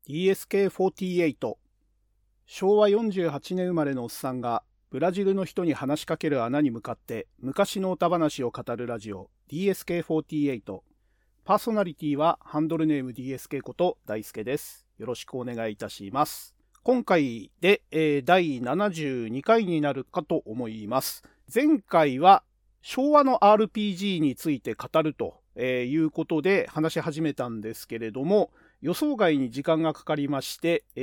DSK48 昭和48年生まれのおっさんがブラジルの人に話しかける穴に向かって昔の歌話を語るラジオ DSK48 パーソナリティはハンドルネーム DSK こと大輔です。よろしくお願いいたします。今回で、第72回になるかと思います。前回は昭和の RPG について語るということで話し始めたんですけれども、予想外に時間がかかりまして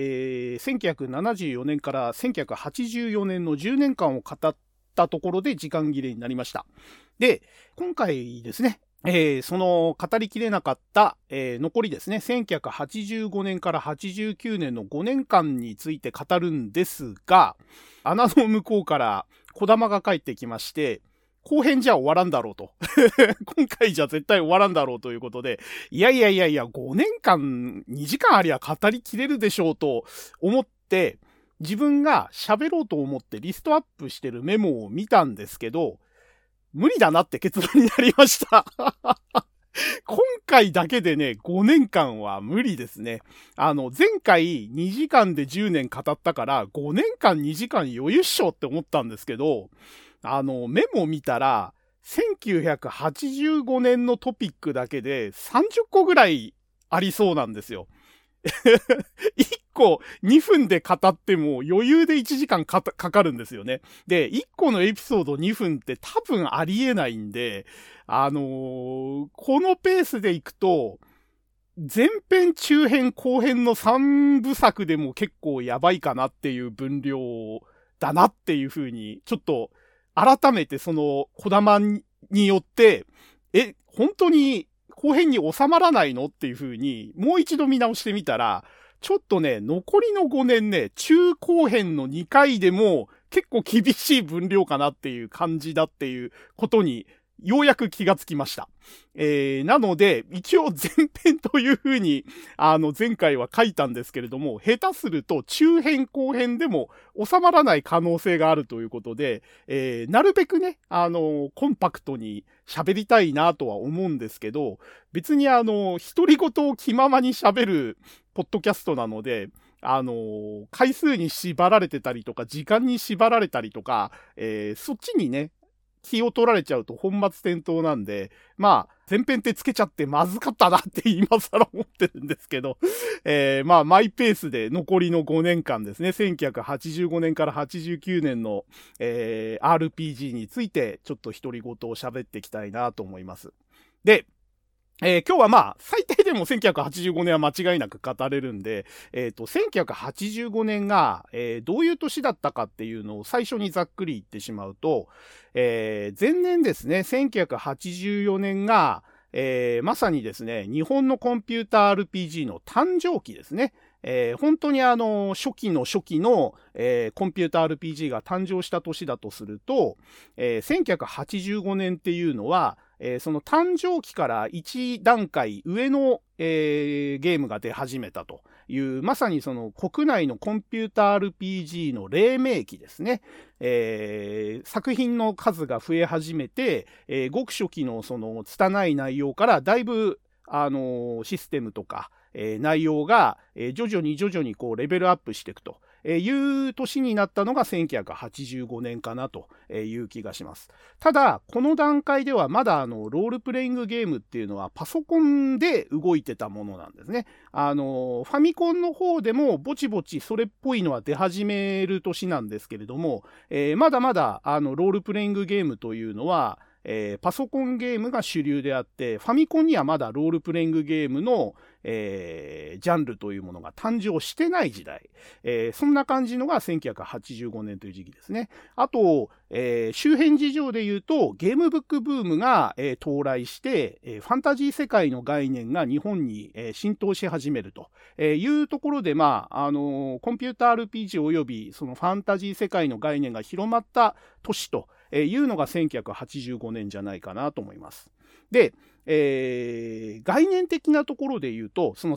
、1974年から1984年の10年間を語ったところで時間切れになりました。で、今回ですね、その語りきれなかった、残りですね、1985年から89年の5年間について語るんですが、穴の向こうから小玉が帰ってきまして、後編じゃ終わらんだろうと。今回じゃ絶対終わらんだろうということで、いや、5年間2時間ありゃ語りきれるでしょうと思って、自分が喋ろうと思ってリストアップしてるメモを見たんですけど、無理だなって結論になりました。今回だけでね、5年間は無理ですね。前回2時間で10年語ったから、5年間2時間余裕っしょって思ったんですけど、メモ見たら、1985年のトピックだけで30個ぐらいありそうなんですよ。1個2分で語っても余裕で1時間かかるんですよね。で、1個のエピソード2分って多分ありえないんで、このペースでいくと、前編、中編、後編の3部作でも結構やばいかなっていう分量だなっていう風に、ちょっと改めてその小玉によって、本当に後編に収まらないのっていう風に、もう一度見直してみたら、ちょっとね、残りの5年ね、中後編の2回でも結構厳しい分量かなっていう感じだっていうことに、ようやく気がつきました。なので、一応前編という風に、前回は書いたんですけれども、下手すると中編後編でも収まらない可能性があるということで、なるべくね、コンパクトに喋りたいなとは思うんですけど、別に独り言を気ままに喋るポッドキャストなので、回数に縛られてたりとか、時間に縛られたりとか、そっちにね、気を取られちゃうと本末転倒なんで、まあ、前編ってつけちゃってまずかったなって今更思ってるんですけど、まあ、マイペースで残りの5年間ですね、1985年から89年の、RPG についてちょっと独り言を喋っていきたいなと思います。で、今日はまあ、最低でも1985年は間違いなく語れるんで、1985年が、どういう年だったかっていうのを最初にざっくり言ってしまうと、前年ですね、1984年が、まさにですね、日本のコンピューター RPG の誕生期ですね。本当に初期の、コンピューター RPG が誕生した年だとすると、1985年っていうのは、その誕生期から1段階上の、ゲームが出始めたという、まさにその国内のコンピューター RPG の黎明期ですね。作品の数が増え始めて、ごく初期のその拙い内容からだいぶシステムとか、内容が、徐々にこうレベルアップしていくという年になったのが1985年かなという気がします。ただ、この段階ではまだロールプレイングゲームっていうのはパソコンで動いてたものなんですね。ファミコンの方でもぼちぼちそれっぽいのは出始める年なんですけれども、まだまだロールプレイングゲームというのはパソコンゲームが主流であって、ファミコンにはまだロールプレイングゲームの、ジャンルというものが誕生してない時代。そんな感じのが1985年という時期ですね。あと、周辺事情で言うと、ゲームブックブームが、到来して、ファンタジー世界の概念が日本に、浸透し始めるというところで、まあ、コンピューター RPG およびそのファンタジー世界の概念が広まった年というのが1985年じゃないかなと思います。で、概念的なところで言うと、その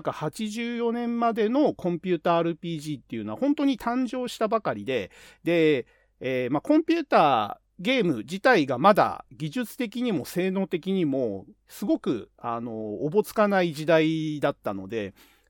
1984年までのコンピューター RPG っていうのは本当に誕生したばかりで、コンピューターゲーム自体がまだ技術的にも性能的にもすごくおぼつかない時代だったので、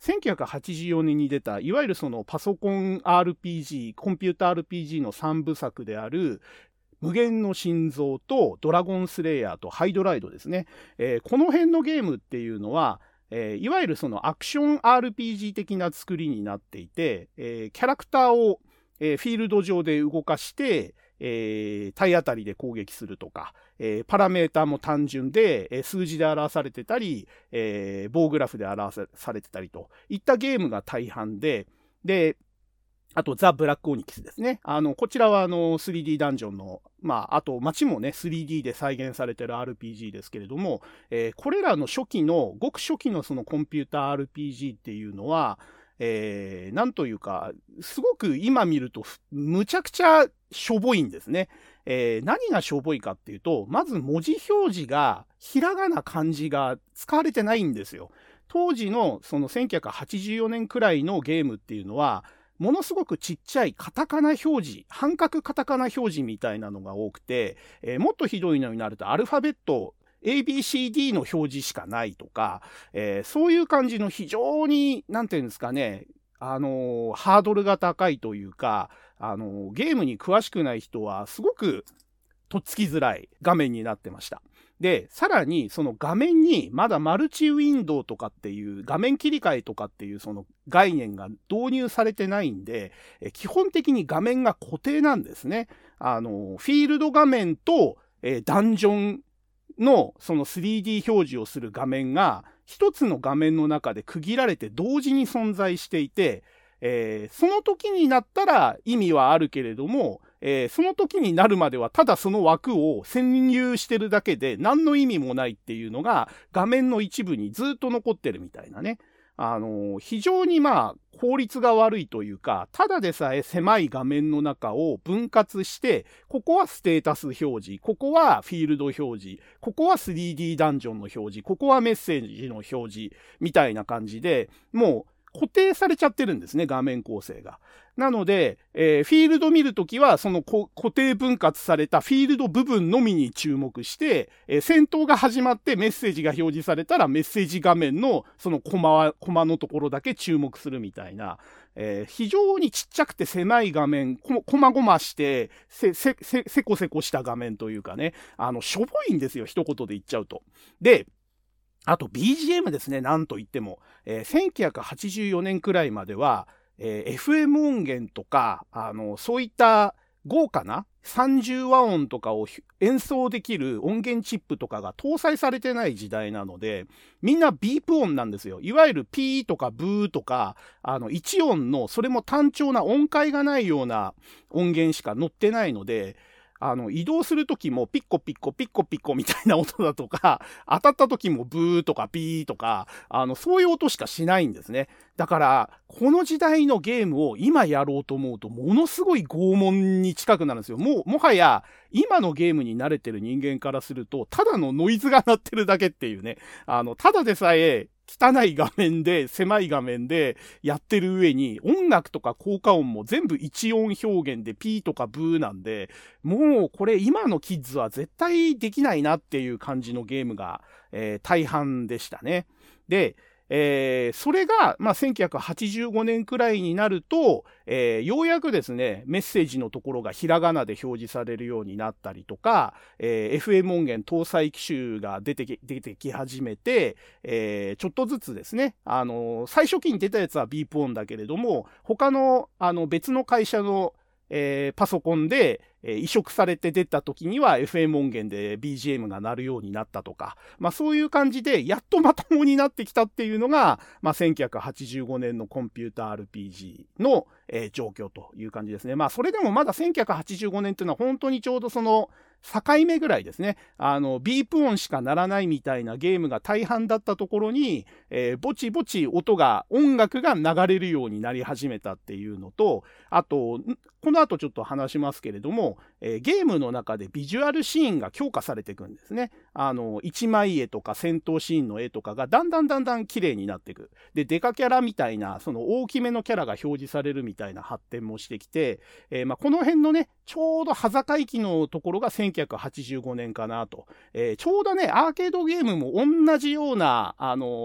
1984年に出た、いわゆるそのパソコン RPG、コンピュータ RPG の3部作である、無限の心臓とドラゴンスレイヤーとハイドライドですね。この辺のゲームっていうのは、いわゆるそのアクション RPG 的な作りになっていて、キャラクターを、フィールド上で動かして、体当たりで攻撃するとか、パラメーターも単純で、数字で表されてたり、棒グラフで表されてたりといったゲームが大半で、あと、ザ・ブラック・オニキスですね。こちらは3D ダンジョンの、あと街もね、3D で再現されてる RPG ですけれども、これらのごく初期のそのコンピューター RPG っていうのは、なんというか、すごく今見ると、むちゃくちゃしょぼいんですね。何がしょぼいかっていうと、まず文字表示が、ひらがな漢字が使われてないんですよ。当時のその1984年くらいのゲームっていうのは、ものすごくちっちゃいカタカナ表示、半角カタカナ表示みたいなのが多くて、もっとひどいのになるとアルファベット、ABCD の表示しかないとか、そういう感じの非常に、なんていうんですかね、ハードルが高いというか、ゲームに詳しくない人はすごくとっつきづらい画面になってました。で、さらにその画面にまだマルチウィンドウとかっていう画面切り替えとかっていうその概念が導入されてないんで、基本的に画面が固定なんですね。フィールド画面と、ダンジョンのその 3D 表示をする画面が一つの画面の中で区切られて同時に存在していて、その時になったら意味はあるけれども、その時になるまではただその枠を占有してるだけで何の意味もないっていうのが画面の一部にずっと残ってるみたいなね。非常に効率が悪いというか、ただでさえ狭い画面の中を分割して、ここはステータス表示、ここはフィールド表示、ここは 3D ダンジョンの表示、ここはメッセージの表示、みたいな感じで、もう固定されちゃってるんですね、画面構成が。なので、フィールド見るときは、その固定分割されたフィールド部分のみに注目して、戦闘が始まってメッセージが表示されたらメッセージ画面のそのコマのところだけ注目するみたいな、非常にちっちゃくて狭い画面、こまごまして、せこせこした画面というかね、しょぼいんですよ、一言で言っちゃうと。で、あと BGM ですね、なんと言っても。1984年くらいまでは、FM 音源とか、そういった豪華な30和音とかを演奏できる音源チップとかが搭載されてない時代なので、みんなビープ音なんですよ。いわゆるピーとかブーとか、一音の、それも単調な音階がないような音源しか載ってないので、移動するときもピッコピッコピッコピッコみたいな音だとか、当たったときもブーとかピーとか、そういう音しかしないんですね。だから、この時代のゲームを今やろうと思うと、ものすごい拷問に近くなるんですよ。もはや、今のゲームに慣れてる人間からすると、ただのノイズが鳴ってるだけっていうね。ただでさえ、汚い画面で、狭い画面でやってる上に、音楽とか効果音も全部一音表現でピーとかブーなんで、もうこれ今のキッズは絶対できないなっていう感じのゲームが、大半でしたね。で、それが、1985年くらいになると、ようやくですね、メッセージのところがひらがなで表示されるようになったりとか、FM 音源搭載機種が出てき始めて、ちょっとずつですね、最初期に出たやつはビープ音だけれども、他の、別の会社の、パソコンで、移植されて出た時には FM 音源で BGM が鳴るようになったとか、そういう感じでやっとまともになってきたっていうのが、1985年のコンピューター RPG の、状況という感じですね。それでもまだ1985年っていうのは本当にちょうどその境目ぐらいですね。ビープ音しか鳴らないみたいなゲームが大半だったところに、ぼちぼち音楽が流れるようになり始めたっていうのと、あと、この後ちょっと話しますけれども、ゲームの中でビジュアルシーンが強化されていくんですね。一枚絵とか戦闘シーンの絵とかがだんだん綺麗になっていく。で、デカキャラみたいな、その大きめのキャラが表示されるみたいな発展もしてきて、この辺のね、ちょうど端境期のところが1985年かなと。ちょうどね、アーケードゲームも同じような、発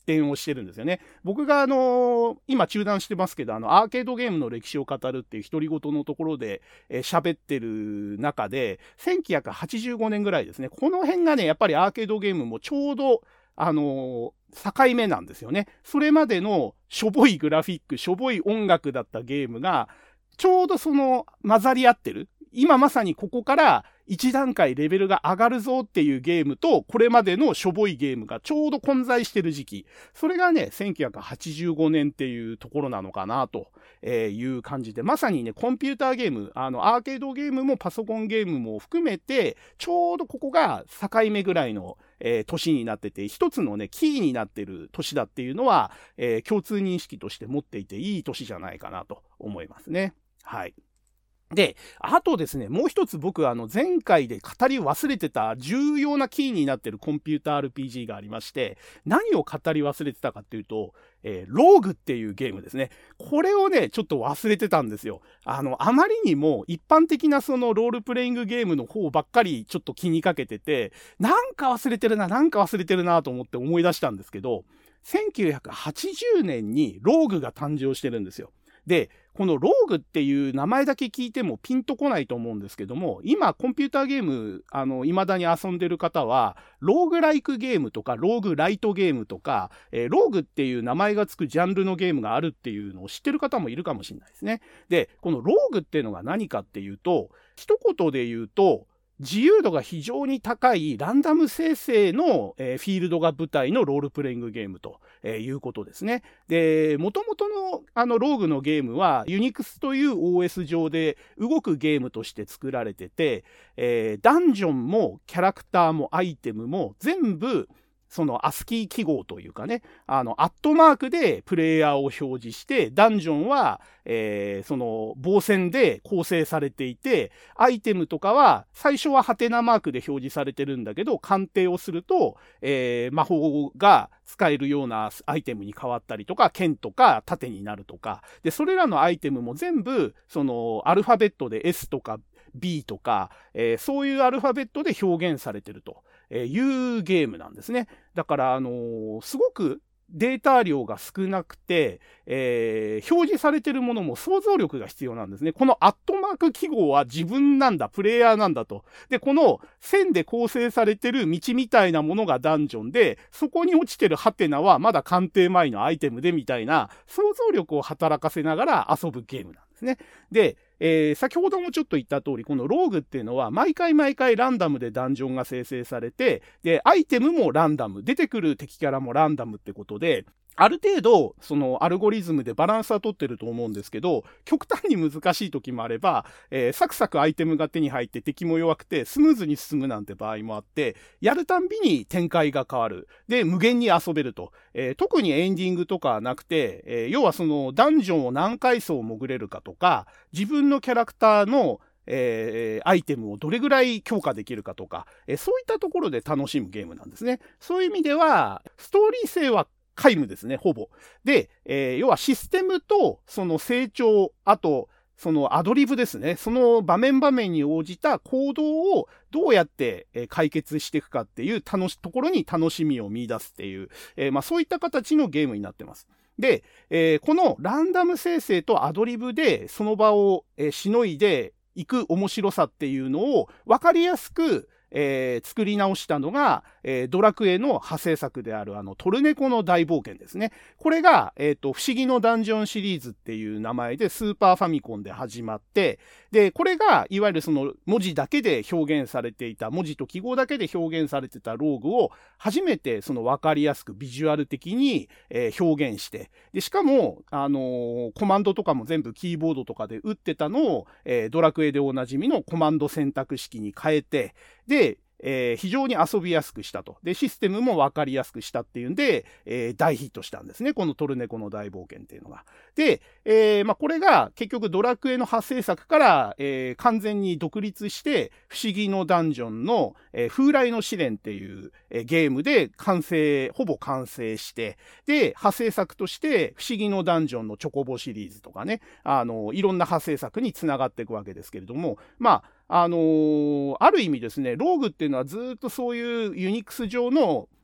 展をしてるんですよね。僕が今中断してますけど、アーケードゲームの歴史を語るっていう独り言のところで喋ってる中で、1985年ぐらいですね。この辺がね、やっぱりアーケードゲームもちょうど、境目なんですよね。それまでのしょぼいグラフィック、しょぼい音楽だったゲームが、ちょうど混ざり合ってる。今まさにここから一段階レベルが上がるぞっていうゲームと、これまでのしょぼいゲームがちょうど混在してる時期。それがね、1985年っていうところなのかなという感じで、まさにね、コンピューターゲーム、アーケードゲームもパソコンゲームも含めて、ちょうどここが境目ぐらいの年になってて、一つのね、キーになってる年だっていうのは、共通認識として持っていていい年じゃないかなと思いますね。はい。で、あとですね、もう一つ僕前回で語り忘れてた重要なキーになってるコンピューター RPG がありまして、何を語り忘れてたかっていうと、ローグっていうゲームですね。これをね、ちょっと忘れてたんですよ。あまりにも一般的なロールプレイングゲームの方ばっかりちょっと気にかけてて、なんか忘れてるなと思って思い出したんですけど、1980年にローグが誕生してるんですよ。で、このローグっていう名前だけ聞いてもピンとこないと思うんですけども、今コンピューターゲーム、未だに遊んでる方は、ローグライクゲームとか、ローグライトゲームとか、ローグっていう名前がつくジャンルのゲームがあるっていうのを知ってる方もいるかもしれないですね。で、このローグっていうのが何かっていうと、一言で言うと、自由度が非常に高いランダム生成の、フィールドが舞台のロールプレイングゲームと、いうことですね。で、元々のローグのゲームは Unix という OS 上で動くゲームとして作られてて、ダンジョンもキャラクターもアイテムも全部アスキー記号というかね、アットマークでプレイヤーを表示して、ダンジョンは、棒線で構成されていて、アイテムとかは、最初はハテナマークで表示されてるんだけど、鑑定をすると、魔法が使えるようなアイテムに変わったりとか、剣とか盾になるとか、で、それらのアイテムも全部、アルファベットで S とか B とか、そういうアルファベットで表現されてるというゲームなんですね。だから、すごくデータ量が少なくて、表示されてるものも想像力が必要なんですね。このアットマーク記号は自分なんだ、プレイヤーなんだと。で、この線で構成されてる道みたいなものがダンジョンで、そこに落ちてるハテナはまだ鑑定前のアイテムでみたいな想像力を働かせながら遊ぶゲームなんですね。で、先ほどもちょっと言った通り、このローグっていうのは毎回ランダムでダンジョンが生成されて、で、アイテムもランダム、出てくる敵キャラもランダムってことで、ある程度、アルゴリズムでバランスは取ってると思うんですけど、極端に難しい時もあれば、サクサクアイテムが手に入って敵も弱くてスムーズに進むなんて場合もあって、やるたんびに展開が変わる。で、無限に遊べると。特にエンディングとかはなくて、要はダンジョンを何回層潜れるかとか、自分のキャラクターのアイテムをどれぐらい強化できるかとか、そういったところで楽しむゲームなんですね。そういう意味では、ストーリー性は皆無ですね、ほぼ。で、要はシステムと成長、あと、アドリブですね。その場面場面に応じた行動をどうやって解決していくかっていうところに楽しみを見出すっていう、そういった形のゲームになってます。で、このランダム生成とアドリブでその場をしのいでいく面白さっていうのを分かりやすく作り直したのが、ドラクエの派生作であるトルネコの大冒険ですね。これが、不思議のダンジョンシリーズっていう名前でスーパーファミコンで始まって、で、これが、いわゆる文字だけで表現されていた、文字と記号だけで表現されてたローグを、初めて分かりやすくビジュアル的に、表現して、で、しかも、コマンドとかも全部キーボードとかで打ってたのを、ドラクエでおなじみのコマンド選択式に変えて、で、非常に遊びやすくしたと。で、システムも分かりやすくしたっていうんで、大ヒットしたんですね。このトルネコの大冒険っていうのが。で、これが結局ドラクエの派生作から、完全に独立して、不思議のダンジョンの、風来の試練っていう、ゲームでほぼ完成して、で、派生作として、不思議のダンジョンのチョコボシリーズとかね、いろんな派生作につながっていくわけですけれども、ある意味ですね、ローグっていうのはずっとそういうユニックス上の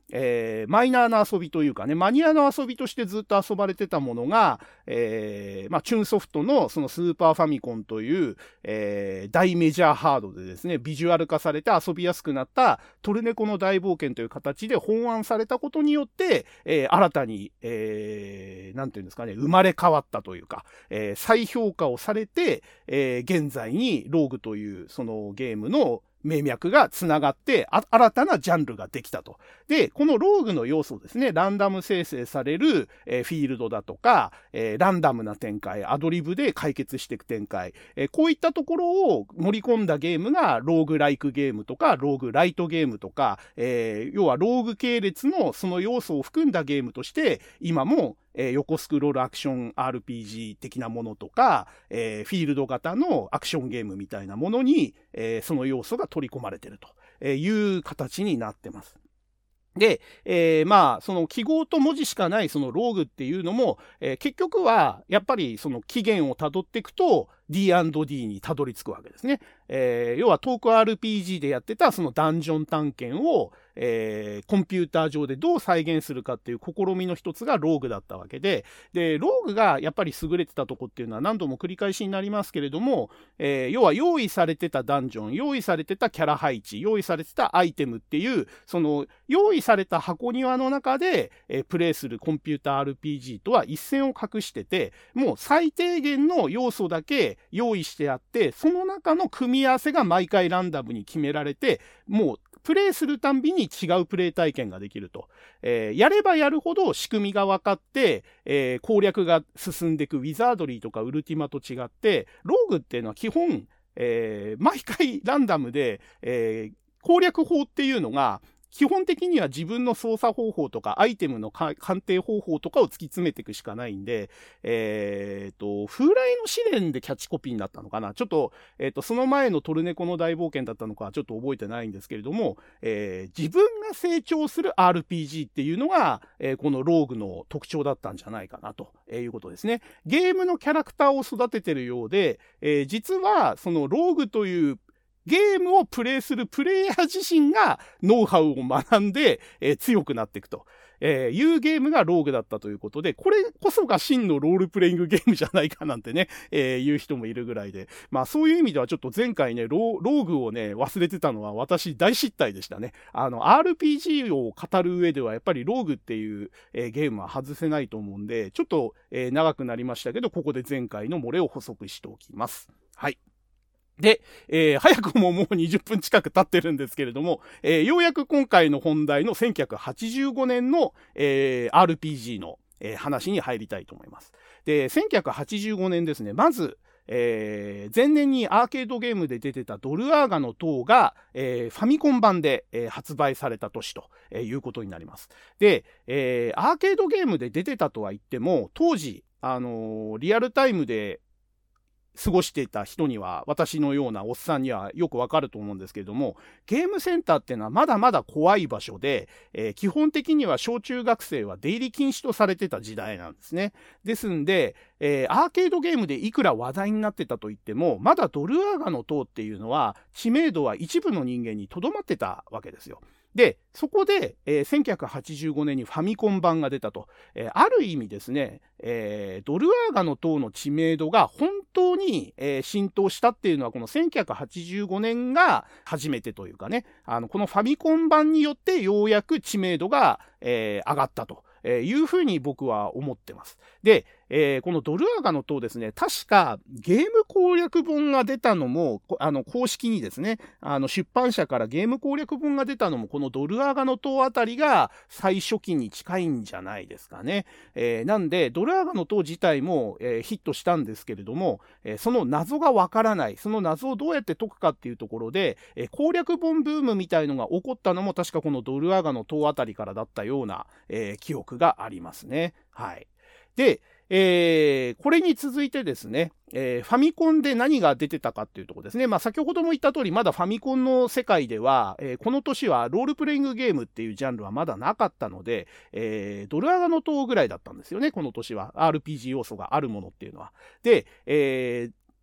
マイナーな遊びというかね、マニアの遊びとしてずっと遊ばれてたものが、チューンソフトのそのスーパーファミコンという、大メジャーハードでですね、ビジュアル化されて遊びやすくなったトルネコの大冒険という形で本案されたことによって、新たに、なんていうんですかね、生まれ変わったというか、再評価をされて、現在にローグというそのゲームの名脈がつながって新たなジャンルができたと。で、このローグの要素ですね、ランダム生成される、フィールドだとか、ランダムな展開、アドリブで解決していく展開、こういったところを盛り込んだゲームがローグライクゲームとか、ローグライトゲームとか、要はローグ系列のその要素を含んだゲームとして、今も横スクロールアクション RPG 的なものとか、フィールド型のアクションゲームみたいなものに、その要素が取り込まれているという形になってます。で、その記号と文字しかないそのローグっていうのも、結局はやっぱりその起源をたどっていくと D&D にたどり着くわけですね。要はトーク RPG でやってたそのダンジョン探検を、コンピューター上でどう再現するかっていう試みの一つがローグだったわけで、ローグがやっぱり優れてたとこっていうのは何度も繰り返しになりますけれども、要は用意されてたダンジョン、用意されてたキャラ配置、用意されてたアイテムっていう、その用意された箱庭の中で、プレイするコンピューター RPG とは一線を画してて、もう最低限の要素だけ用意してあって、その中の組み合わせが毎回ランダムに決められて、もうプレイするたんびに違うプレイ体験ができると。やればやるほど仕組みが分かって、攻略が進んでいくウィザードリーとかウルティマと違って、ローグっていうのは基本、毎回ランダムで、攻略法っていうのが、基本的には自分の操作方法とかアイテムの鑑定方法とかを突き詰めていくしかないんで、風来の試練でキャッチコピーになったのかな。ちょっと、その前のトルネコの大冒険だったのかちょっと覚えてないんですけれども、自分が成長する RPG っていうのが、このローグの特徴だったんじゃないかなということですね。ゲームのキャラクターを育ててるようで、実はそのローグというゲームをプレイするプレイヤー自身がノウハウを学んで、強くなっていくと、いうゲームがローグだったということで、これこそが真のロールプレイングゲームじゃないかなんてね、言う人もいるぐらいで、まあそういう意味ではちょっと前回ね、ローグをね、忘れてたのは私大失態でしたね。RPG を語る上ではやっぱりローグっていう、ゲームは外せないと思うんで、ちょっと、長くなりましたけど、ここで前回の漏れを補足しておきます。はい。で、早くももう20分近く経ってるんですけれども、ようやく今回の本題の1985年の、RPG の、話に入りたいと思います。で、1985年ですね、まず、前年にアーケードゲームで出てたドルアーガの塔が、ファミコン版で、発売された年ということになります。で、アーケードゲームで出てたとは言っても、当時、リアルタイムで過ごしていた人には、私のようなおっさんにはよくわかると思うんですけれども、ゲームセンターっていうのはまだまだ怖い場所で、基本的には小中学生は出入り禁止とされてた時代なんですね。ですんで、アーケードゲームでいくら話題になってたと言っても、まだドルアーガの塔っていうのは、知名度は一部の人間にとどまってたわけですよ。で、そこで、1985年にファミコン版が出たと。ある意味ですね、ドルアーガの塔の知名度が本当に、浸透したっていうのは、この1985年が初めてというかね、このファミコン版によってようやく知名度が、上がったと。いうふうに僕は思ってます。で、このドルアーガの塔ですね、確かゲーム攻略本が出たのも、公式にですね、出版社からゲーム攻略本が出たのも、このドルアーガの塔あたりが最初期に近いんじゃないですかね。なんで、ドルアーガの塔自体も、ヒットしたんですけれども、その謎がわからない、その謎をどうやって解くかっていうところで、攻略本ブームみたいのが起こったのも確かこのドルアーガの塔あたりからだったような、記憶がありますね。はい。で、これに続いてですね、ファミコンで何が出てたかっていうところですね。まあ先ほども言った通り、まだファミコンの世界では、この年はロールプレイングゲームっていうジャンルはまだなかったので、ドルアガの塔ぐらいだったんですよね、この年は。RPG 要素があるものっていうのは。で、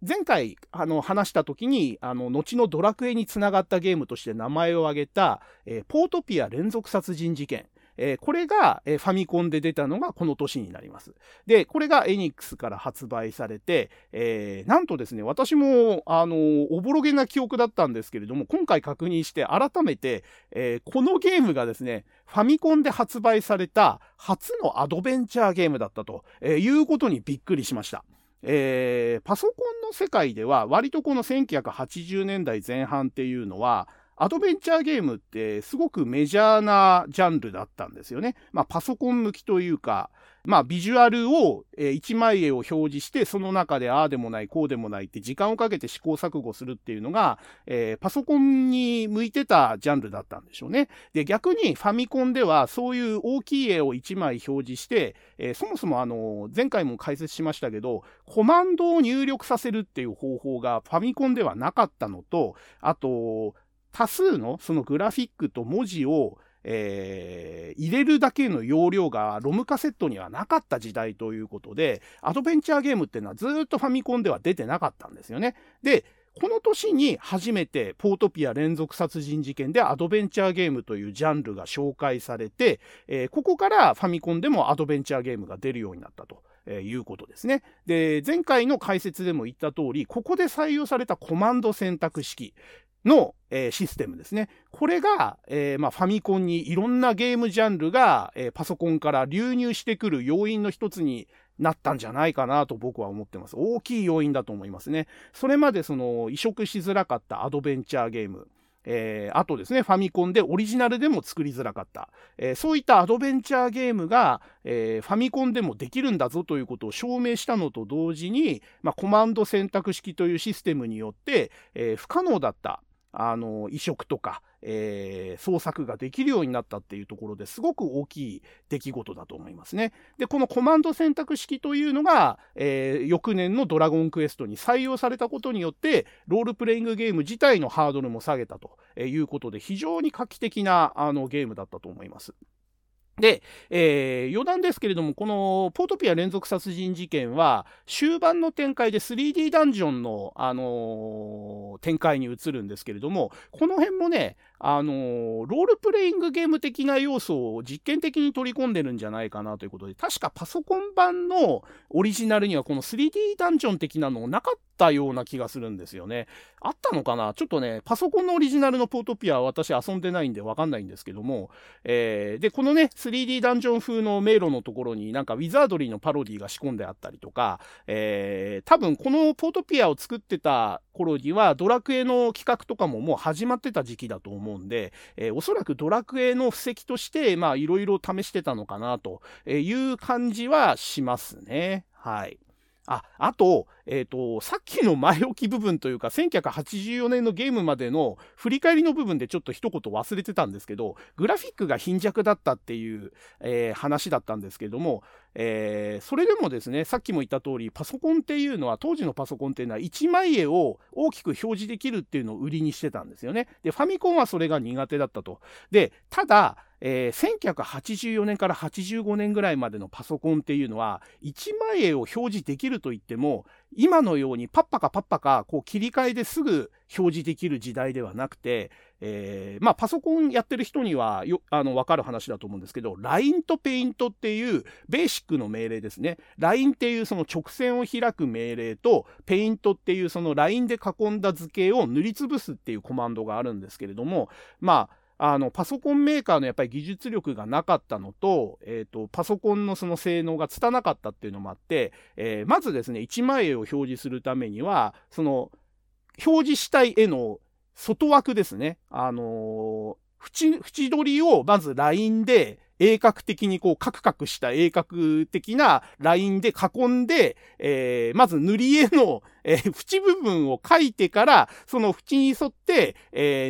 前回話した時に後のドラクエにつながったゲームとして名前を挙げた、ポートピア連続殺人事件。これが、ファミコンで出たのがこの年になります。で、これがエニックスから発売されて、なんとですね、私もおぼろげな記憶だったんですけれども、今回確認して改めて、このゲームがですね、ファミコンで発売された初のアドベンチャーゲームだったということにびっくりしました。パソコンの世界では割とこの1980年代前半っていうのはアドベンチャーゲームってすごくメジャーなジャンルだったんですよね。パソコン向きというか、ビジュアルを一枚絵を表示してその中でああでもないこうでもないって時間をかけて試行錯誤するっていうのが、パソコンに向いてたジャンルだったんでしょうね。で、逆にファミコンではそういう大きい絵を一枚表示して、そもそも前回も解説しましたけど、コマンドを入力させるっていう方法がファミコンではなかったのと、あと、多数のそのグラフィックと文字を、入れるだけの容量がロムカセットにはなかった時代ということで、アドベンチャーゲームっていうのはずっとファミコンでは出てなかったんですよね。で、この年に初めてポートピア連続殺人事件でアドベンチャーゲームというジャンルが紹介されて、ここからファミコンでもアドベンチャーゲームが出るようになったと。いうことですね。で、前回の解説でも言った通り、ここで採用されたコマンド選択式の、システムですね。これが、ファミコンにいろんなゲームジャンルが、パソコンから流入してくる要因の一つになったんじゃないかなと僕は思ってます。大きい要因だと思いますね。それまで移植しづらかったアドベンチャーゲーム、あとですね、ファミコンでオリジナルでも作りづらかった、そういったアドベンチャーゲームが、ファミコンでもできるんだぞということを証明したのと同時に、コマンド選択式というシステムによって、不可能だった移植とか、創作ができるようになったっていうところですごく大きい出来事だと思いますね。で、このコマンド選択式というのが、翌年のドラゴンクエストに採用されたことによって、ロールプレイングゲーム自体のハードルも下げたということで、非常に画期的なゲームだったと思います。で、余談ですけれども、このポートピア連続殺人事件は終盤の展開で 3D ダンジョンの、展開に移るんですけれども、この辺もね、ロールプレイングゲーム的な要素を実験的に取り込んでるんじゃないかなということで、確かパソコン版のオリジナルにはこの 3D ダンジョン的なのなかったような気がするんですよね。あったのかな？ちょっとね、パソコンのオリジナルのポートピアは私遊んでないんでわかんないんですけども、で、このね、3D ダンジョン風の迷路のところになんかウィザードリーのパロディが仕込んであったりとか、多分このポートピアを作ってた頃にはドラクエの企画とかももう始まってた時期だと思うんで、おそらくドラクエの布石としていろいろ試してたのかなという感じはしますね。はい。あと、さっきの前置き部分というか、1984年のゲームまでの振り返りの部分でちょっと一言忘れてたんですけど、グラフィックが貧弱だったっていう、話だったんですけども、それでもですね、さっきも言った通り、パソコンっていうのは、当時のパソコンっていうのは一枚絵を大きく表示できるっていうのを売りにしてたんですよね。で、ファミコンはそれが苦手だったと。で、ただ、1984年から85年ぐらいまでのパソコンっていうのは一枚絵を表示できると言っても今のようにパッパカこう切り替えですぐ表示できる時代ではなくて、パソコンやってる人にはわかる話だと思うんですけど、LINE と Paint っていうベーシックの命令ですね。LINE っていうその直線を開く命令と Paint っていうその LINE で囲んだ図形を塗りつぶすっていうコマンドがあるんですけれども、パソコンメーカーのやっぱり技術力がなかったのと、パソコンのその性能が拙かったっていうのもあって、まずですね、一枚絵を表示するためには、その、表示したい絵の外枠ですね。縁取りをまずラインで、鋭角的にこうカクカクした鋭角的なラインで囲んで、まず塗り絵の、縁部分を描いてからその縁に沿って、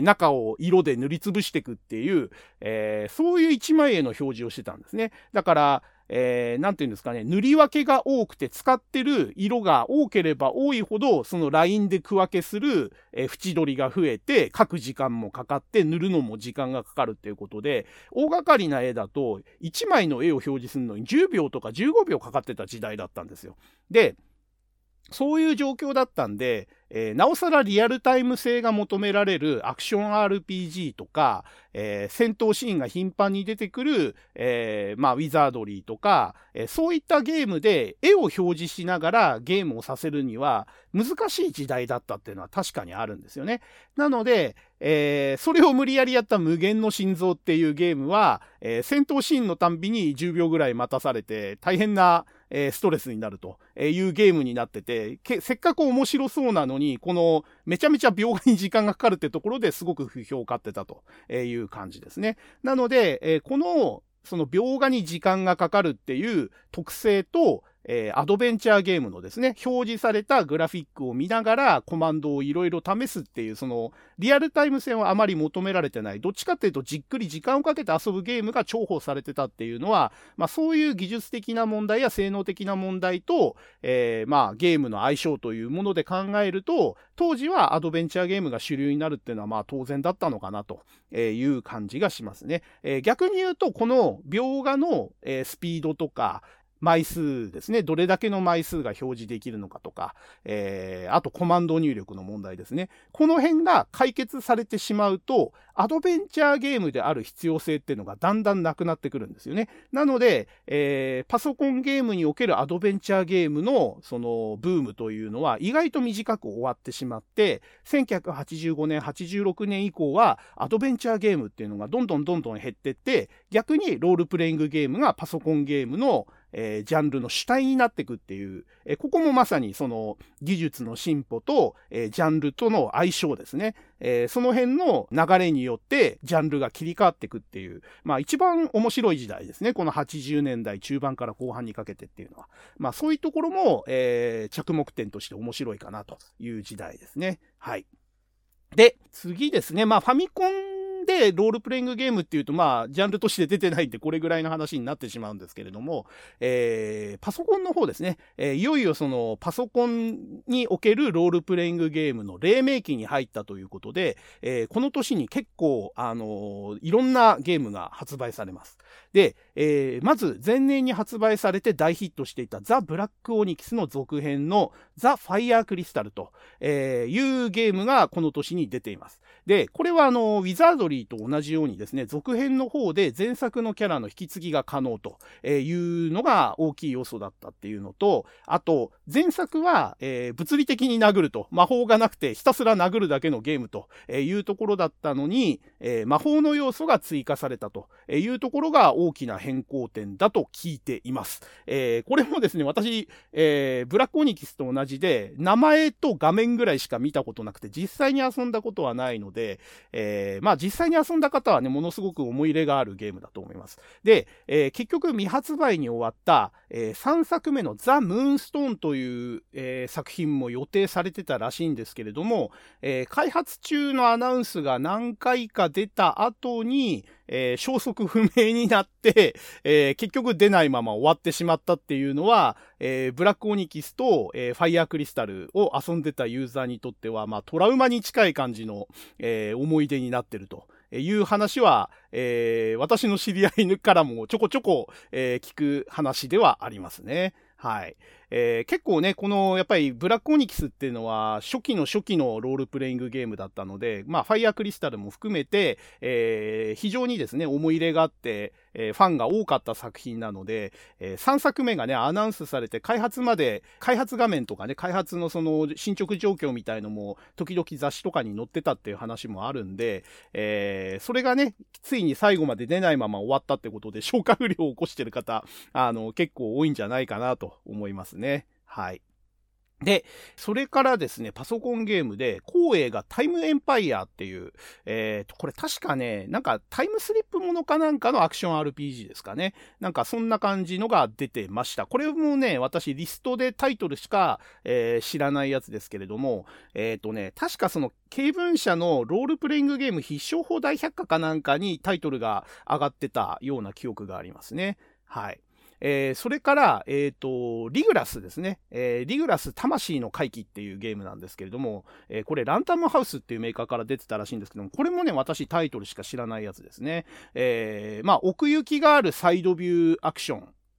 中を色で塗りつぶしていくっていう、そういう一枚絵の表示をしてたんですね。だからなんていうんですかね、塗り分けが多くて使ってる色が多ければ多いほどそのラインで区分けする、縁取りが増えて描く時間もかかって塗るのも時間がかかるっていうことで、大掛かりな絵だと1枚の絵を表示するのに10秒とか15秒かかってた時代だったんですよ。でそういう状況だったんで、なおさらリアルタイム性が求められるアクション RPG とか、戦闘シーンが頻繁に出てくる、ウィザードリーとか、そういったゲームで絵を表示しながらゲームをさせるには難しい時代だったっていうのは確かにあるんですよね。なので、それを無理やりやった無限の心臓っていうゲームは、戦闘シーンのたんびに10秒ぐらい待たされて大変なストレスになるというゲームになってて、せっかく面白そうなのに、このめちゃめちゃ描画に時間がかかるってところですごく不評を買ってたという感じですね。なので、その描画に時間がかかるっていう特性と、アドベンチャーゲームのですね、表示されたグラフィックを見ながらコマンドをいろいろ試すっていう、そのリアルタイム性はあまり求められてない。どっちかっていうとじっくり時間をかけて遊ぶゲームが重宝されてたっていうのは、そういう技術的な問題や性能的な問題と、ゲームの相性というもので考えると、当時はアドベンチャーゲームが主流になるっていうのは当然だったのかなという感じがしますね。逆に言うと、この描画のスピードとか、枚数ですね。どれだけの枚数が表示できるのかとか、あとコマンド入力の問題ですね。この辺が解決されてしまうと、アドベンチャーゲームである必要性っていうのがだんだんなくなってくるんですよね。なので、パソコンゲームにおけるアドベンチャーゲームのそのブームというのは意外と短く終わってしまって、1985年、86年以降はアドベンチャーゲームっていうのがどんどん減ってって、逆にロールプレイングゲームがパソコンゲームのジャンルの主体になっていくっていう、ここもまさにその技術の進歩と、ジャンルとの相性ですね。その辺の流れによってジャンルが切り替わっていくっていう、一番面白い時代ですね。この80年代中盤から後半にかけてっていうのは。そういうところも、着目点として面白いかなという時代ですね。はい。で、次ですね。ファミコンでロールプレイングゲームっていうと、ジャンルとして出てないんで、これぐらいの話になってしまうんですけれども、パソコンの方ですね。いよいよそのパソコンにおけるロールプレイングゲームの黎明期に入ったということで、この年に結構、いろんなゲームが発売されます。で、まず前年に発売されて大ヒットしていたザ・ブラック・オニキスの続編のザ・ファイヤー・クリスタルというゲームがこの年に出ています。で、これはウィザードリーと同じようにですね、続編の方で前作のキャラの引き継ぎが可能というのが大きい要素だったっていうのと、あと、前作は物理的に殴ると、魔法がなくてひたすら殴るだけのゲームというところだったのに、魔法の要素が追加されたというところが大きな変更点だと聞いています。これもですね、私、ブラックオニキスと同じで、名前と画面ぐらいしか見たことなくて、実際に遊んだことはないので、実際に遊んだ方はね、ものすごく思い入れがあるゲームだと思います。で、結局未発売に終わった、3作目のザ・ムーンストーンという、作品も予定されてたらしいんですけれども、開発中のアナウンスが何回か出た後に、消息不明になって、結局出ないまま終わってしまったっていうのは、ブラックオニキスと、ファイヤークリスタルを遊んでたユーザーにとっては、トラウマに近い感じの、思い出になってるという話は、私の知り合いからもちょこちょこ、聞く話ではありますね。はい。結構ね、やっぱりブラックオニキスっていうのは初期のロールプレイングゲームだったので、ファイヤークリスタルも含めて、非常にですね、思い入れがあって、ファンが多かった作品なので、3作目がね、アナウンスされて開発画面とかね、開発のその進捗状況みたいのも時々雑誌とかに載ってたっていう話もあるんで、それがね、ついに最後まで出ないまま終わったってことで消化不良を起こしてる方、結構多いんじゃないかなと思いますね。はい。で、それからですね、パソコンゲームで、光栄がタイムエンパイアっていう、これ確かね、なんかタイムスリップものかなんかのアクション RPG ですかね。なんかそんな感じのが出てました。これもね、私リストでタイトルしか、知らないやつですけれども、確かその、経文社のロールプレイングゲーム必勝法大百科かなんかにタイトルが上がってたような記憶がありますね。はい。それから、リグラスですね。リグラス魂の回帰っていうゲームなんですけれども、これランタムハウスっていうメーカーから出てたらしいんですけども、これもね、私タイトルしか知らないやつですね。奥行きがあるサイドビューアクション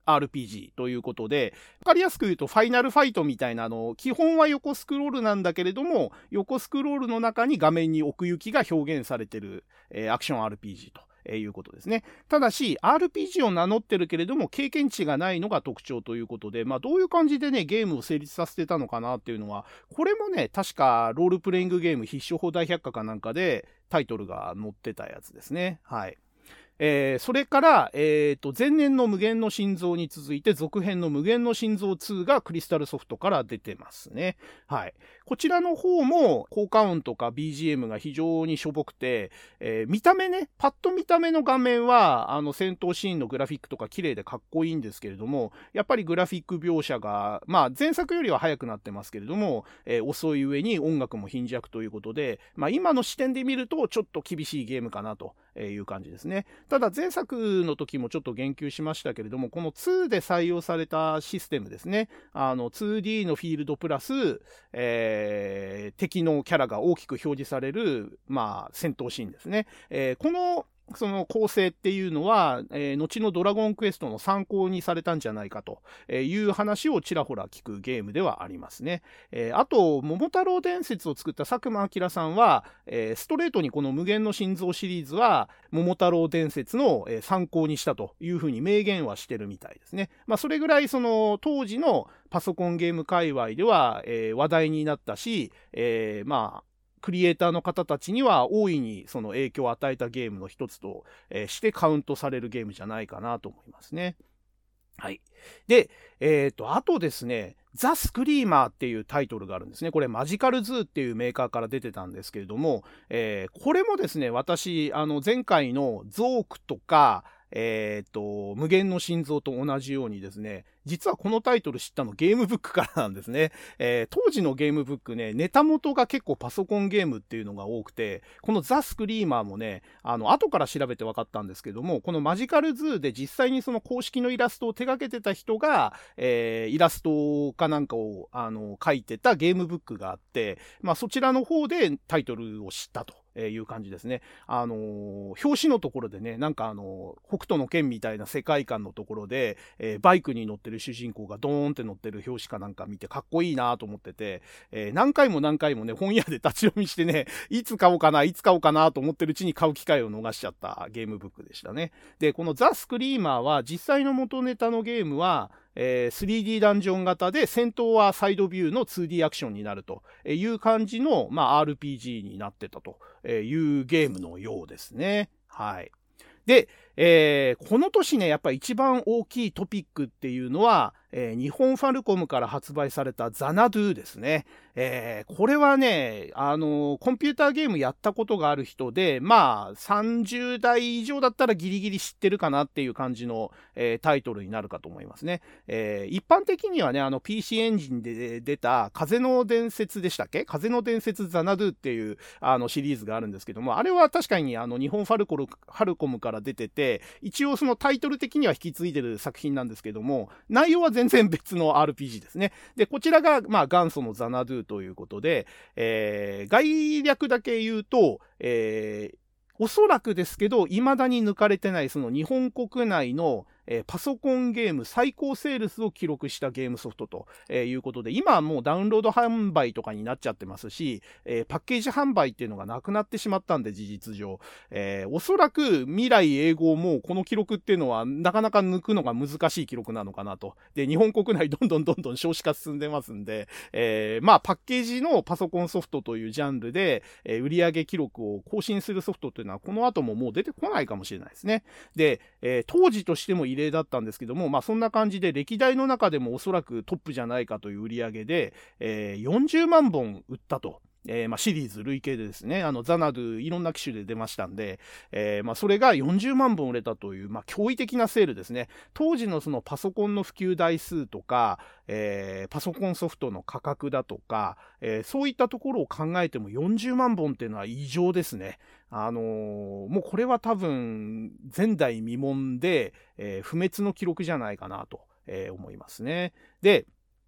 RPG ということで、わかりやすく言うとファイナルファイトみたいな基本は横スクロールなんだけれども、横スクロールの中に画面に奥行きが表現されている、アクション RPG ということですね。ただし、RPG を名乗ってるけれども、経験値がないのが特徴ということで、どういう感じでね、ゲームを成立させてたのかなっていうのは、これもね、確かロールプレイングゲーム必勝法大百科かなんかでタイトルが載ってたやつですね。はい。それから、前年の無限の心臓に続いて続編の無限の心臓2がクリスタルソフトから出てますね。はい。こちらの方も効果音とか BGM が非常にしょぼくて、見た目ね、パッと見た目の画面は戦闘シーンのグラフィックとか綺麗でかっこいいんですけれども、やっぱりグラフィック描写が、前作よりは早くなってますけれども、遅い上に音楽も貧弱ということで、今の視点で見るとちょっと厳しいゲームかなという感じですね。ただ前作の時もちょっと言及しましたけれども、この2で採用されたシステムですね。2D のフィールドプラス、敵のキャラが大きく表示される、戦闘シーンですね。このその構成っていうのは、後のドラゴンクエストの参考にされたんじゃないかという話をちらほら聞くゲームではありますね。あと、桃太郎伝説を作った佐久間明さんは、ストレートにこの無限の心臓シリーズは桃太郎伝説の参考にしたというふうに明言はしてるみたいですね。それぐらいその当時のパソコンゲーム界隈では、話題になったし、クリエイターの方たちには大いにその影響を与えたゲームの一つとしてカウントされるゲームじゃないかなと思いますね。はい。で、あとですね、ザ・スクリーマーっていうタイトルがあるんですね。これマジカルズーっていうメーカーから出てたんですけれども、これもですね、私、前回のゾークとか、無限の心臓と同じようにですね、実はこのタイトル知ったのゲームブックからなんですね。当時のゲームブックね、ネタ元が結構パソコンゲームっていうのが多くて、このザ・スクリーマーもね、後から調べて分かったんですけども、このマジカルズーで実際にその公式のイラストを手掛けてた人が、イラストかなんかを書いてたゲームブックがあって、そちらの方でタイトルを知ったという感じですね。表紙のところでね、なんか北斗の拳みたいな世界観のところで、バイクに乗ってる主人公がドーンって乗ってる表紙かなんか見てかっこいいなと思ってて、何回も何回もね、本屋で立ち読みしてね、いつ買おうかなと思ってるうちに買う機会を逃しちゃったゲームブックでしたね。で、このザ・スクリーマーは実際の元ネタのゲームは、3D ダンジョン型で戦闘はサイドビューの 2D アクションになるという感じの、RPG になってたというゲームのようですね。はい。で、この年ね、やっぱり一番大きいトピックっていうのは、日本ファルコムから発売されたザナドゥですね。これはね、コンピューターゲームやったことがある人で、30代以上だったらギリギリ知ってるかなっていう感じの、タイトルになるかと思いますね。一般的にはね、PC エンジンで出た風の伝説でしたっけ？風の伝説ザナドゥっていうシリーズがあるんですけども、あれは確かに日本ファルコムから出てて、一応そのタイトル的には引き継いでる作品なんですけども、内容は全然別の RPG ですね。で、こちらが元祖のザナドゥということで、概略だけ言うと、おそらくですけど、未だに抜かれてないその日本国内のパソコンゲーム最高セールスを記録したゲームソフトということで、今はもうダウンロード販売とかになっちゃってますし、パッケージ販売っていうのがなくなってしまったんで、事実上。おそらく未来永劫もこの記録っていうのはなかなか抜くのが難しい記録なのかなと。で、日本国内どんどん少子化進んでますんで、パッケージのパソコンソフトというジャンルで、売上記録を更新するソフトというのはこの後ももう出てこないかもしれないですね。で、当時としても異例だったんですけども、そんな感じで歴代の中でもおそらくトップじゃないかという売り上げで、40万本売ったと。シリーズ累計でですね、ザナドゥいろんな機種で出ましたんで、それが40万本売れたという、驚異的なセールですね。当時のそのパソコンの普及台数とか、パソコンソフトの価格だとか、そういったところを考えても40万本っていうのは異常ですね。もうこれは多分前代未聞で、不滅の記録じゃないかなと、思いますね。で、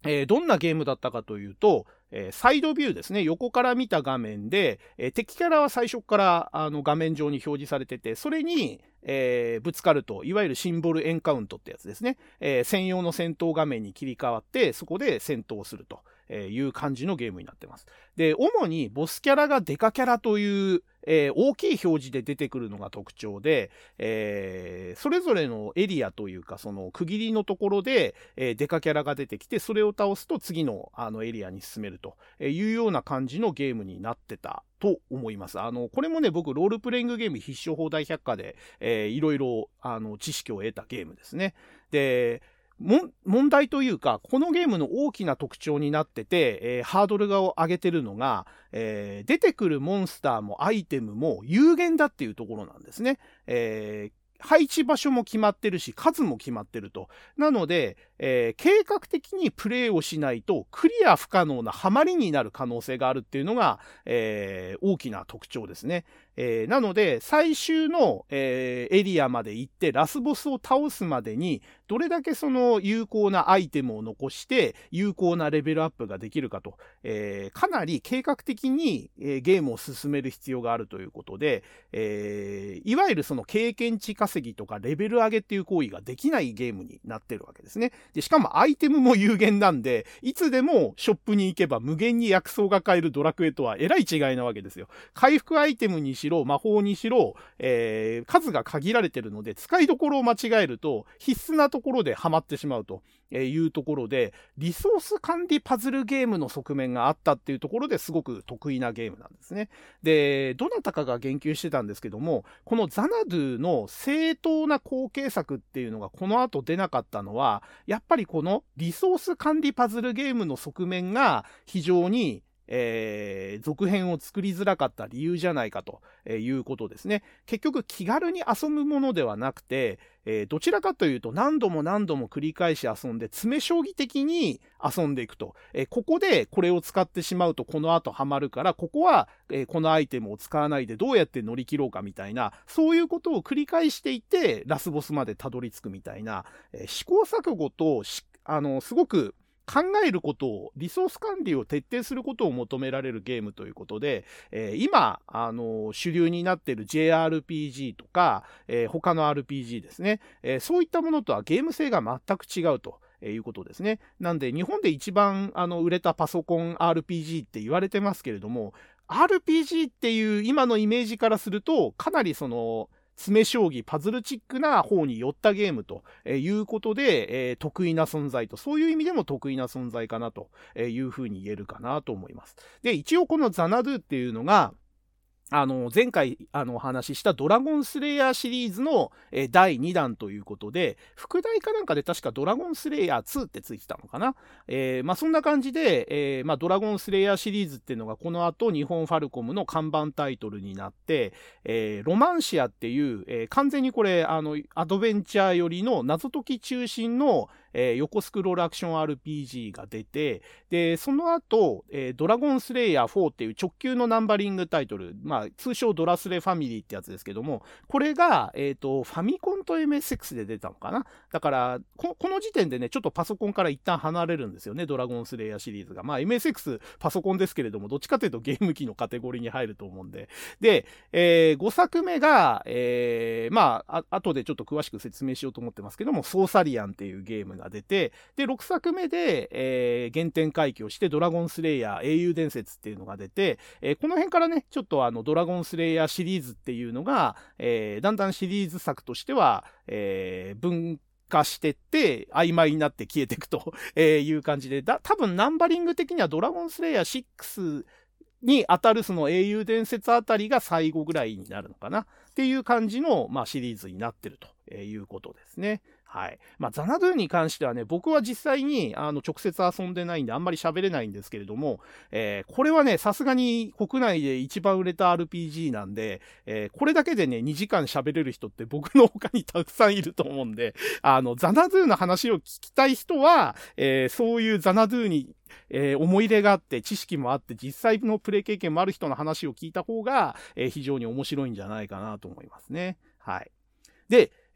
どんなゲームだったかというと、サイドビューですね。横から見た画面で、敵キャラは最初から画面上に表示されてて、それに、ぶつかると、いわゆるシンボルエンカウントってやつですね。専用の戦闘画面に切り替わって、そこで戦闘するという感じのゲームになってます。で、主にボスキャラがデカキャラという、大きい表示で出てくるのが特徴で、それぞれのエリアというか、その区切りのところで、デカキャラが出てきて、それを倒すと次のエリアに進めるというような感じのゲームになってたと思います。これもね、僕、ロールプレイングゲーム必勝法大百科で、いろいろ、知識を得たゲームですね。で、問題というか、このゲームの大きな特徴になってて、ハードルを上げてるのが、出てくるモンスターもアイテムも有限だっていうところなんですね。配置場所も決まってるし、数も決まってると。なので、計画的にプレイをしないとクリア不可能なハマりになる可能性があるっていうのが、大きな特徴ですね。なので、最終の、エリアまで行ってラスボスを倒すまでに、どれだけその有効なアイテムを残して有効なレベルアップができるかと、かなり計画的に、ゲームを進める必要があるということで、いわゆるその経験値稼ぎとかレベル上げっていう行為ができないゲームになってるわけですね。で、しかもアイテムも有限なんで、いつでもショップに行けば無限に薬草が買えるドラクエとはえらい違いなわけですよ。回復アイテムにしろ、魔法にしろ、数が限られてるので、使いどころを間違えると、必須なところでハマってしまうというところで、リソース管理パズルゲームの側面があったっていうところですごく得意なゲームなんですね。で、どなたかが言及してたんですけども、このザナドゥの正当な後継作っていうのがこの後出なかったのは、やっぱりこのリソース管理パズルゲームの側面が非常に続編を作りづらかった理由じゃないかということですね。結局気軽に遊ぶものではなくて、どちらかというと何度も何度も繰り返し遊んで詰将棋的に遊んでいくと、ここでこれを使ってしまうとこの後ハマるから、ここは、このアイテムを使わないでどうやって乗り切ろうかみたいな、そういうことを繰り返していってラスボスまでたどり着くみたいな、試行錯誤とすごく考えることを、リソース管理を徹底することを求められるゲームということで、今、主流になっている JRPG とか、他の RPG ですね、そういったものとはゲーム性が全く違うと。いうことですね。なんで日本で一番売れたパソコン RPG って言われてますけれども、RPG っていう今のイメージからするとかなりその詰将棋、パズルチックな方に寄ったゲームということで、得意な存在と、そういう意味でも得意な存在かなというふうに言えるかなと思います。で、一応このザナドゥっていうのが、前回お話ししたドラゴンスレイヤーシリーズの第2弾ということで、副題かなんかで確かドラゴンスレイヤー2ってついてたのかな。そんな感じで、ドラゴンスレイヤーシリーズっていうのがこの後日本ファルコムの看板タイトルになって、ロマンシアっていう、完全にこれアドベンチャー寄りの謎解き中心の横スクロールアクション RPG が出て、で、その後、ドラゴンスレイヤー4っていう直球のナンバリングタイトル、通称ドラスレファミリーってやつですけども、これが、ファミコンと MSX で出たのかな。だから、この時点でね、ちょっとパソコンから一旦離れるんですよね、ドラゴンスレイヤーシリーズが。MSX パソコンですけれども、どっちかというとゲーム機のカテゴリーに入ると思うんで。で、5作目が、後でちょっと詳しく説明しようと思ってますけども、ソーサリアンっていうゲームが出て、で、6作目で、原点回帰をしてドラゴンスレイヤー英雄伝説っていうのが出て、この辺からね、ちょっとドラゴンスレイヤーシリーズっていうのが、だんだんシリーズ作としては、分化してって曖昧になって消えていくという感じで、多分ナンバリング的にはドラゴンスレイヤー6に当たるその英雄伝説あたりが最後ぐらいになるのかなっていう感じの、シリーズになってるということですね。はい。ザナドゥに関してはね、僕は実際に直接遊んでないんであんまり喋れないんですけれども、これはね、さすがに国内で一番売れた RPG なんで、これだけでね、2時間喋れる人って僕の他にたくさんいると思うんで、ザナドゥの話を聞きたい人は、そういうザナドゥに思い入れがあって知識もあって実際のプレイ経験もある人の話を聞いた方が、非常に面白いんじゃないかなと思いますね。はい。で、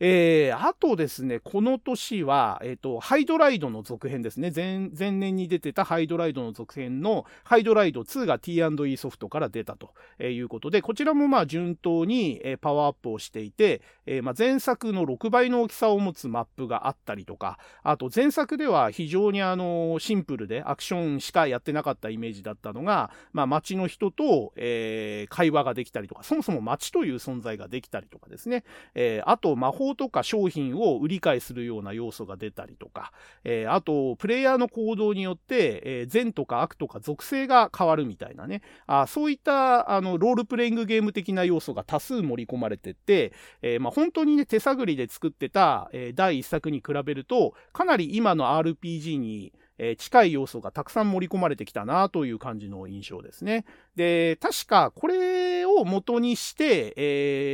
あとですね、この年は、ハイドライドの続編ですね。前年に出てたハイドライドの続編のハイドライド2が T&E ソフトから出たということで、こちらもまあ順当にパワーアップをしていて、前作の6倍の大きさを持つマップがあったりとか、あと前作では非常にシンプルでアクションしかやってなかったイメージだったのが、まあ、街の人と、会話ができたりとか、そもそも街という存在ができたりとかですね、あと魔法とか商品を売り買いするような要素が出たりとか、あとプレイヤーの行動によって、善とか悪とか属性が変わるみたいなね、そういったロールプレイングゲーム的な要素が多数盛り込まれてて、まあ、本当にね手探りで作ってた、第一作に比べるとかなり今の RPG に近い要素がたくさん盛り込まれてきたなという感じの印象ですね。で、確かこれを元にして、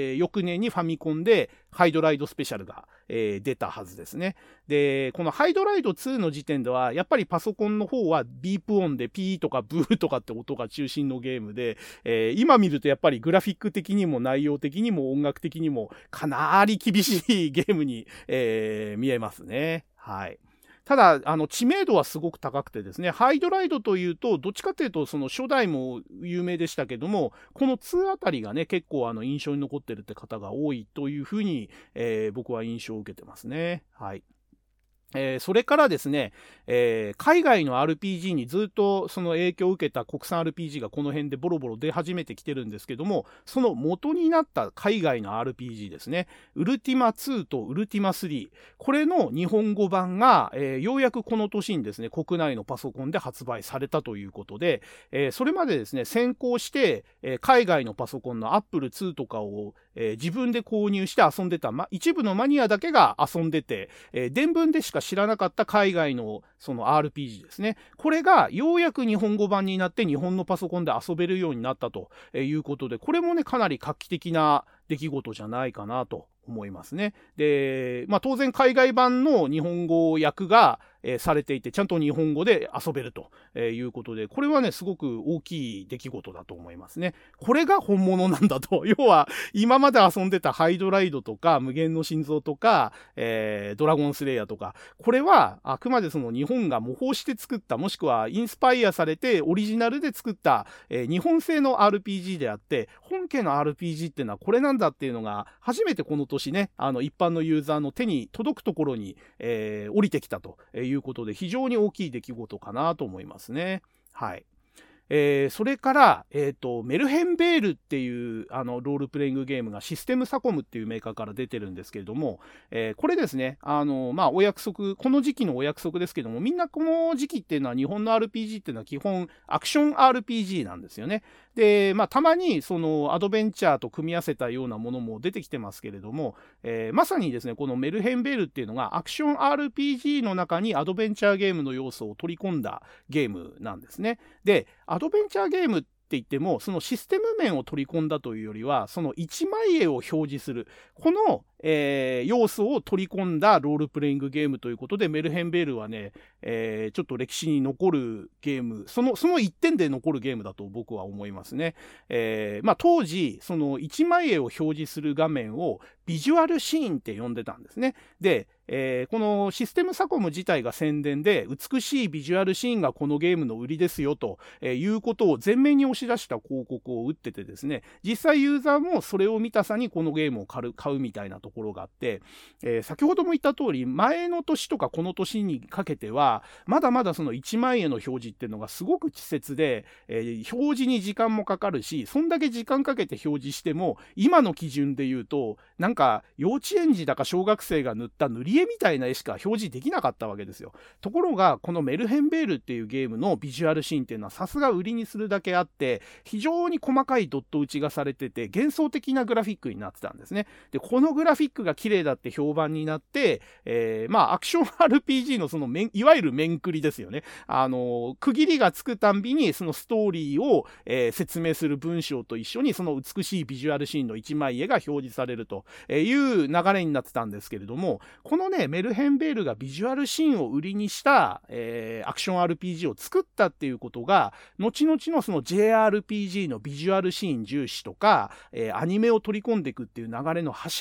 翌年にファミコンでハイドライドスペシャルが、出たはずですね。で、このハイドライド2の時点では、やっぱりパソコンの方はビープ音でピーとかブーとかって音が中心のゲームで、今見るとやっぱりグラフィック的にも内容的にも音楽的にもかなり厳しいゲームに、見えますね。はい。ただ、知名度はすごく高くてですね、ハイドライドというと、どっちかというと、その初代も有名でしたけども、この2あたりがね、結構印象に残ってるって方が多いというふうに、僕は印象を受けてますね。はい。それからですね、海外の RPG にずっとその影響を受けた国産 RPG がこの辺でボロボロ出始めてきてるんですけども、その元になった海外の RPG ですね、ウルティマ2とウルティマ3、これの日本語版が、ようやくこの年にですね、国内のパソコンで発売されたということで、それまでですね、先行して、海外のパソコンの Apple II とかを、自分で購入して遊んでた、一部のマニアだけが遊んでて、伝聞でしか知らなかった海外のその RPG ですね。これがようやく日本語版になって日本のパソコンで遊べるようになったということで、これもね、かなり画期的な出来事じゃないかなと思いますね。で、当然海外版の日本語訳が、されていて、ちゃんと日本語で遊べるということで、これはね、すごく大きい出来事だと思いますね。これが本物なんだと。要は、今まで遊んでたハイドライドとか、無限の心臓とか、ドラゴンスレイヤーとか、これはあくまでその日本が模倣して作った、もしくはインスパイアされてオリジナルで作った、日本製の RPG であって、本家の RPG っていうのはこれなんだっていうのが、初めてこの年ね、一般のユーザーの手に届くところに、降りてきたということで、非常に大きい出来事かなと思いますね。はい。それから、メルヘンベールっていうロールプレイングゲームがシステムサコムっていうメーカーから出てるんですけれども、これですね、お約束、この時期のお約束ですけども、みんなこの時期っていうのは日本の RPG っていうのは基本アクション RPG なんですよね。で、たまにそのアドベンチャーと組み合わせたようなものも出てきてますけれども、まさにですね、このメルヘンベールっていうのがアクション RPG の中にアドベンチャーゲームの要素を取り込んだゲームなんですね。で、アドベンチャーゲームって言っても、そのシステム面を取り込んだというよりは、その一枚絵を表示する、この、要素を取り込んだロールプレイングゲームということで、メルヘンベールはね、ちょっと歴史に残るゲーム、その一点で残るゲームだと僕は思いますね。当時、その一枚絵を表示する画面をビジュアルシーンって呼んでたんですね。で、このシステムサコム自体が宣伝で、美しいビジュアルシーンがこのゲームの売りですよということを前面に押し出した広告を打っててですね、実際ユーザーもそれを見たさにこのゲームを買うみたいなところがあって、先ほども言った通り、前の年とかこの年にかけては、まだまだその1万円の表示っていうのがすごく稚拙で、表示に時間もかかるし、そんだけ時間かけて表示しても、今の基準で言うと、なんか幼稚園児だか小学生が塗った塗り絵みたいな絵しか表示できなかったわけですよ。ところが、このメルヘンベールっていうゲームのビジュアルシーンっていうのはさすが売りにするだけあって、非常に細かいドット打ちがされてて、幻想的なグラフィックになってたんですね。で、このグラフィックが綺麗だって評判になって、アクション RPG のそのいわゆる面くりですよね。区切りがつくたんびにそのストーリーを、説明する文章と一緒にその美しいビジュアルシーンの一枚絵が表示されるという流れになってたんですけれども、このね、メルヘンベールがビジュアルシーンを売りにした、アクション RPG を作ったっていうことが、後々のその JRPG のビジュアルシーン重視とか、アニメを取り込んでいくっていう流れの走りだったん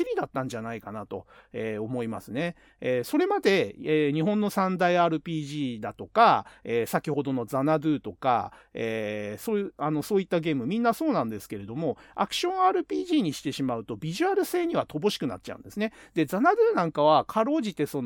んじゃないかなと、思いますね。それまで、日本の三大 RPG だとか、先ほどのザナドゥとか、そういったゲームみんなそうなんですけれども、アクション RPG にしてしまうとビジュアル性には乏しくなっちゃうんですね。で、ザナドゥなんかはかろうじて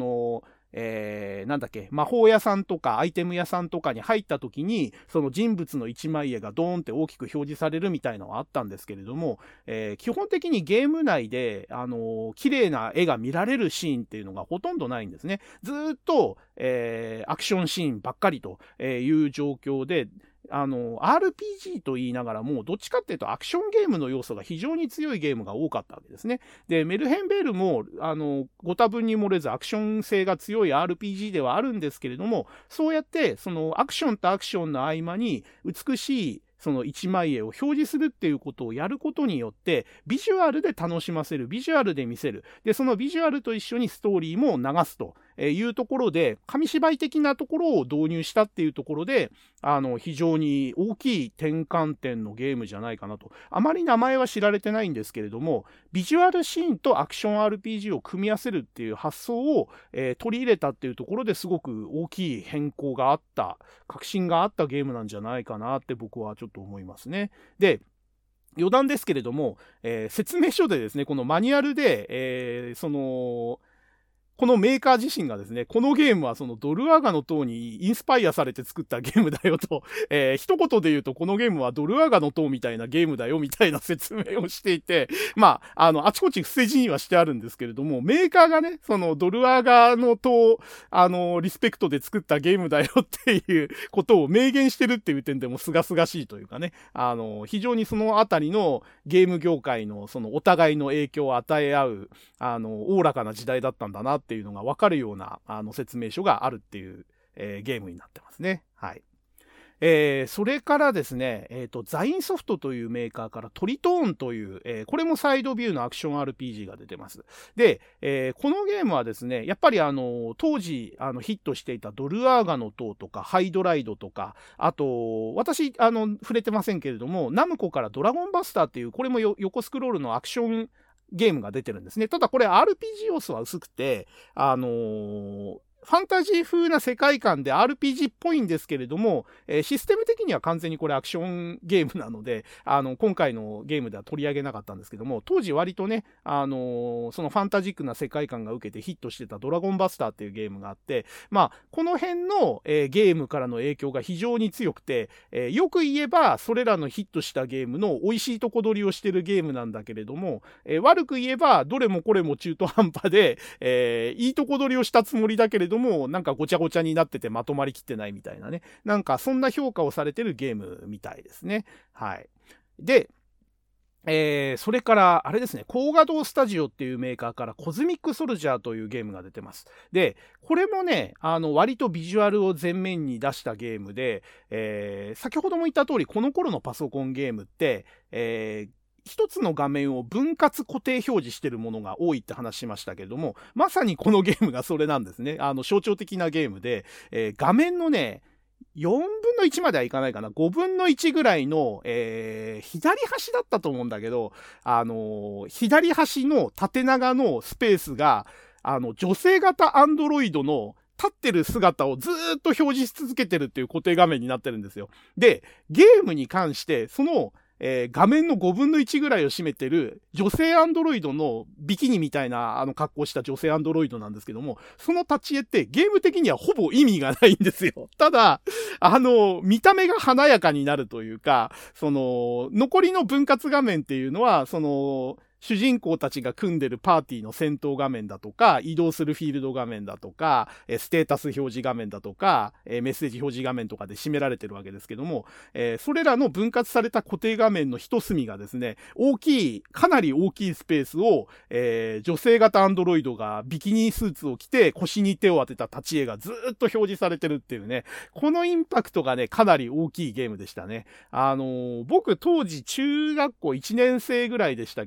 魔法屋さんとかアイテム屋さんとかに入った時に、その人物の一枚絵がドーンって大きく表示されるみたいなのはあったんですけれども、基本的にゲーム内で、綺麗な絵が見られるシーンっていうのがほとんどないんですね。ずっと、アクションシーンばっかりという状況で、RPG と言いながらも、どっちかっていうとアクションゲームの要素が非常に強いゲームが多かったわけですね。で、メルヘンベールも、ご多分に漏れずアクション性が強い RPG ではあるんですけれども、そうやって、そのアクションとアクションの合間に美しいその一枚絵を表示するっていうことをやることによって、ビジュアルで楽しませる、ビジュアルで見せる。で、そのビジュアルと一緒にストーリーも流すというところで、紙芝居的なところを導入したっていうところで、非常に大きい転換点のゲームじゃないかなと。あまり名前は知られてないんですけれども、ビジュアルシーンとアクション RPG を組み合わせるっていう発想を、取り入れたっていうところですごく大きい変更があった、革新があったゲームなんじゃないかなって僕はちょっと思いますね。で、余談ですけれども、説明書でですね、このマニュアルで、このメーカー自身がですね、このゲームはそのドルアガの塔にインスパイアされて作ったゲームだよと、一言で言うとこのゲームはドルアガの塔みたいなゲームだよみたいな説明をしていて、あちこち伏せ字にはしてあるんですけれども、メーカーがね、そのドルアガの塔、リスペクトで作ったゲームだよっていうことを明言してるっていう点でも清々しいというかね、非常にそのあたりのゲーム業界のそのお互いの影響を与え合う、おおらかな時代だったんだなっていうのが分かるような説明書があるっていう、ゲームになってますね。はい。それからですね、ザインソフトというメーカーからトリトーンという、これもサイドビューのアクション RPG が出てます。で、このゲームはですね、やっぱり当時ヒットしていたドルアーガの塔とかハイドライドとか、あと、私、触れてませんけれども、ナムコからドラゴンバスターっていう、これも横スクロールのアクションゲームが出てるんですね。ただこれ RPG 要素は薄くて、ファンタジー風な世界観で RPG っぽいんですけれども、システム的には完全にこれアクションゲームなので、今回のゲームでは取り上げなかったんですけども、当時割とね、そのファンタジックな世界観が受けてヒットしてたドラゴンバスターっていうゲームがあって、この辺の、ゲームからの影響が非常に強くて、よく言えばそれらのヒットしたゲームの美味しいとこ取りをしてるゲームなんだけれども、悪く言えばどれもこれも中途半端で、いいとこ取りをしたつもりだけれども、なんかごちゃごちゃになっててまとまりきってないみたいなね。なんかそんな評価をされてるゲームみたいですね。はい。で、それから、あれですね、高画像スタジオっていうメーカーからコズミックソルジャーというゲームが出てます。で、これもね、割とビジュアルを前面に出したゲームで、先ほども言った通り、この頃のパソコンゲームって、一つの画面を分割固定表示してるものが多いって話しましたけれども、まさにこのゲームがそれなんですね。象徴的なゲームで、画面のね、4分の1まではいかないかな。5分の1ぐらいの、左端だったと思うんだけど、左端の縦長のスペースが、女性型アンドロイドの立ってる姿をずーっと表示し続けてるっていう固定画面になってるんですよ。で、ゲームに関して、その、画面の5分の1ぐらいを占めてる女性アンドロイドのビキニみたいな格好した女性アンドロイドなんですけども、その立ち絵ってゲーム的にはほぼ意味がないんですよ。ただ、見た目が華やかになるというか、残りの分割画面っていうのは、主人公たちが組んでるパーティーの戦闘画面だとか、移動するフィールド画面だとか、ステータス表示画面だとか、メッセージ表示画面とかで占められてるわけですけども、それらの分割された固定画面の一隅がですね、かなり大きいスペースを、女性型アンドロイドがビキニスーツを着て腰に手を当てた立ち絵がずっと表示されてるっていうね、このインパクトがね、かなり大きいゲームでしたね。僕当時中学校1年生ぐらいでしたけれども、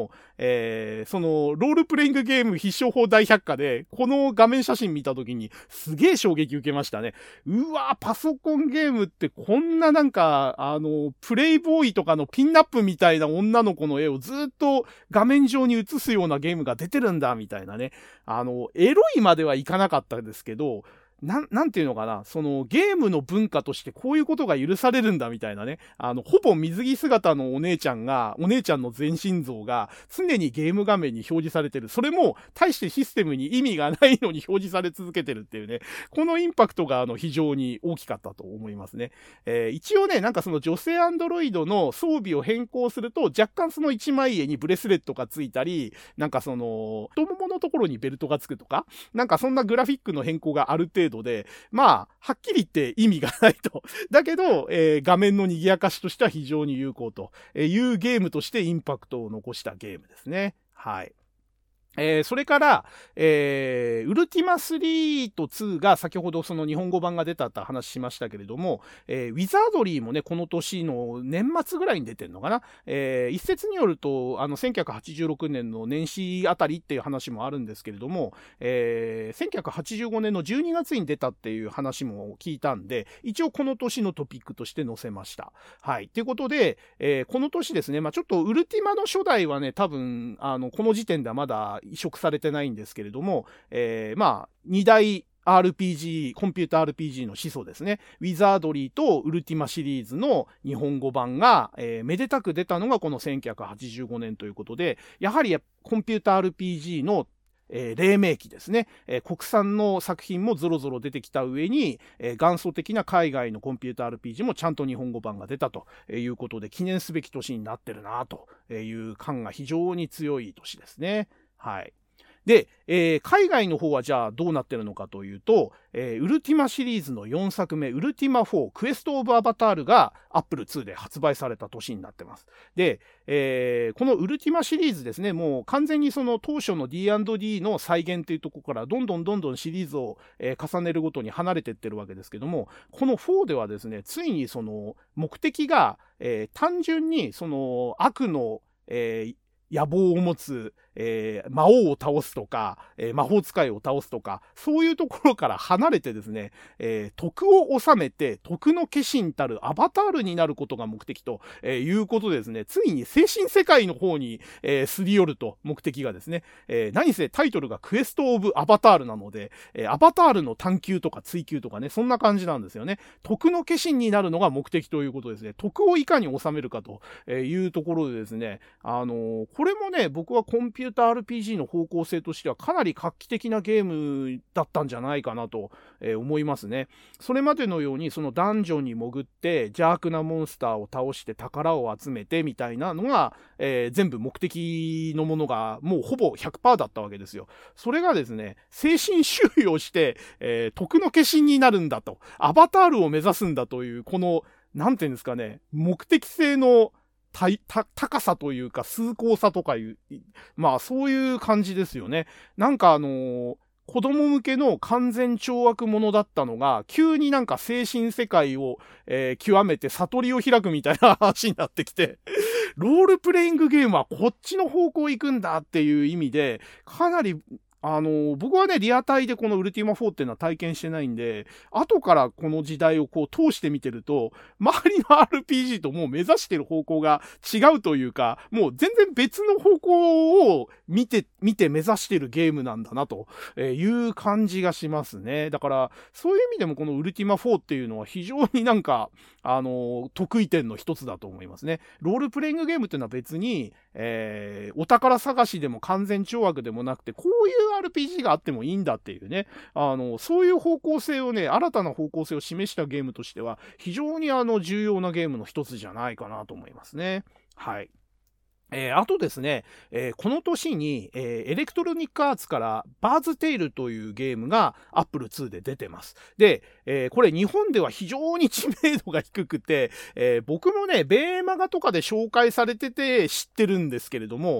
も、その、ロールプレイングゲーム必勝法大百科で、この画面写真見たときに、すげえ衝撃受けましたね。うわー、パソコンゲームってこんななんか、プレイボーイとかのピンナップみたいな女の子の絵をずっと画面上に映すようなゲームが出てるんだ、みたいなね。エロいまではいかなかったですけど、なんていうのかな、そのゲームの文化としてこういうことが許されるんだみたいなね、ほぼ水着姿のお姉ちゃんの全身像が常にゲーム画面に表示されてる。それも大してシステムに意味がないのに表示され続けてるっていうね、このインパクトが非常に大きかったと思いますね。一応ね、なんかその女性アンドロイドの装備を変更すると若干その一枚絵にブレスレットがついたり、なんかその太もものところにベルトがつくとか、なんかそんなグラフィックの変更がある程度で、まあ、はっきり言って意味がないと。だけど、画面の賑やかしとしては非常に有効というゲームとしてインパクトを残したゲームですね。はい。それから、ウルティマ3と2が先ほどその日本語版が出たって話しましたけれども、ウィザードリーもね、この年の年末ぐらいに出てんのかな。一説によると、1986年の年始あたりっていう話もあるんですけれども、1985年の12月に出たっていう話も聞いたんで、一応この年のトピックとして載せました。はい。ということで、この年ですね、まあちょっとウルティマの初代はね、多分、この時点ではまだ移植されてないんですけれども、まあ、2大RPG、コンピュータ RPG の始祖ですね。ウィザードリーとウルティマシリーズの日本語版が、めでたく出たのがこの1985年ということで、やはりコンピュータ RPG の黎明期ですね、国産の作品もゾロゾロ出てきた上に、元祖的な海外のコンピュータ RPG もちゃんと日本語版が出たということで、記念すべき年になってるなという感が非常に強い年ですね。はい。で、海外の方はじゃあどうなってるのかというと、ウルティマシリーズの4作目、ウルティマ4、クエストオブアバタールが Apple II で発売された年になってます。で、このウルティマシリーズですね、もう完全にその当初の D&D の再現というところからどんどんシリーズを、重ねるごとに離れていってるわけですけども、この4ではですね、ついにその目的が、単純にその悪の、野望を持つ、魔王を倒すとか、魔法使いを倒すとか、そういうところから離れてですね、徳を収めて、徳の化身たるアバタールになることが目的と、いうことでですね、ついに精神世界の方に、すり寄ると、目的がですね、何せタイトルがクエストオブアバタールなので、アバタールの探求とか追求とかね、そんな感じなんですよね。徳の化身になるのが目的ということですね。徳をいかに収めるかというところでですね、これもね、僕はコンピューター RPG の方向性としてはかなり画期的なゲームだったんじゃないかなと思いますね。それまでのようにそのダンジョンに潜って邪悪なモンスターを倒して宝を集めてみたいなのが、全部目的のものがもうほぼ 100% だったわけですよ。それがですね、精神修養をして、徳の化身になるんだと、アバタールを目指すんだという、この、なんていうんですかね、目的性の高さというか、崇高さとかいう、まあそういう感じですよね。なんか子供向けの完全懲悪者だったのが、急になんか精神世界を、極めて悟りを開くみたいな話になってきて、ロールプレイングゲームはこっちの方向行くんだっていう意味で、かなり僕はね、リアタイでこのウルティマ4っていうのは体験してないんで、後からこの時代をこう通してみてると、周りの RPG ともう目指してる方向が違うというか、もう全然別の方向を見て目指してるゲームなんだなという感じがしますね。だから、そういう意味でもこのウルティマ4っていうのは非常になんか、得意点の一つだと思いますね。ロールプレイングゲームっていうのは別に、お宝探しでも完全懲悪でもなくて、こういう RPG があってもいいんだっていうね、そういう方向性をね、新たな方向性を示したゲームとしては、非常に重要なゲームの一つじゃないかなと思いますね。はい。あとですね、この年に、エレクトロニックアーツからバーズテイルというゲームが Apple II で出てます。で、これ日本では非常に知名度が低くて、僕もね、ベーマガとかで紹介されてて知ってるんですけれども、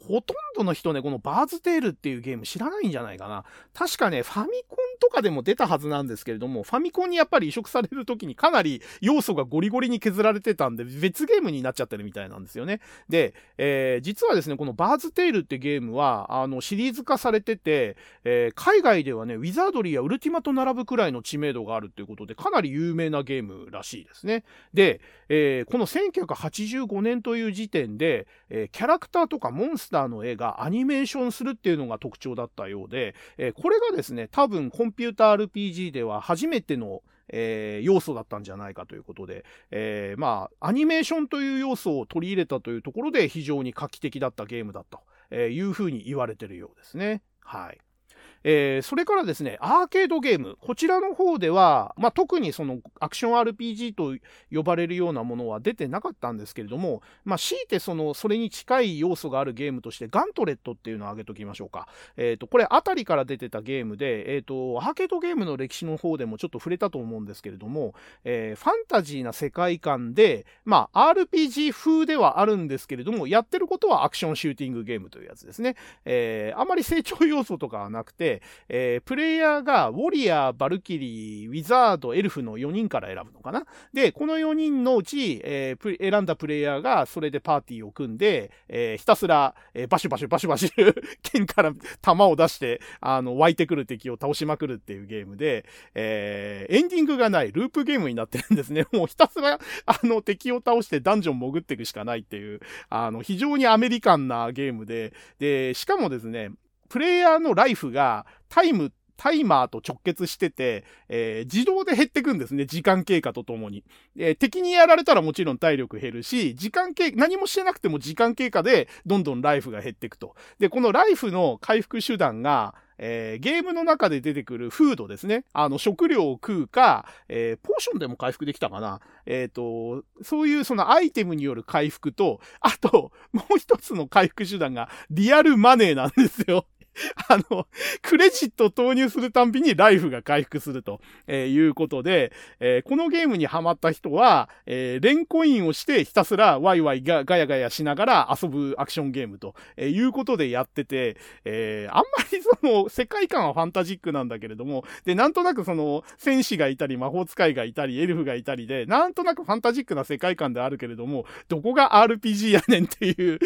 ほとんどの人ね、このバーズテールっていうゲーム知らないんじゃないかな。確かね、ファミコンとかでも出たはずなんですけれども、ファミコンにやっぱり移植される時にかなり要素がゴリゴリに削られてたんで、別ゲームになっちゃってるみたいなんですよね。で、実はですね、このバーズテールってゲームは、シリーズ化されてて、海外ではね、ウィザードリーやウルティマと並ぶくらいの知名度があるということで、かなり有名なゲームらしいですね。で、この1985年という時点で、キャラクターとかモンスターの絵がアニメーションするっていうのが特徴だったようで、これがですね、多分コンピューター RPG では初めての要素だったんじゃないかということで、アニメーションという要素を取り入れたというところで非常に画期的だったゲームだというふうに言われているようですね。はい。それからですね、アーケードゲーム。こちらの方では、特にそのアクション RPG と呼ばれるようなものは出てなかったんですけれども、強いてそれに近い要素があるゲームとして、ガントレットっていうのを挙げときましょうか。これ、あたりから出てたゲームで、アーケードゲームの歴史の方でもちょっと触れたと思うんですけれども、ファンタジーな世界観で、RPG 風ではあるんですけれども、やってることはアクションシューティングゲームというやつですね。あまり成長要素とかはなくて、プレイヤーがウォリアー、バルキリー、ウィザード、エルフの4人から選ぶのかな。で、この4人のうち、選んだプレイヤーがそれでパーティーを組んで、ひたすら、バシュバシュ剣から弾を出して湧いてくる敵を倒しまくるっていうゲームで、エンディングがないループゲームになってるんですね。もうひたすら敵を倒してダンジョン潜っていくしかないっていう非常にアメリカンなゲームで、しかもですね、プレイヤーのライフがタイマーと直結してて、自動で減ってくんですね。時間経過とともに。敵にやられたらもちろん体力減るし、何もしてなくても時間経過でどんどんライフが減っていくと。で、このライフの回復手段が、ゲームの中で出てくるフードですね。食料を食うか、ポーションでも回復できたかな。そういうそのアイテムによる回復と、あと、もう一つの回復手段がリアルマネーなんですよ。クレジットを投入するたんびにライフが回復するということで、このゲームにハマった人は、連コインをしてひたすらワイワイガヤガヤしながら遊ぶアクションゲームということでやってて、あんまりその世界観はファンタジックなんだけれども、で、なんとなくその戦士がいたり魔法使いがいたりエルフがいたりで、なんとなくファンタジックな世界観であるけれども、どこが RPG やねんっていう、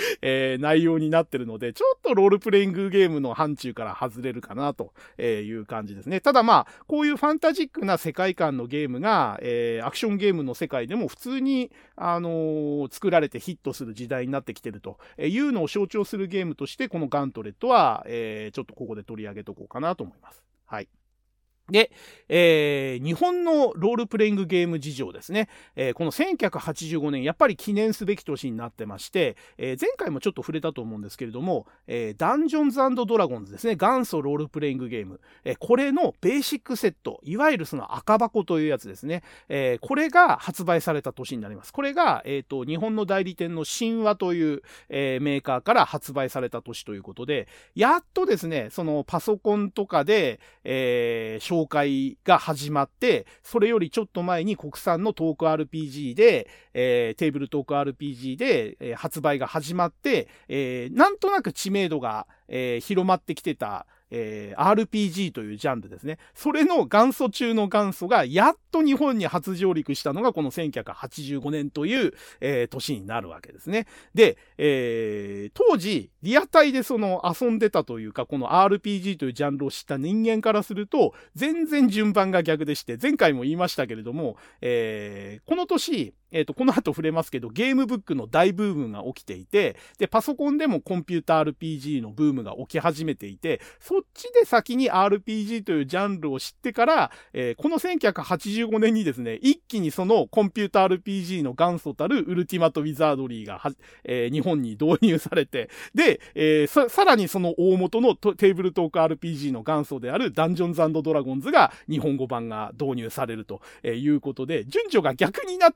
内容になってるので、ちょっとロールプレイングゲームの範疇から外れるかなという感じですね。ただこういうファンタジックな世界観のゲームが、アクションゲームの世界でも普通に、作られてヒットする時代になってきてるというのを象徴するゲームとして、このガントレットは、ちょっとここで取り上げとこうかなと思います。はい。で、日本のロールプレイングゲーム事情ですね。この1985年、やっぱり記念すべき年になってまして、前回もちょっと触れたと思うんですけれども、ダンジョンズ&ドラゴンズですね。元祖ロールプレイングゲーム。これのベーシックセット、いわゆるその赤箱というやつですね。これが発売された年になります。これが、日本の代理店の神話という、メーカーから発売された年ということで、やっとですね、そのパソコンとかで、紹介が始まって、それよりちょっと前に国産のトーク RPG で、テーブルトーク RPG で、発売が始まって、なんとなく知名度が、広まってきてた、RPG というジャンルですね。それの元祖中の元祖がやっと日本に初上陸したのがこの1985年という、年になるわけですね。で、当時リアタイでその遊んでたというか、この RPG というジャンルを知った人間からすると全然順番が逆でして、前回も言いましたけれども、この年この後触れますけど、ゲームブックの大ブームが起きていて、で、パソコンでもコンピュータ RPG のブームが起き始めていて、そっちで先に RPG というジャンルを知ってから、この1985年にですね、一気にそのコンピュータ RPG の元祖たるウルティマト・ウィザードリーが日本に導入されて、で、さらにその大元のテーブルトーク RPG の元祖であるダンジョンズ&ドラゴンズが日本語版が導入されるということで、順序が逆になって元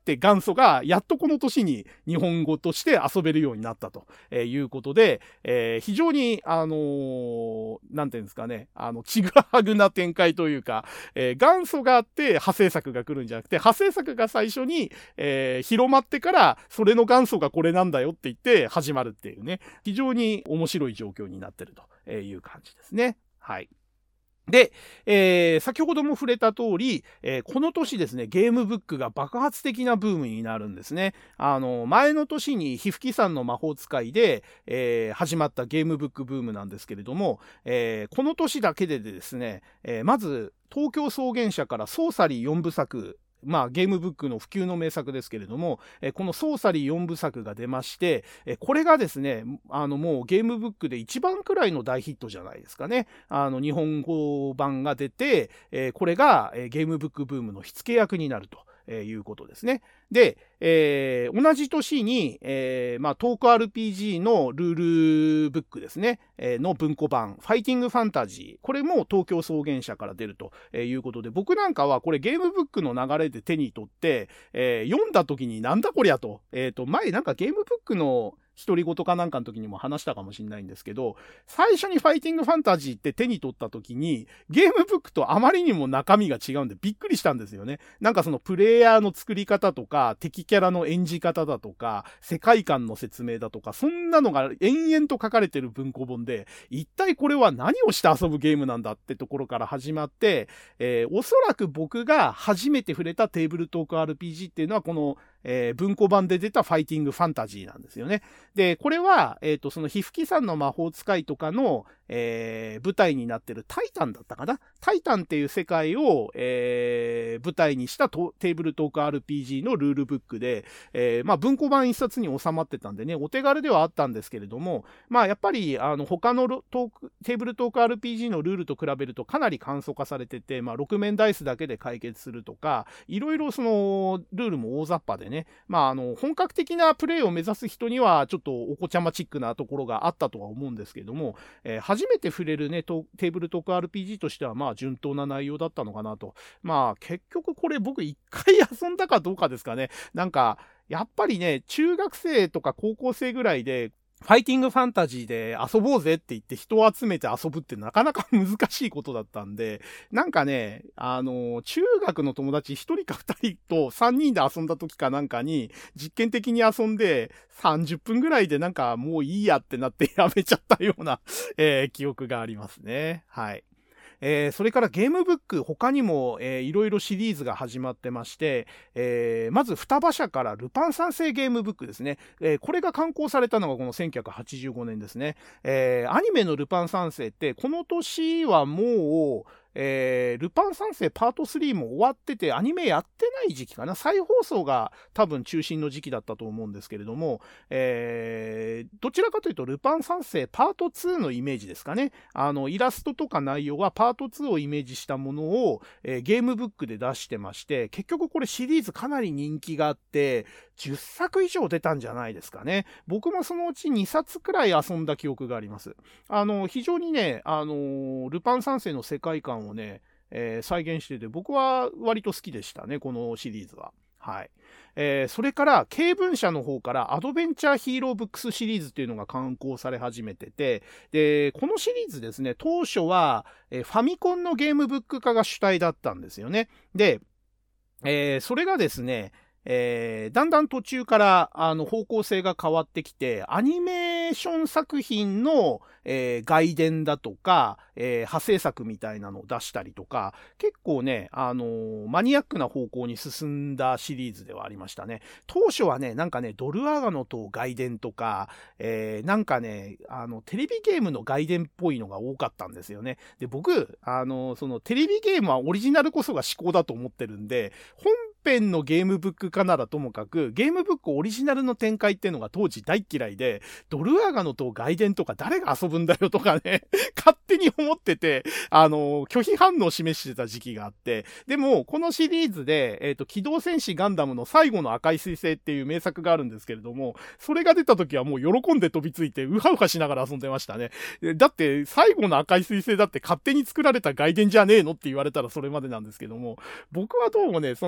祖がやっとこの年に日本語として遊べるようになったということで、非常に、なんていうんですかね、ちぐはぐな展開というか、元祖があって派生作が来るんじゃなくて、派生作が最初に、広まってから、それの元祖がこれなんだよって言って始まるっていうね、非常に面白い状況になってるという感じですね。はい。で、先ほども触れた通り、この年ですね、ゲームブックが爆発的なブームになるんですね。前の年にひふきさんの魔法使いで、始まったゲームブックブームなんですけれども、この年だけでですね、まず東京草原社からソーサリー4部作、ゲームブックの普及の名作ですけれども、このソーサリー4部作が出まして、これがですね、もうゲームブックで一番くらいの大ヒットじゃないですかね。日本語版が出て、これがゲームブックブームの火付け役になると。いうことですね。で、同じ年に、トーク RPG のルールブックですね、の文庫版、ファイティングファンタジー。これも東京草原社から出るということで、僕なんかはこれゲームブックの流れで手に取って、読んだ時になんだこりゃと。前なんかゲームブックの独り言かなんかの時にも話したかもしれないんですけど、最初にファイティングファンタジーって手に取った時に、ゲームブックとあまりにも中身が違うんでびっくりしたんですよね。なんかそのプレイヤーの作り方とか、敵キャラの演じ方だとか、世界観の説明だとか、そんなのが延々と書かれてる文庫本で、一体これは何をして遊ぶゲームなんだってところから始まって、おそらく僕が初めて触れたテーブルトーク RPG っていうのはこの、文庫版で出たファイティングファンタジーなんですよね。で、これは、そのひふきさんの魔法使いとかの、舞台になってるタイタンだったかな。タイタンっていう世界を、舞台にしたテーブルトーク RPG のルールブックで、文庫版一冊に収まってたんでね、お手軽ではあったんですけれども、やっぱり、他のテーブルトーク RPG のルールと比べるとかなり簡素化されてて、6面ダイスだけで解決するとか、いろいろその、ルールも大雑把でね、本格的なプレイを目指す人にはちょっとお子ちゃまチックなところがあったとは思うんですけれども、初めて触れるね、テーブルトーク RPG としては順当な内容だったのかなと。結局これ僕一回遊んだかどうかですかね。なんか、やっぱりね、中学生とか高校生ぐらいで、ファイティングファンタジーで遊ぼうぜって言って人を集めて遊ぶってなかなか難しいことだったんで、なんかね、中学の友達1人か2人と3人で遊んだ時かなんかに実験的に遊んで30分ぐらいでなんかもういいやってなってやめちゃったような、記憶がありますね。はい。それからゲームブック、他にも、いろいろシリーズが始まってまして、まず双葉社からルパン三世ゲームブックですね。これが刊行されたのがこの1985年ですね。アニメのルパン三世って、この年はもう、ルパン三世パート3も終わっててアニメやってない時期かな。再放送が多分中心の時期だったと思うんですけれども、どちらかというとルパン三世パート2のイメージですかね。イラストとか内容はパート2をイメージしたものを、ゲームブックで出してまして、結局これシリーズかなり人気があって、10作以上出たんじゃないですかね。僕もそのうち2冊くらい遊んだ記憶があります。非常にね、ルパン三世の世界観をね、再現してて、僕は割と好きでしたね、このシリーズは。はい。それから、経文社の方からアドベンチャーヒーローブックスシリーズっていうのが刊行され始めてて、で、このシリーズですね、当初は、ファミコンのゲームブック化が主体だったんですよね。で、それがですね、だんだん途中から方向性が変わってきて、アニメーション作品の、外伝だとか、派生作みたいなのを出したりとか、結構ね、マニアックな方向に進んだシリーズではありましたね。当初はね、なんかね、ドルアガノと外伝とか、なんかね、テレビゲームの外伝っぽいのが多かったんですよね。で、僕、そのテレビゲームはオリジナルこそが至高だと思ってるんで、本編のゲームブック化ならともかく、ゲームブックオリジナルの展開っていうのが当時大嫌いで、ドルアガノと外伝とか誰が遊ぶんだよとかね、勝手に思ってて、拒否反応を示してた時期があって、でも、このシリーズで、機動戦士ガンダムの最後の赤い彗星っていう名作があるんですけれども、それが出た時はもう喜んで飛びついて、ウハウハしながら遊んでましたね。だって、最後の赤い彗星だって勝手に作られた外伝じゃねえのって言われたらそれまでなんですけども、僕はどうもね、その、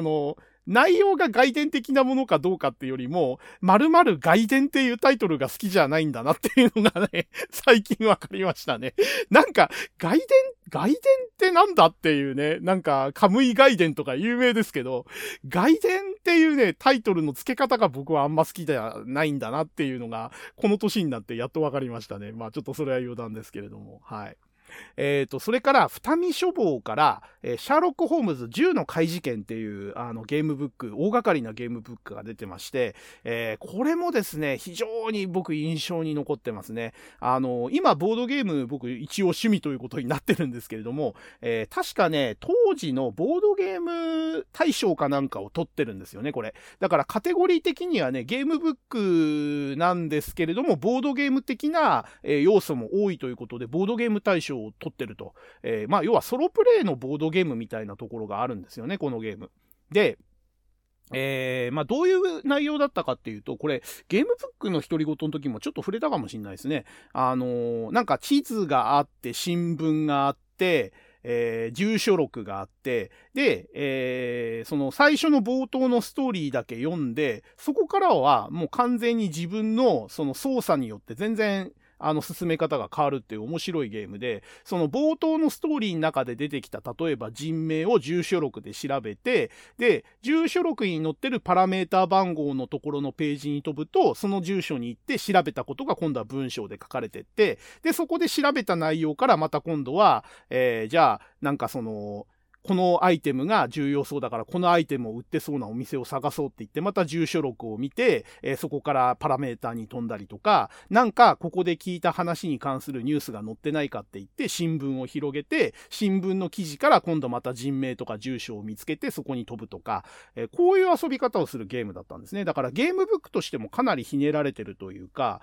内容が外伝的なものかどうかっていうよりも、〇〇外伝っていうタイトルが好きじゃないんだなっていうのがね、最近わかりましたね。なんか、外伝ってなんだっていうね、なんか、カムイ外伝とか有名ですけど、外伝っていうね、タイトルの付け方が僕はあんま好きじゃないんだなっていうのが、この年になってやっとわかりましたね。まあちょっとそれは余談ですけれども、はい。それから、二見書房から、シャーロック・ホームズ10の怪事件っていうゲームブック、大掛かりなゲームブックが出てまして、これもですね、非常に僕印象に残ってますね。今、ボードゲーム僕一応趣味ということになってるんですけれども、確かね、当時のボードゲーム大賞かなんかを取ってるんですよね、これ。だからカテゴリー的にはね、ゲームブックなんですけれども、ボードゲーム的な、要素も多いということで、ボードゲーム大賞を取ってると。まあ、要はソロプレイのボードゲームみたいなところがあるんですよね、このゲーム。で、まあ、どういう内容だったかっていうと、これ、ゲームブックの独り言の時もちょっと触れたかもしれないですね。なんか地図があって、新聞があって、住所録があって、で、その最初の冒頭のストーリーだけ読んで、そこからはもう完全に自分のその操作によって全然進め方が変わるっていう面白いゲームで、その冒頭のストーリーの中で出てきた、例えば人名を住所録で調べて、で、住所録に載ってるパラメータ番号のところのページに飛ぶと、その住所に行って調べたことが今度は文章で書かれてって、で、そこで調べた内容からまた今度は、じゃあ、なんかその、このアイテムが重要そうだから、このアイテムを売ってそうなお店を探そうって言って、また住所録を見て、そこからパラメータに飛んだりとか、なんかここで聞いた話に関するニュースが載ってないかって言って、新聞を広げて、新聞の記事から今度また人名とか住所を見つけて、そこに飛ぶとか、こういう遊び方をするゲームだったんですね。だからゲームブックとしてもかなりひねられてるというか、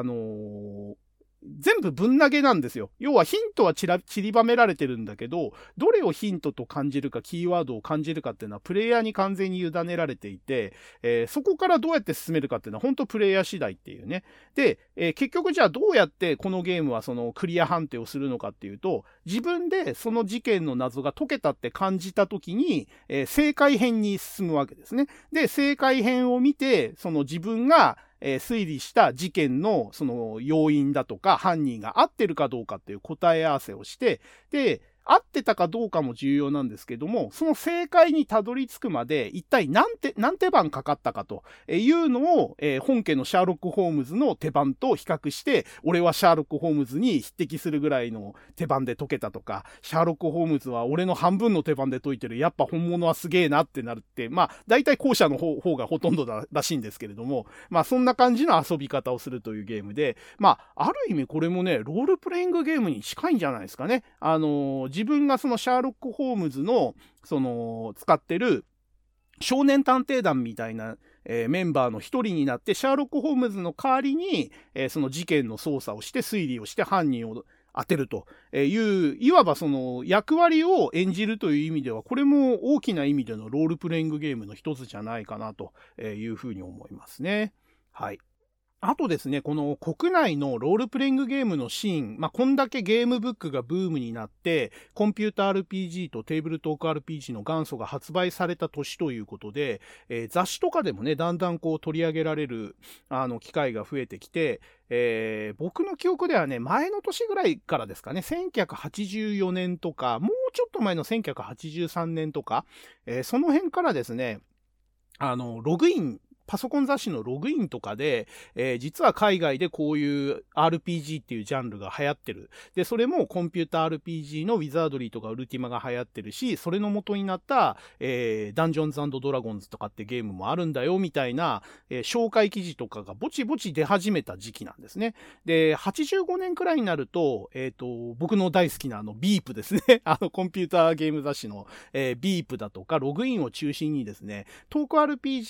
全部ぶん投げなんですよ。要はヒントは散りばめられてるんだけど、どれをヒントと感じるか、キーワードを感じるかっていうのはプレイヤーに完全に委ねられていて、そこからどうやって進めるかっていうのは本当プレイヤー次第っていうね。で、結局じゃあどうやってこのゲームはそのクリア判定をするのかっていうと、自分でその事件の謎が解けたって感じた時に、正解編に進むわけですね。で、正解編を見て、その自分が推理した事件のその要因だとか犯人が合ってるかどうかっていう答え合わせをして、で、合ってたかどうかも重要なんですけども、その正解にたどり着くまで一体何手番かかったかというのを、本家のシャーロック・ホームズの手番と比較して、俺はシャーロック・ホームズに匹敵するぐらいの手番で解けたとか、シャーロック・ホームズは俺の半分の手番で解いてる、やっぱ本物はすげえなってなるって、まあ大体後者の方がほとんどだらしいんですけれども、まあそんな感じの遊び方をするというゲームで、まあある意味これもね、ロールプレイングゲームに近いんじゃないですかね。自分がそのシャーロック・ホームズのその使ってる少年探偵団みたいな、メンバーの一人になってシャーロック・ホームズの代わりに、その事件の捜査をして推理をして犯人を当てるという、いわばその役割を演じるという意味では、これも大きな意味でのロールプレイングゲームの一つじゃないかなというふうに思いますね。はい。あとですね、この国内のロールプレイングゲームのシーン、まあ、こんだけゲームブックがブームになって、コンピュータ RPG とテーブルトーク RPG の元祖が発売された年ということで、雑誌とかでもね、だんだんこう取り上げられる、機会が増えてきて、僕の記憶ではね、前の年ぐらいからですかね、1984年とか、もうちょっと前の1983年とか、その辺からですね、ログイン、パソコン雑誌のログインとかで、実は海外でこういう RPG っていうジャンルが流行ってる。で、それもコンピュータ RPG のウィザードリーとかウルティマが流行ってるし、それの元になった、ダンジョンズ&ドラゴンズとかってゲームもあるんだよみたいな、紹介記事とかがぼちぼち出始めた時期なんですね。で、85年くらいになると、僕の大好きなビープですね。コンピューターゲーム雑誌の、ビープだとかログインを中心にですね、トーク RPG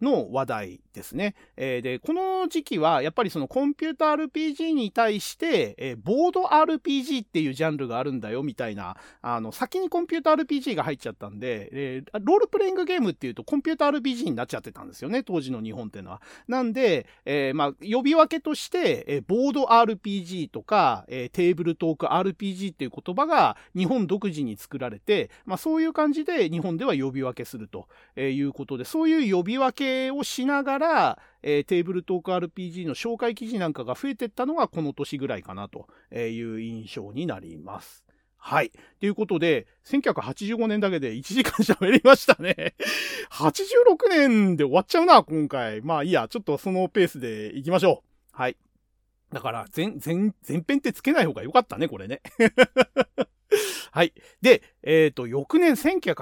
の話題ですね。で、この時期はやっぱりそのコンピュータ RPG に対して、ボード RPG っていうジャンルがあるんだよみたいな、先にコンピュータ RPG が入っちゃったんで、ロールプレイングゲームっていうとコンピュータ RPG になっちゃってたんですよね、当時の日本っていうのは。なんで、呼び分けとして、ボード RPG とか、テーブルトーク RPG っていう言葉が日本独自に作られて、そういう感じで日本では呼び分けするということで、そういう呼び分けをしながら、テーブルトーク RPG の紹介記事なんかが増えていったのがこの年ぐらいかなという印象になります。はい。ということで、1985年だけで1時間喋りましたね。86年で終わっちゃうな、今回。まあいいや、ちょっとそのペースで行きましょう。はい。だから、前編ってつけない方が良かったね、これね。はい。で、翌年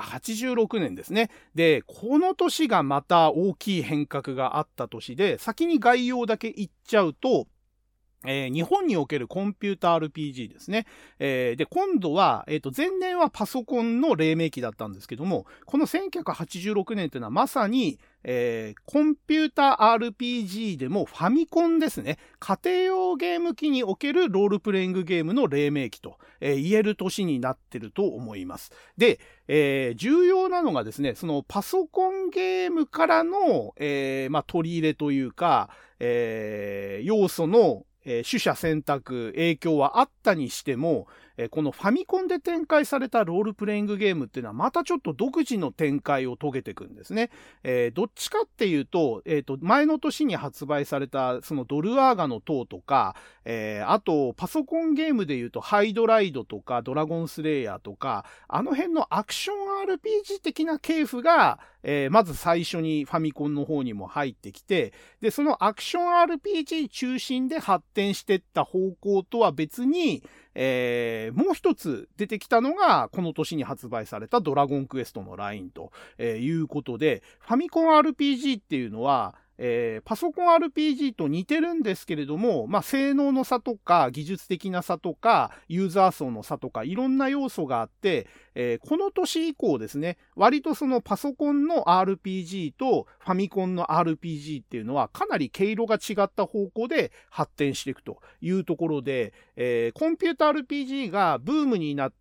1986年ですね。で、この年がまた大きい変革があった年で、先に概要だけ言っちゃうと、日本におけるコンピュータ RPG ですね。で、今度は、前年はパソコンの黎明期だったんですけども、この1986年というのはまさに、コンピュータ RPG でもファミコンですね。家庭用ゲーム機におけるロールプレイングゲームの黎明期と、言える年になってると思います。で、重要なのがですね、そのパソコンゲームからの、取り入れというか、要素の取捨選択、影響はあったにしても、このファミコンで展開されたロールプレイングゲームっていうのはまたちょっと独自の展開を遂げていくんですね。どっちかっていうと、前の年に発売されたそのドルアーガの塔とか、あとパソコンゲームでいうとハイドライドとかドラゴンスレイヤーとか、あの辺のアクション RPG 的な系譜が、まず最初にファミコンの方にも入ってきて、で、そのアクション RPG 中心で発展していった方向とは別に、もう一つ出てきたのが、この年に発売されたドラゴンクエストのラインということで、ファミコン RPG っていうのは、パソコン RPG と似てるんですけれども、性能の差とか、技術的な差とか、ユーザー層の差とか、いろんな要素があって、この年以降ですね、割とそのパソコンの RPG とファミコンの RPG っていうのは、かなり毛色が違った方向で発展していくというところで、コンピュータ RPG がブームになって、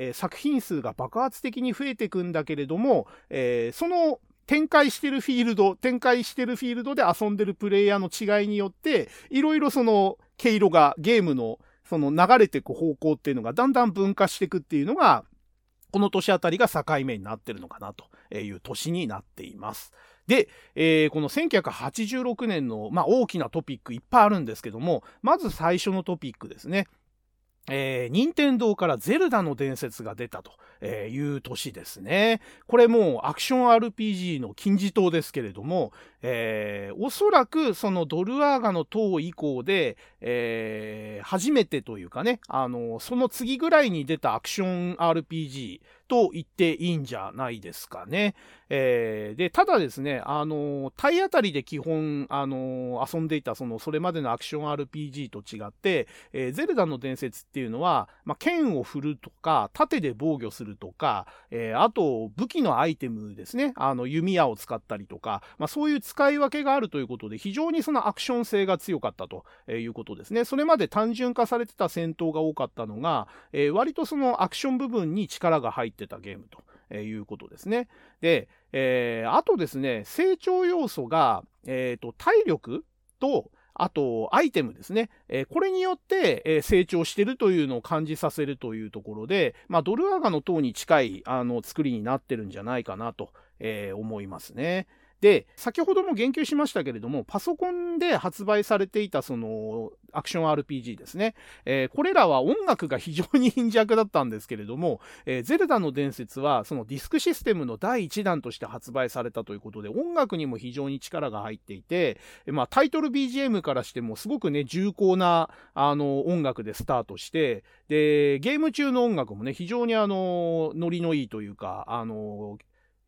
作品数が爆発的に増えていくんだけれども、その展開してるフィールドで遊んでるプレイヤーの違いによって、いろいろその毛色がゲームのその流れていく方向っていうのがだんだん分化していくっていうのが、この年あたりが境目になってるのかなという年になっています。で、この1986年の、大きなトピックいっぱいあるんですけども、まず最初のトピックですね。任天堂からゼルダの伝説が出たという年ですね。これもうアクション RPG の金字塔ですけれども、おそらくそのドルアーガの塔以降で、初めてというかね、その次ぐらいに出たアクション RPG と言っていいんじゃないですかね。で、ただですね、体当たりで基本、遊んでいたそれまでのアクション RPG と違って、ゼルダの伝説っていうのは、剣を振るとか、盾で防御するとか、あと、武器のアイテムですね、弓矢を使ったりとか、そういう使い分けがあるということで、非常にそのアクション性が強かったということですね。それまで単純化されてた戦闘が多かったのが、割とそのアクション部分に力が入ってたゲームということですね。で、あとですね、成長要素が、体力と、あと、アイテムですね。これによって、成長してるというのを感じさせるというところで、ドルアーガの塔に近い、作りになってるんじゃないかなと、思いますね。で、先ほども言及しましたけれども、パソコンで発売されていたそのアクション RPG ですね。これらは音楽が非常に貧弱だったんですけれども、ゼルダの伝説はそのディスクシステムの第一弾として発売されたということで、音楽にも非常に力が入っていて、タイトル BGM からしてもすごくね、重厚な音楽でスタートして、で、ゲーム中の音楽もね、非常にノリのいいというか、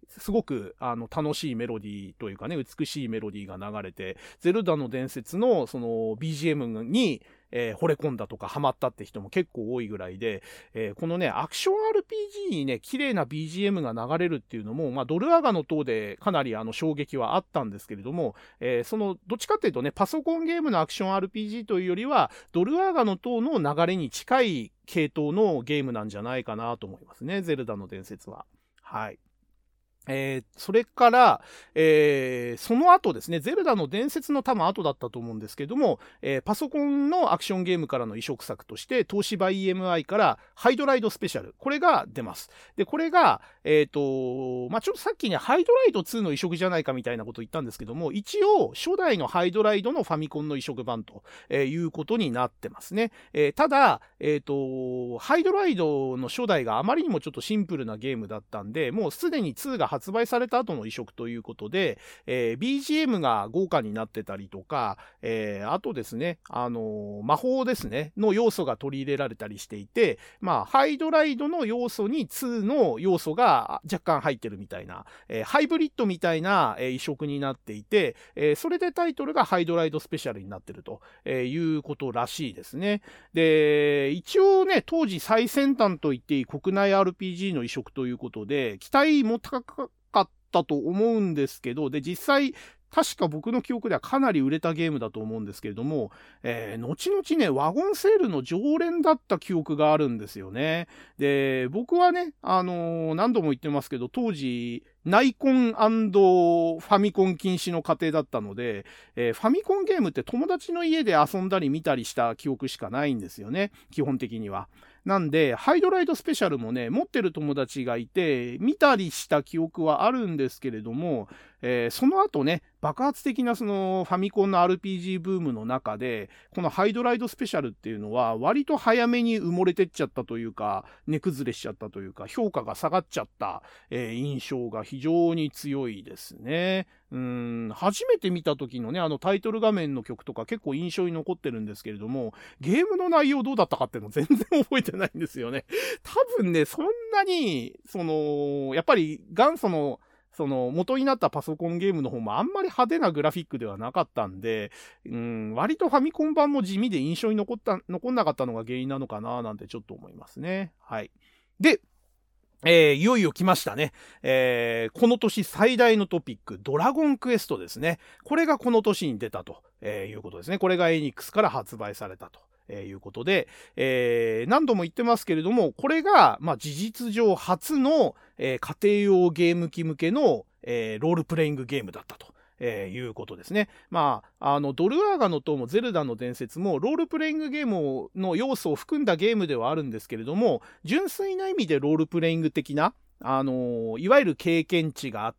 すごく楽しいメロディーというかね、美しいメロディーが流れて、ゼルダの伝説のその BGM に惚れ込んだとかハマったって人も結構多いぐらいで、このね、アクション RPG にね、綺麗な BGM が流れるっていうのも、ドルアガの塔でかなり衝撃はあったんですけれども、その、どっちかっていうとね、パソコンゲームのアクション RPG というよりは、ドルアガの塔の流れに近い系統のゲームなんじゃないかなと思いますね、ゼルダの伝説は。はい。それから、その後ですね、ゼルダの伝説の多分後だったと思うんですけども、パソコンのアクションゲームからの移植作として、東芝 EMI からハイドライドスペシャル、これが出ます。で、これが、ちょっとさっきね、ハイドライド2の移植じゃないかみたいなことを言ったんですけども、一応、初代のハイドライドのファミコンの移植版ということになってますね。ただ、ハイドライドの初代があまりにもちょっとシンプルなゲームだったんで、もうすでに2が発売された後の移植ということで、BGM が豪華になってたりとか、あとですね、魔法ですね、の要素が取り入れられたりしていて、ハイドライドの要素に2の要素が若干入ってるみたいな、ハイブリッドみたいな移植になっていて、それでタイトルがハイドライドスペシャルになってるということらしいですね。で、一応ね、当時最先端と言っていい国内 RPG の移植ということで、期待も高かったと思うんですけど、で、実際、確か僕の記憶ではかなり売れたゲームだと思うんですけれども、後々ね、ワゴンセールの常連だった記憶があるんですよね。で、僕はね、何度も言ってますけど、当時、ナイコン&ファミコン禁止の家庭だったので、ファミコンゲームって友達の家で遊んだり見たりした記憶しかないんですよね、基本的には。なんで、ハイドライドスペシャルもね、持ってる友達がいて、見たりした記憶はあるんですけれども、その後ね、爆発的なそのファミコンの RPG ブームの中で、このハイドライドスペシャルっていうのは、割と早めに埋もれてっちゃったというか、値崩れしちゃったというか、評価が下がっちゃった、印象が非常に強いですね。初めて見た時のね、タイトル画面の曲とか結構印象に残ってるんですけれども、ゲームの内容どうだったかっていうの全然覚えてないんですよね。多分ね、そんなに、やっぱり元祖の、元になったパソコンゲームの方もあんまり派手なグラフィックではなかったんで、割とファミコン版も地味で印象に残んなかったのが原因なのかななんてちょっと思いますね。はい。で、いよいよ来ましたね。この年最大のトピック、ドラゴンクエストですね。これがこの年に出たということですね。これがエニックスから発売されたと。いうことで、何度も言ってますけれども、これが、事実上初の、家庭用ゲーム機向けの、ロールプレイングゲームだったと。いうことですね。ドルアーガの塔もゼルダの伝説もロールプレイングゲームの要素を含んだゲームではあるんですけれども、純粋な意味でロールプレイング的な、いわゆる経験値があって、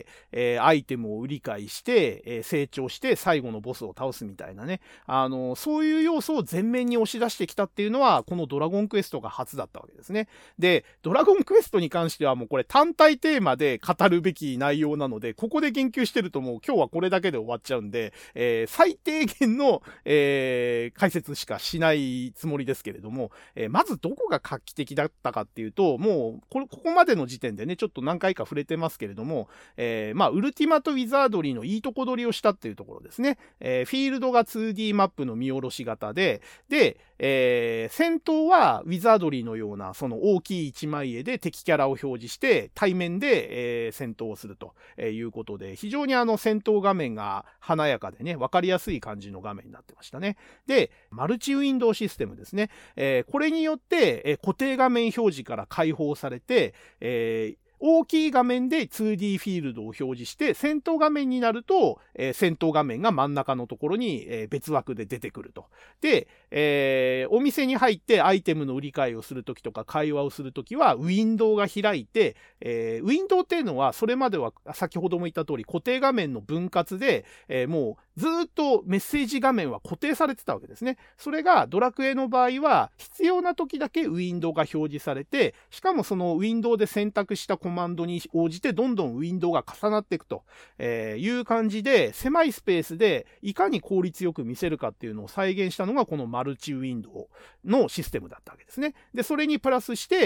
アイテムを売り買いして、成長して最後のボスを倒すみたいなね。そういう要素を前面に押し出してきたっていうのは、このドラゴンクエストが初だったわけですね。で、ドラゴンクエストに関してはもうこれ単体テーマで語るべき内容なので、ここで言及してるともう今日はこれだけで終わっちゃうんで、最低限の、解説しかしないつもりですけれども、まずどこが画期的だったかっていうと、もうここまでの時点でね、ちょっと何回か触れてますけれども、ウルティマトウィザードリーのいいとこ取りをしたっていうところですね。フィールドが 2D マップの見下ろし型で、戦闘はウィザードリーのようなその大きい一枚絵で敵キャラを表示して対面で、戦闘をするということで、非常に戦闘画面が華やかでね、わかりやすい感じの画面になってましたね。で、マルチウィンドウシステムですね。これによって、固定画面表示から解放されて、大きい画面で 2D フィールドを表示して、戦闘画面になると、戦闘画面が真ん中のところに、別枠で出てくると。で、お店に入ってアイテムの売り買いをするときとか会話をするときは、ウィンドウが開いて、ウィンドウっていうのは、それまでは先ほども言った通り固定画面の分割で、もうずっとメッセージ画面は固定されてたわけですね。それがドラクエの場合は必要な時だけウィンドウが表示されて、しかもそのウィンドウで選択したコマンドに応じてどんどんウィンドウが重なっていくという感じで、狭いスペースでいかに効率よく見せるかっていうのを再現したのがこのマルチウィンドウのシステムだったわけですね。で、それにプラスして、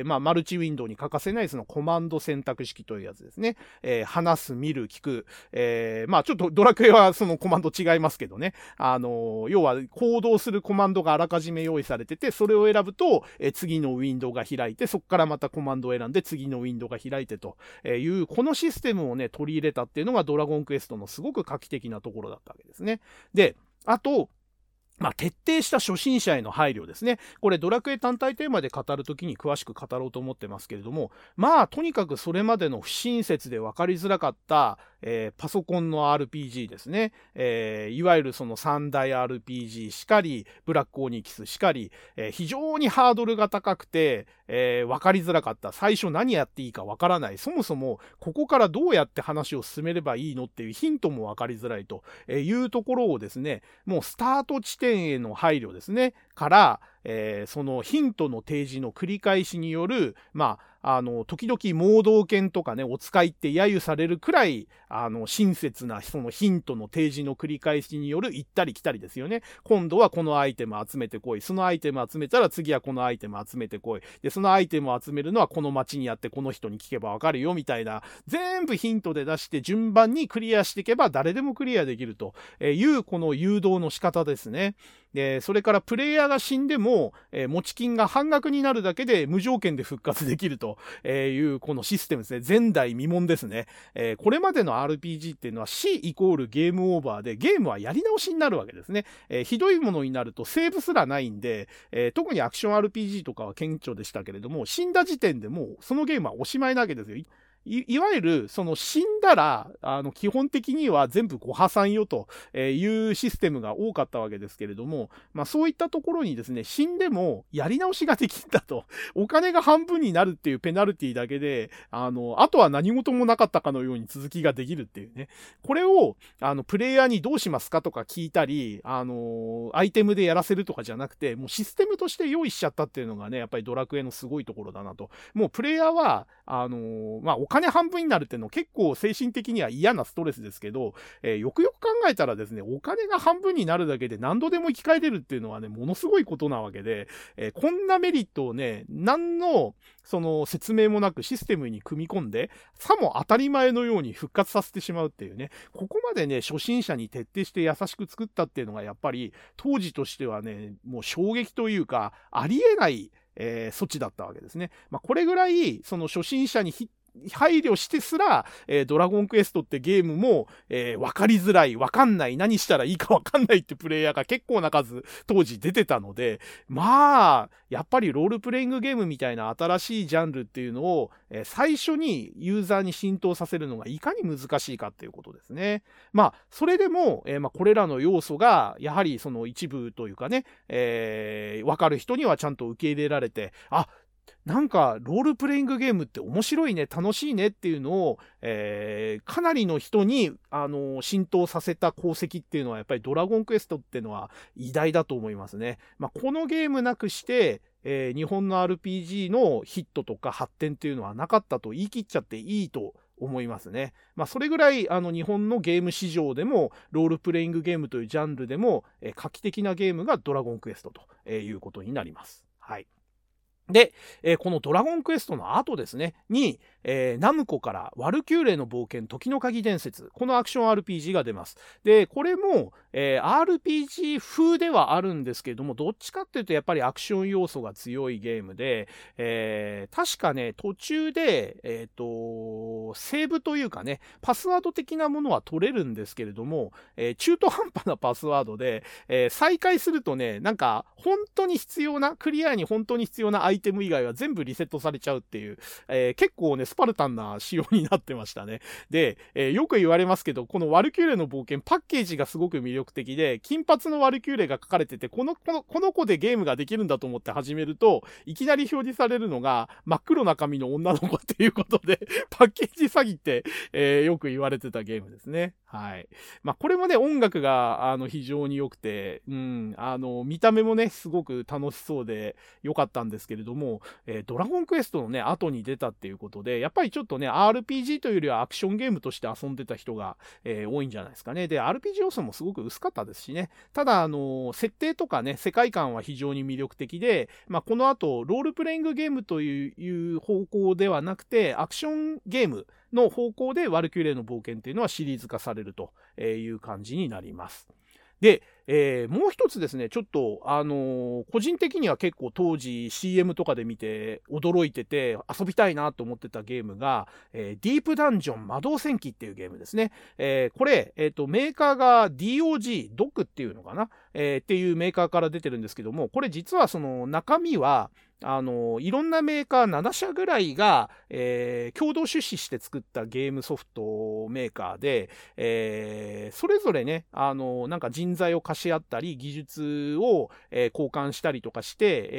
マルチウィンドウに欠かせないそのコマンド選択式というやつですね。話す、見る、聞く。ちょっとドラクエはそのコマンド違いますけどね。要は行動するコマンドがあらかじめ用意されてて、それを選ぶと、次のウィンドウが開いて、そこからまたコマンドを選んで次のウィンドウが開いてというこのシステムをね取り入れたっていうのがドラゴンクエストのすごく画期的なところだったわけですね。で、あと徹底した初心者への配慮ですね。これドラクエ単体テーマで語るときに詳しく語ろうと思ってますけれども、とにかくそれまでの不親切で分かりづらかった、パソコンの RPG ですね。いわゆるその三大 RPG しかり、ブラックオニキスしかり、非常にハードルが高くて、分かりづらかった。最初何やっていいか分からない。そもそもここからどうやって話を進めればいいのっていうヒントも分かりづらいというところをですね、もうスタート地点への配慮ですねから、そのヒントの提示の繰り返しによる時々盲導犬とかねお使いって揶揄されるくらい親切なそのヒントの提示の繰り返しによる行ったり来たりですよね。今度はこのアイテム集めてこい、そのアイテム集めたら次はこのアイテム集めてこいで、そのアイテムを集めるのはこの町にあってこの人に聞けばわかるよみたいな、全部ヒントで出して順番にクリアしていけば誰でもクリアできるというこの誘導の仕方ですね。で、それからプレイヤーが死んでも、持ち金が半額になるだけで無条件で復活できるというこのシステムですね。前代未聞ですね。これまでの RPG っていうのは死イコールゲームオーバーでゲームはやり直しになるわけですね。ひどいものになるとセーブすらないんで、特にアクション RPG とかは顕著でしたけれども、死んだ時点でもうそのゲームはおしまいなわけですよ。いわゆるその死んだら基本的には全部ご破産よというシステムが多かったわけですけれども、そういったところにですね、死んでもやり直しができんだと、お金が半分になるっていうペナルティだけであとは何事もなかったかのように続きができるっていうね、これをプレイヤーにどうしますかとか聞いたりアイテムでやらせるとかじゃなくて、もうシステムとして用意しちゃったっていうのがね、やっぱりドラクエのすごいところだなと。もうプレイヤーはお金半分になるっていうの結構精神的には嫌なストレスですけど、よくよく考えたらですね、お金が半分になるだけで何度でも生き返れるっていうのはね、ものすごいことなわけで、こんなメリットをね、何のその説明もなくシステムに組み込んで、さも当たり前のように復活させてしまうっていうね、ここまでね、初心者に徹底して優しく作ったっていうのがやっぱり当時としてはね、もう衝撃というか、ありえない措置だったわけですね。これぐらいその初心者に配慮してすら、ドラゴンクエストってゲームも、分かりづらい、分かんない、何したらいいか分かんないってプレイヤーが結構な数当時出てたので、やっぱりロールプレイングゲームみたいな新しいジャンルっていうのを、最初にユーザーに浸透させるのがいかに難しいかっていうことですね。それでも、これらの要素がやはりその一部というかね、分かる人にはちゃんと受け入れられて、なんかロールプレイングゲームって面白いね、楽しいねっていうのを、かなりの人に浸透させた功績っていうのはやっぱりドラゴンクエストっていうのは偉大だと思いますね。このゲームなくして日本の RPG のヒットとか発展っていうのはなかったと言い切っちゃっていいと思いますね。それぐらい日本のゲーム市場でもロールプレイングゲームというジャンルでも画期的なゲームがドラゴンクエストということになります。はい。で、このドラゴンクエストの後ですね、に、ナムコからワルキューレの冒険時の鍵伝説、このアクション RPG が出ます。で、これも、RPG 風ではあるんですけれども、どっちかっていうとやっぱりアクション要素が強いゲームで、確かね、途中で、セーブというかね、パスワード的なものは取れるんですけれども、中途半端なパスワードで、再開するとね、なんか本当に必要な、クリアに本当に必要なアイテム以外は全部リセットされちゃうっていう、結構ね、 スパルタンな仕様になってましたね。で、よく言われますけど、このワルキューレの冒険、パッケージがすごく魅力的で、金髪のワルキューレが書かれてて、この子でゲームができるんだと思って始めると、いきなり表示されるのが、真っ黒な髪の女の子っていうことで、パッケージ詐欺って、よく言われてたゲームですね。はい。まあ、これもね、音楽が、非常に良くて、見た目もね、すごく楽しそうで良かったんですけれども、ドラゴンクエストのね、後に出たっていうことで、やっぱりちょっとね、RPG というよりはアクションゲームとして遊んでた人が、多いんじゃないですかね。で、RPG 要素もすごく薄かったですしね。ただ、設定とかね、世界観は非常に魅力的で、まあ、この後、ロールプレイングゲームという方向ではなくて、アクションゲームの方向でワルキューレの冒険っていうのはシリーズ化されるという感じになります。で、もう一つですね、ちょっと、個人的には結構当時 CM とかで見て驚いてて遊びたいなと思ってたゲームが、ディープダンジョン魔導戦記っていうゲームですね。これ、メーカーが DOG っていうのかな、っていうメーカーから出てるんですけども、これ実はその中身は、いろんなメーカー7社ぐらいが、共同出資して作ったゲームソフトメーカーで、それぞれね、なんか人材を貸し合ったり、技術を、交換したりとかして、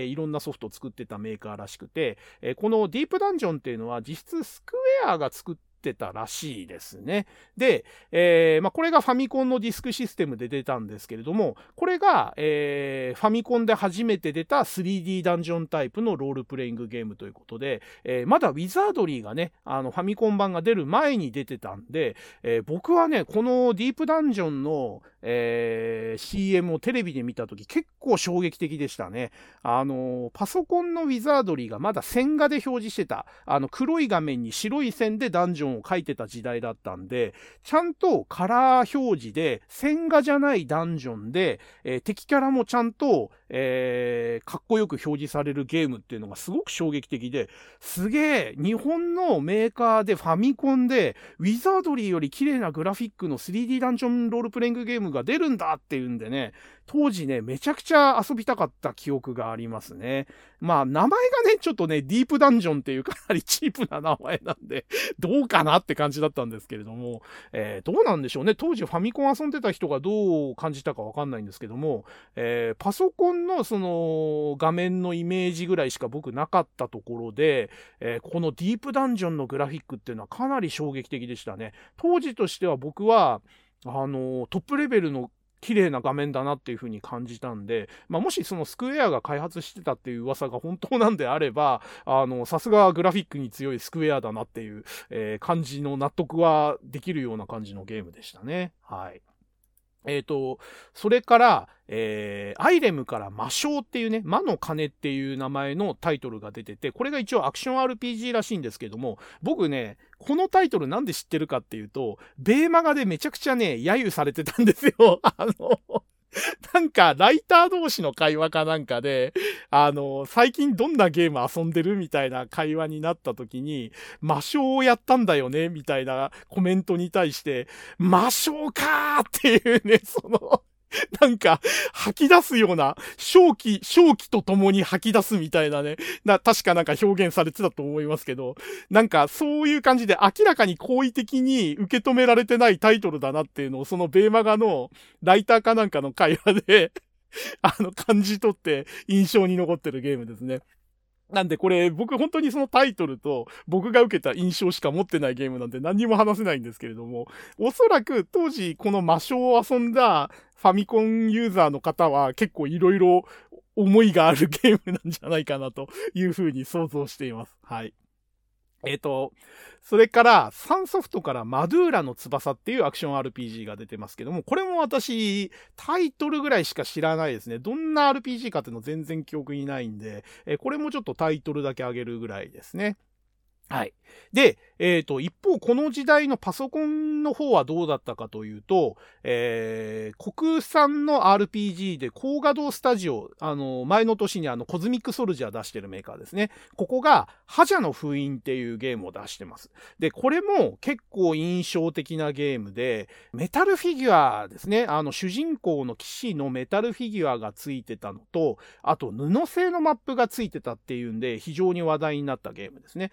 いろんなソフトを作ってたメーカーらしくて、このディープダンジョンっていうのは実質スクエアが作ってたらしいですね。で、これがファミコンのディスクシステムで出たんですけれども、これが、ファミコンで初めて出た 3D ダンジョンタイプのロールプレイングゲームということで、まだウィザードリーがね、ファミコン版が出る前に出てたんで、僕はね、このディープダンジョンの、CM をテレビで見たとき結構衝撃的でしたね。パソコンのウィザードリーがまだ線画で表示してた、黒い画面に白い線でダンジョンを描いてた時代だったんで、ちゃんとカラー表示で線画じゃないダンジョンで、敵キャラもちゃんと、かっこよく表示されるゲームっていうのがすごく衝撃的で、すげえ日本のメーカーでファミコンでウィザードリーより綺麗なグラフィックの 3D ダンジョンロールプレイングゲームが出るんだっていうんでね、当時ね、めちゃくちゃ遊びたかった記憶がありますね。まあ、名前がね、ちょっとね、ディープダンジョンっていうかなりチープな名前なんで、どうかなって感じだったんですけれども、どうなんでしょうね。当時ファミコン遊んでた人がどう感じたかわかんないんですけども、パソコンのその画面のイメージぐらいしか僕なかったところで、このディープダンジョンのグラフィックっていうのはかなり衝撃的でしたね。当時としては僕は、トップレベルの綺麗な画面だなっていう風に感じたんで、もしそのスクエアが開発してたっていう噂が本当なんであれば、さすがグラフィックに強いスクエアだなっていう、感じの納得はできるような感じのゲームでしたね。はい。それから、アイレムから魔性っていうね、魔の鐘っていう名前のタイトルが出てて、これが一応アクション RPG らしいんですけども、僕ね、このタイトルなんで知ってるかっていうと、ベーマガでめちゃくちゃね、揶揄されてたんですよ。なんか、ライター同士の会話かなんかで、最近どんなゲーム遊んでるみたいな会話になった時に、魔性をやったんだよねみたいなコメントに対して、魔性かーっていうね、なんか、吐き出すような、正気と共に吐き出すみたいなね、確かなんか表現されてたと思いますけど、なんかそういう感じで明らかに好意的に受け止められてないタイトルだなっていうのを、そのベーマガのライターかなんかの会話で、感じ取って印象に残ってるゲームですね。なんでこれ僕本当にそのタイトルと僕が受けた印象しか持ってないゲームなんで何にも話せないんですけれども、おそらく当時この魔性を遊んだファミコンユーザーの方は結構いろいろ思いがあるゲームなんじゃないかなというふうに想像しています。はい。それから、サンソフトからマドゥーラの翼っていうアクション RPG が出てますけども、これも私、タイトルぐらいしか知らないですね。どんな RPG かっていうの全然記憶にないんで、これもちょっとタイトルだけ上げるぐらいですね。はい。で、一方、この時代のパソコンの方はどうだったかというと、国産の RPG で高画動スタジオ、前の年にコズミックソルジャー出してるメーカーですね。ここが、覇者の封印っていうゲームを出してます。で、これも結構印象的なゲームで、メタルフィギュアですね。主人公の騎士のメタルフィギュアがついてたのと、あと布製のマップがついてたっていうんで、非常に話題になったゲームですね。で、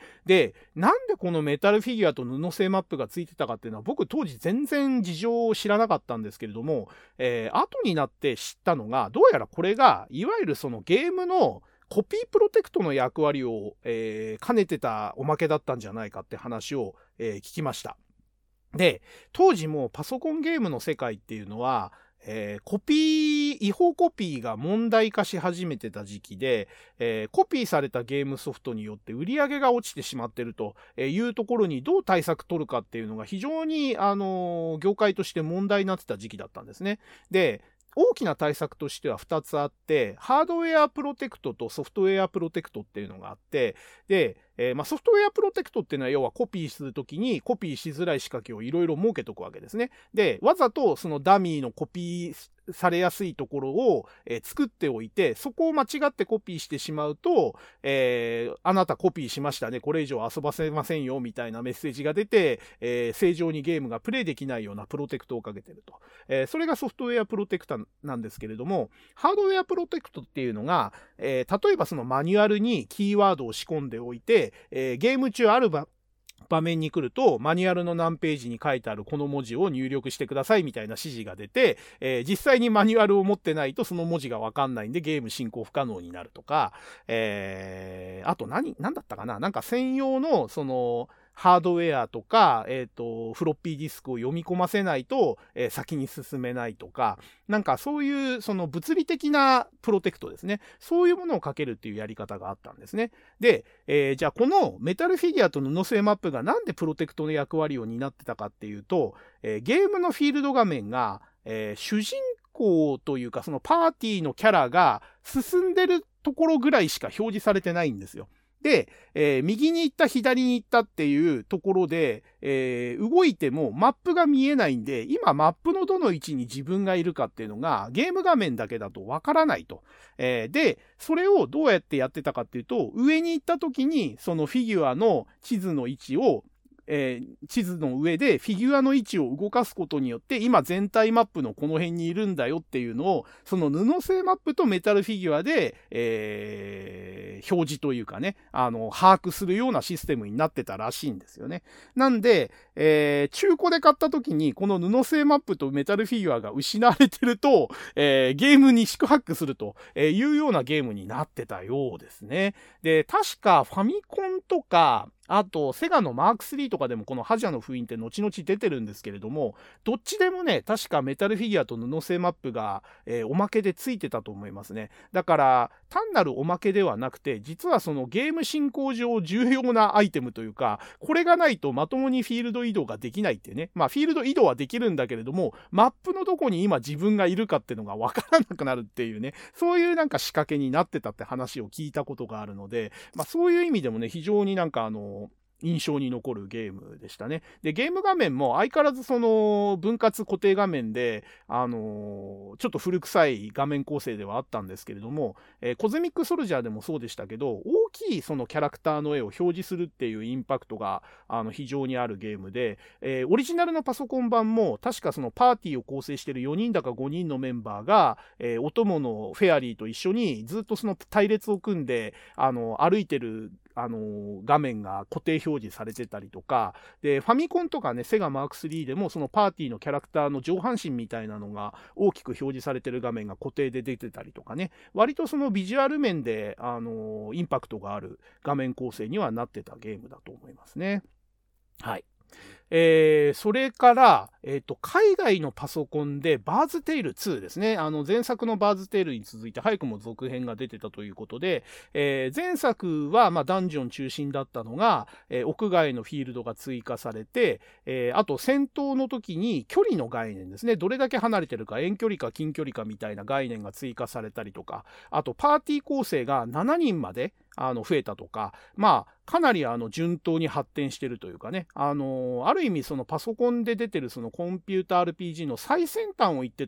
で、なんでこのメタルフィギュアと布製マップがついてたかっていうのは僕当時全然事情を知らなかったんですけれども、後になって知ったのが、どうやらこれがいわゆるそのゲームのコピープロテクトの役割を、兼ねてたおまけだったんじゃないかって話を、聞きました。で、当時もパソコンゲームの世界っていうのは、違法コピーが問題化し始めてた時期で、コピーされたゲームソフトによって売り上げが落ちてしまってるというところにどう対策取るかっていうのが非常に、業界として問題になってた時期だったんですね。で、大きな対策としては2つあって、ハードウェアプロテクトとソフトウェアプロテクトっていうのがあって、で、ソフトウェアプロテクトっていうのは要はコピーするときにコピーしづらい仕掛けをいろいろ設けとくわけですね。で、わざとそのダミーのコピーされやすいところを、作っておいて、そこを間違ってコピーしてしまうと、あなたコピーしましたね、これ以上遊ばせませんよみたいなメッセージが出て、正常にゲームがプレイできないようなプロテクトをかけてると。それがソフトウェアプロテクトなんですけれども、ハードウェアプロテクトっていうのが、例えばそのマニュアルにキーワードを仕込んでおいて、ゲーム中ある場面に来ると、マニュアルの何ページに書いてあるこの文字を入力してくださいみたいな指示が出て、実際にマニュアルを持ってないとその文字がわかんないんでゲーム進行不可能になるとか、あと何だったかな、なんか専用のそのハードウェアとか、フロッピーディスクを読み込ませないと、先に進めないとか、なんかそういうその物理的なプロテクトですね。そういうものをかけるっていうやり方があったんですね。で、じゃあこのメタルフィギュアと布製マップがなんでプロテクトの役割を担ってたかっていうと、ゲームのフィールド画面が、主人公というかそのパーティーのキャラが進んでるところぐらいしか表示されてないんですよ。で、右に行った左に行ったっていうところで、動いてもマップが見えないんで、今マップのどの位置に自分がいるかっていうのがゲーム画面だけだとわからないと。で、それをどうやってやってたかっていうと、上に行った時にそのフィギュアの地図の位置を地図の上でフィギュアの位置を動かすことによって今全体マップのこの辺にいるんだよっていうのをその布製マップとメタルフィギュアで、表示というかね把握するようなシステムになってたらしいんですよね。なんで、中古で買った時にこの布製マップとメタルフィギュアが失われてると、ゲームに四苦八苦するというようなゲームになってたようですね。で、確かファミコンとかあと、セガのマーク3とかでもこのハジャの封印って後々出てるんですけれども、どっちでもね、確かメタルフィギュアと布製マップが、おまけでついてたと思いますね。だから、単なるおまけではなくて、実はそのゲーム進行上重要なアイテムというか、これがないとまともにフィールド移動ができないっていうね。まあ、フィールド移動はできるんだけれども、マップのどこに今自分がいるかっていうのがわからなくなるっていうね、そういうなんか仕掛けになってたって話を聞いたことがあるので、まあ、そういう意味でもね、非常になんか印象に残るゲームでしたね。で、ゲーム画面も相変わらずその分割固定画面で、ちょっと古臭い画面構成ではあったんですけれども、コズミックソルジャーでもそうでしたけど、大きいそのキャラクターの絵を表示するっていうインパクトが非常にあるゲームで、オリジナルのパソコン版も確かそのパーティーを構成している4人だか5人のメンバーが、お供のフェアリーと一緒にずっとその隊列を組んで歩いてる画面が固定表示されてたりとかで、ファミコンとかねセガマーク3でもそのパーティーのキャラクターの上半身みたいなのが大きく表示されてる画面が固定で出てたりとかね、割とそのビジュアル面でインパクトがある画面構成にはなってたゲームだと思いますね。はい。それから、海外のパソコンでバーズテイル2ですね。前作のバーズテイルに続いて早くも続編が出てたということで、前作はダンジョン中心だったのが、屋外のフィールドが追加されて、あと戦闘の時に距離の概念ですね。どれだけ離れてるか、遠距離か近距離かみたいな概念が追加されたりとか、あとパーティー構成が7人まで増えたとか、かなり順当に発展してるというかね、ある意味そのパソコンで出てるそのコンピューター RPG の最先端を言ってた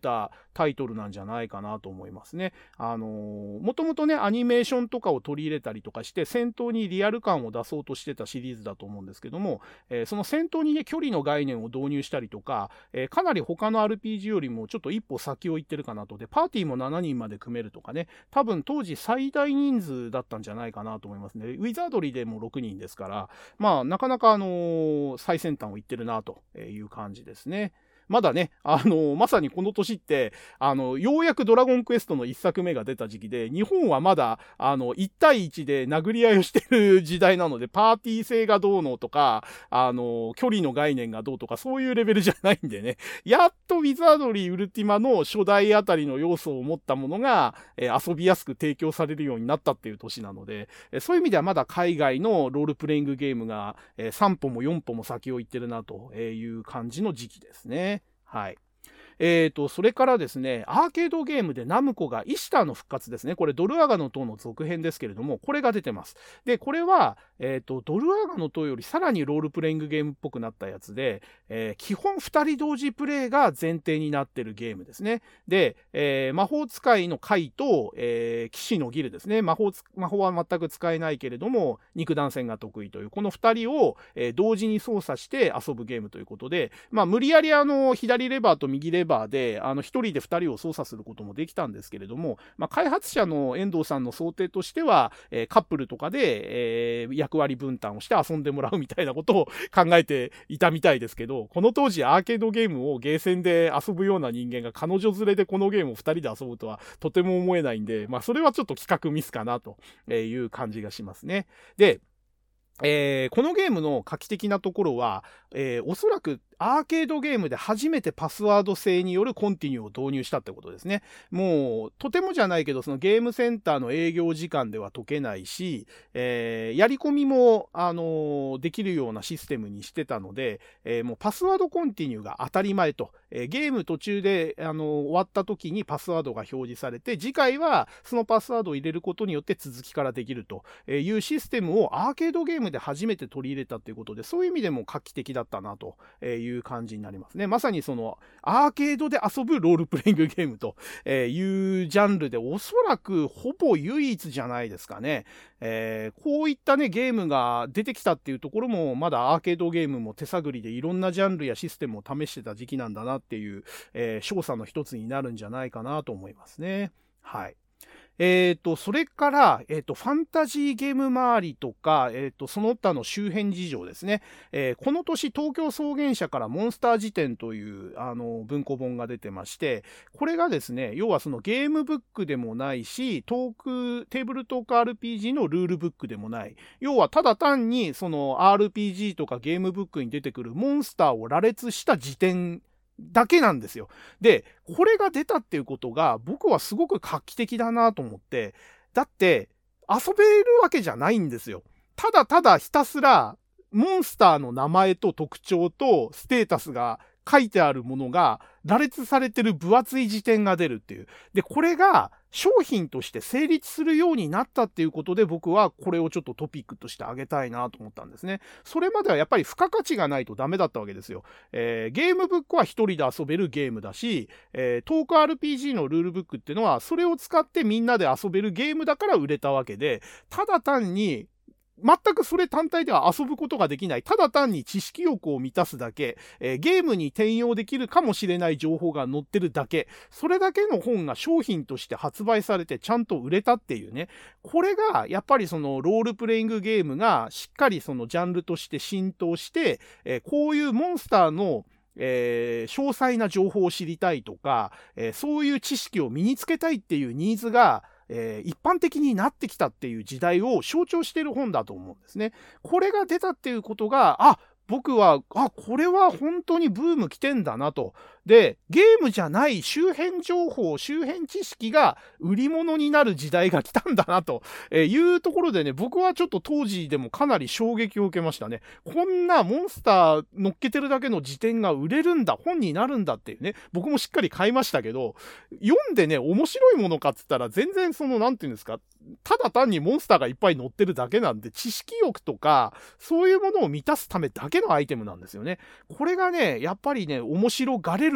タイトルなんじゃないかなと思いますね。もともとね、アニメーションとかを取り入れたりとかして、戦闘にリアル感を出そうとしてたシリーズだと思うんですけども、その戦闘にね、距離の概念を導入したりとか、かなり他の RPG よりもちょっと一歩先を行ってるかなと。で、パーティーも7人まで組めるとかね、多分当時最大人数だったんじゃないかなと思いますね。ウィザードリーでも6人ですから、まあ、なかなか最先端を行ってるなという感じですね。まだね、まさにこの年って、ようやくドラゴンクエストの1作目が出た時期で、日本はまだ、1対1で殴り合いをしてる時代なので、パーティー性がどうのとか、距離の概念がどうとか、そういうレベルじゃないんでね、やっとウィザードリーウルティマの初代あたりの要素を持ったものが、遊びやすく提供されるようになったっていう年なので、そういう意味ではまだ海外のロールプレイングゲームが、3歩も4歩も先を行ってるなという感じの時期ですね。はい。それからですね、アーケードゲームでナムコがイシターの復活ですね。これドルアガの塔の続編ですけれども、これが出てます。で、これは、ドルアガの塔よりさらにロールプレイングゲームっぽくなったやつで、基本2人同時プレイが前提になってるゲームですね。で、魔法使いのカイと、騎士のギルですね。魔法は全く使えないけれども、肉弾戦が得意という、この2人を、同時に操作して遊ぶゲームということで、まあ、無理やり左レバーと右レバーで1人で2人を操作することもできたんですけれども、まあ、開発者の遠藤さんの想定としては、カップルとかで、役割分担をして遊んでもらうみたいなことを考えていたみたいですけど、この当時アーケードゲームをゲーセンで遊ぶような人間が彼女連れでこのゲームを2人で遊ぶとはとても思えないんで、まあ、それはちょっと企画ミスかなという感じがしますね。で、このゲームの画期的なところは、おそらくアーケードゲームで初めてパスワード制によるコンティニューを導入したってことですね。もう、とてもじゃないけど、そのゲームセンターの営業時間では解けないし、やり込みも、できるようなシステムにしてたので、もうパスワードコンティニューが当たり前と、ゲーム途中で、終わった時にパスワードが表示されて、次回はそのパスワードを入れることによって続きからできるというシステムをアーケードゲームで初めて取り入れたということで、そういう意味でも画期的だったなという感じになりますね。まさにそのアーケードで遊ぶロールプレイングゲームというジャンルでおそらくほぼ唯一じゃないですかね。こういったねゲームが出てきたっていうところもまだアーケードゲームも手探りでいろんなジャンルやシステムを試してた時期なんだなっていう、勝査の一つになるんじゃないかなと思いますね。はい。それから、ファンタジーゲーム周りとか、その他の周辺事情ですね。この年、東京草原社からモンスター辞典という、文庫本が出てまして、これがですね、要はそのゲームブックでもないし、テーブルトーク RPG のルールブックでもない。要は、ただ単に、その RPG とかゲームブックに出てくるモンスターを羅列した辞典だけなんですよ。で、これが出たっていうことが僕はすごく画期的だなと思って、だって遊べるわけじゃないんですよ。ただただひたすらモンスターの名前と特徴とステータスが書いてあるものが羅列されてる分厚い辞典が出るっていう。で、これが商品として成立するようになったっていうことで僕はこれをちょっとトピックとしてあげたいなと思ったんですね。それまではやっぱり付加価値がないとダメだったわけですよ。ゲームブックは一人で遊べるゲームだし、トーク RPG のルールブックっていうのはそれを使ってみんなで遊べるゲームだから売れたわけで、ただ単に全くそれ単体では遊ぶことができない。ただ単に知識欲を満たすだけ、ゲームに転用できるかもしれない情報が載ってるだけ。それだけの本が商品として発売されてちゃんと売れたっていうね。これがやっぱりそのロールプレイングゲームがしっかりそのジャンルとして浸透して、こういうモンスターの詳細な情報を知りたいとか、そういう知識を身につけたいっていうニーズが一般的になってきたっていう時代を象徴している本だと思うんですね。これが出たっていうことが、僕は、これは本当にブーム来てんだなと。で、ゲームじゃない周辺情報、周辺知識が売り物になる時代が来たんだなというところでね、僕はちょっと当時でもかなり衝撃を受けましたね。こんなモンスター乗っけてるだけの辞典が売れるんだ、本になるんだっていうね、僕もしっかり買いましたけど、読んでね、面白いものかっつったら全然その、なんていうんですか、ただ単にモンスターがいっぱい乗ってるだけなんで、知識欲とか、そういうものを満たすためだけのアイテムなんですよね。これがね、やっぱりね、面白がれる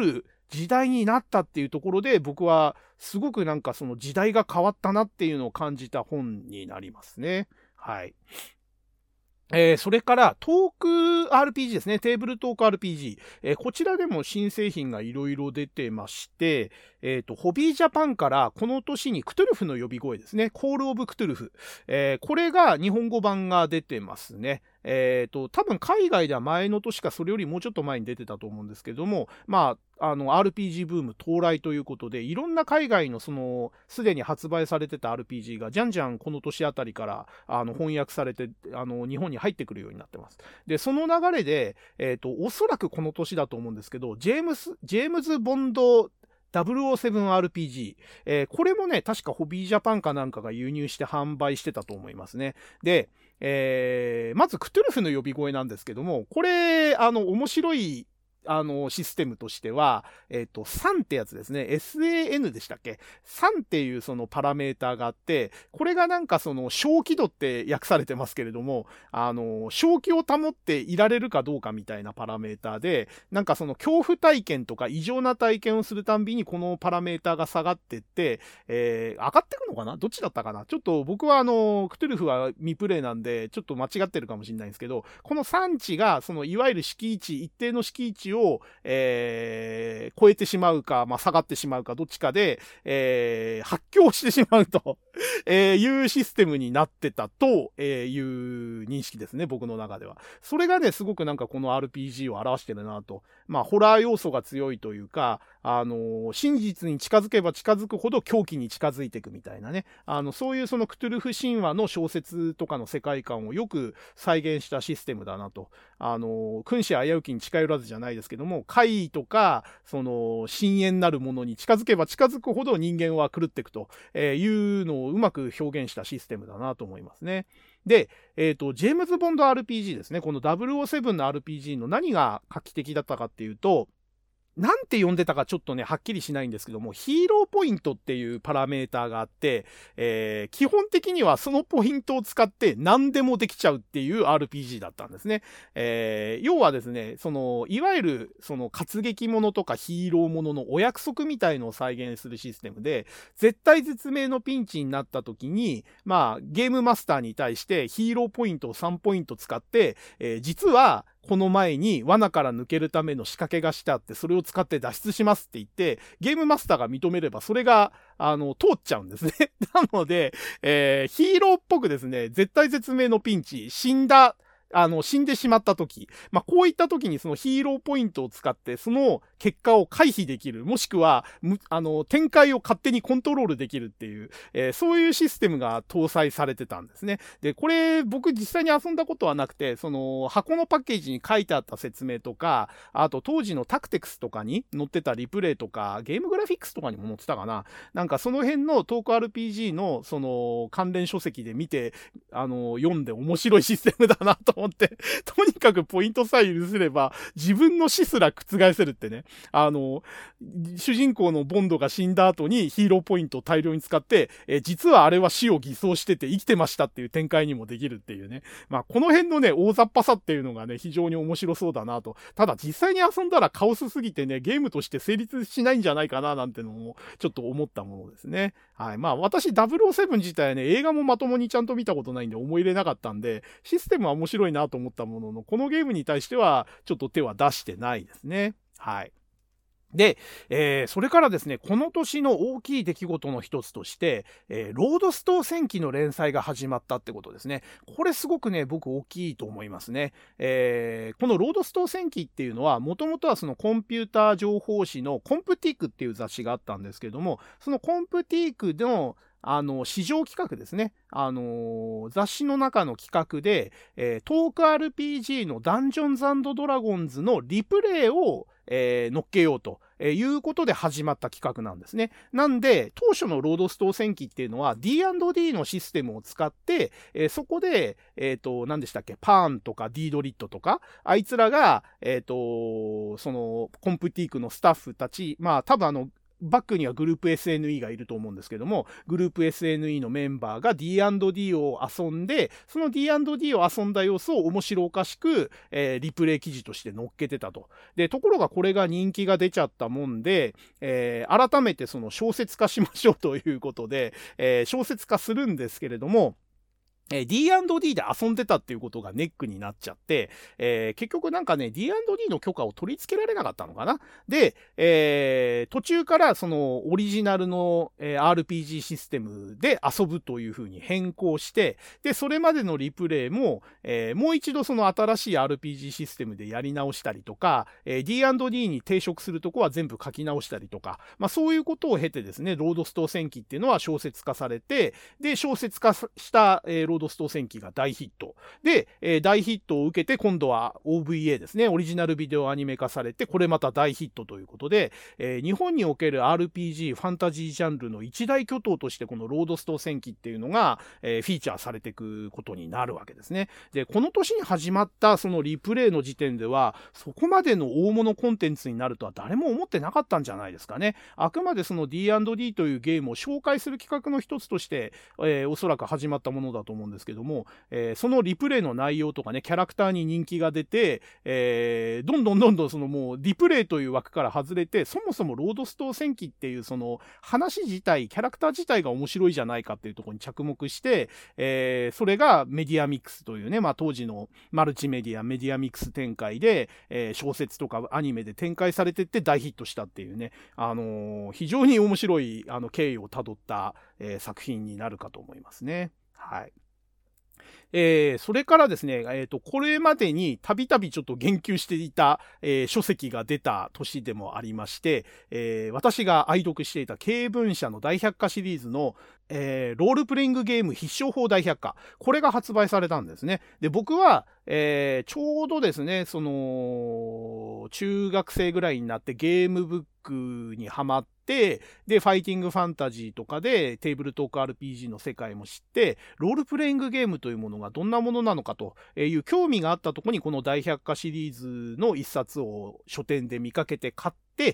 時代になったっていうところで、僕はすごくなんかその時代が変わったなっていうのを感じた本になりますね。はい。それから、トーク RPG ですね。テーブルトーク RPG。こちらでも新製品がいろいろ出てまして、ホビージャパンからこの年にクトゥルフの呼び声ですね。コールオブクトゥルフ。これが日本語版が出てますね。多分海外では前の年かそれよりもうちょっと前に出てたと思うんですけども、RPG ブーム到来ということで、いろんな海外のすでに発売されてた RPG がじゃんじゃんこの年あたりから翻訳されて日本に入ってくるようになってます。で、その流れで、おそらくこの年だと思うんですけど、ジェームズ・ボンド007RPG、これもね、確かホビージャパンかなんかが輸入して販売してたと思いますね。で、まずクトゥルフの呼び声なんですけども、これ、面白いシステムとしては、3ってやつですね。SAN でしたっけ ?3 っていうそのパラメーターがあって、これがなんかその正気度って訳されてますけれども、正気を保っていられるかどうかみたいなパラメーターで、なんかその恐怖体験とか異常な体験をするたんびにこのパラメーターが下がってって、上がってくのかなどっちだったかなちょっと僕はクトゥルフは未プレイなんで、ちょっと間違ってるかもしれないんですけど、この産地が、そのいわゆる敷地、一定の敷地を、超えてしまうか、下がってしまうか、どっちかで、発狂してしまうというシステムになってたという認識ですね、僕の中では。それがね、すごくなんかこの RPG を表してるなと。ホラー要素が強いというか、真実に近づけば近づくほど狂気に近づいていくみたいなね。そういうそのクトゥルフ神話の小説とかの世界観をよく再現したシステムだなと。君子危うきに近寄らずじゃないですけども、怪異とか、その、深淵なるものに近づけば近づくほど人間は狂っていくというのをうまく表現したシステムだなと思いますね。で、ジェームズ・ボンド RPG ですね。この007の RPG の何が画期的だったかっていうと、なんて呼んでたかちょっとね、はっきりしないんですけども、ヒーローポイントっていうパラメーターがあって、基本的にはそのポイントを使って何でもできちゃうっていう RPG だったんですね。要はですね、いわゆる、活劇ものとかヒーローもののお約束みたいのを再現するシステムで、絶対絶命のピンチになった時に、ゲームマスターに対してヒーローポイントを3ポイント使って、実は、この前に罠から抜けるための仕掛けがしてあって、それを使って脱出しますって言って、ゲームマスターが認めれば、それが、通っちゃうんですね。なので、ヒーローっぽくですね、絶対絶命のピンチ、死んでしまった時、こういった時にそのヒーローポイントを使って、その結果を回避できる、もしくは、展開を勝手にコントロールできるっていう、そういうシステムが搭載されてたんですね。で、これ、僕実際に遊んだことはなくて、その、箱のパッケージに書いてあった説明とか、あと当時のタクテクスとかに載ってたリプレイとか、ゲームグラフィックスとかにも載ってたかな。なんかその辺のトーク RPG の、その、関連書籍で見て、読んで面白いシステムだなと思って、とにかくポイントさえ許せれば、自分の死すら覆せるってね。主人公のボンドが死んだ後にヒーローポイントを大量に使って、実はあれは死を偽装してて生きてましたっていう展開にもできるっていうね。この辺のね、大雑把さっていうのがね、非常に面白そうだなと。ただ実際に遊んだらカオスすぎてね、ゲームとして成立しないんじゃないかななんてのも、ちょっと思ったものですね。はい。私007自体ね、映画もまともにちゃんと見たことないんで思い入れなかったんで、システムは面白いなと思ったものの、このゲームに対しては、ちょっと手は出してないですね。はい。で、それからですね、この年の大きい出来事の一つとして、ロードストー戦記の連載が始まったってことですね。これすごくね、僕大きいと思いますね。このロードストー戦記っていうのは、もともとはそのコンピューター情報誌のコンプティークっていう雑誌があったんですけども、そのコンプティークの市場企画ですね。雑誌の中の企画で、トーク RPG のダンジョンズ&ドラゴンズのリプレイを、乗っけようということで始まった企画なんですね。なんで、当初のロードストー戦記っていうのは D&D のシステムを使って、そこで、何でしたっけ、パーンとかディードリットとか、あいつらが、その、コンプティークのスタッフたち、多分バックにはグループ SNE がいると思うんですけども、グループ SNE のメンバーが D&D を遊んで、その D&D を遊んだ様子を面白おかしく、リプレイ記事として載っけてたと。で、ところがこれが人気が出ちゃったもんで、改めてその小説化しましょうということで、小説化するんですけれども、D&D で遊んでたっていうことがネックになっちゃって、結局なんかね、D&D の許可を取り付けられなかったのかな。で、途中からそのオリジナルの、RPG システムで遊ぶという風に変更して、で、それまでのリプレイも、もう一度その新しい RPG システムでやり直したりとか、D&D に抵触するとこは全部書き直したりとか、まあそういうことを経てですね、ロードストー戦記っていうのは小説化されて、で、小説化した、ロードストー戦記が大ヒット。で、大ヒットを受けて今度は OVA ですね、オリジナルビデオアニメ化されて、これまた大ヒットということで、日本における RPG、ファンタジージャンルの一大巨頭としてこのロードストー戦記っていうのが、フィーチャーされていくことになるわけですね。で、この年に始まったそのリプレイの時点では、そこまでの大物コンテンツになるとは誰も思ってなかったんじゃないですかね。あくまでその D&D というゲームを紹介する企画の一つとして、おそらく始まったものだと思うんですけども、そのリプレイの内容とかね、キャラクターに人気が出て、どんどんそのもうリプレイという枠から外れて、そもそもロードストー戦記っていうその話自体、キャラクター自体が面白いじゃないかっていうところに着目して、それがメディアミックスというね、まあ当時のマルチメディア、メディアミックス展開で、小説とかアニメで展開されてって大ヒットしたっていうね、非常に面白い経緯をたどった、作品になるかと思いますね。はい。それからですね、これまでにたびたびちょっと言及していた、書籍が出た年でもありまして、私が愛読していた経文社の大百科シリーズの、ロールプレイングゲーム必勝法大百科。これが発売されたんですね。で、僕は、ちょうどですね、その、中学生ぐらいになってゲームブックにハマって、で、ファイティングファンタジーとかでテーブルトーク RPG の世界も知って、ロールプレイングゲームというものがどんなものなのかという興味があったところにこの大百科シリーズの一冊を書店で見かけて買って、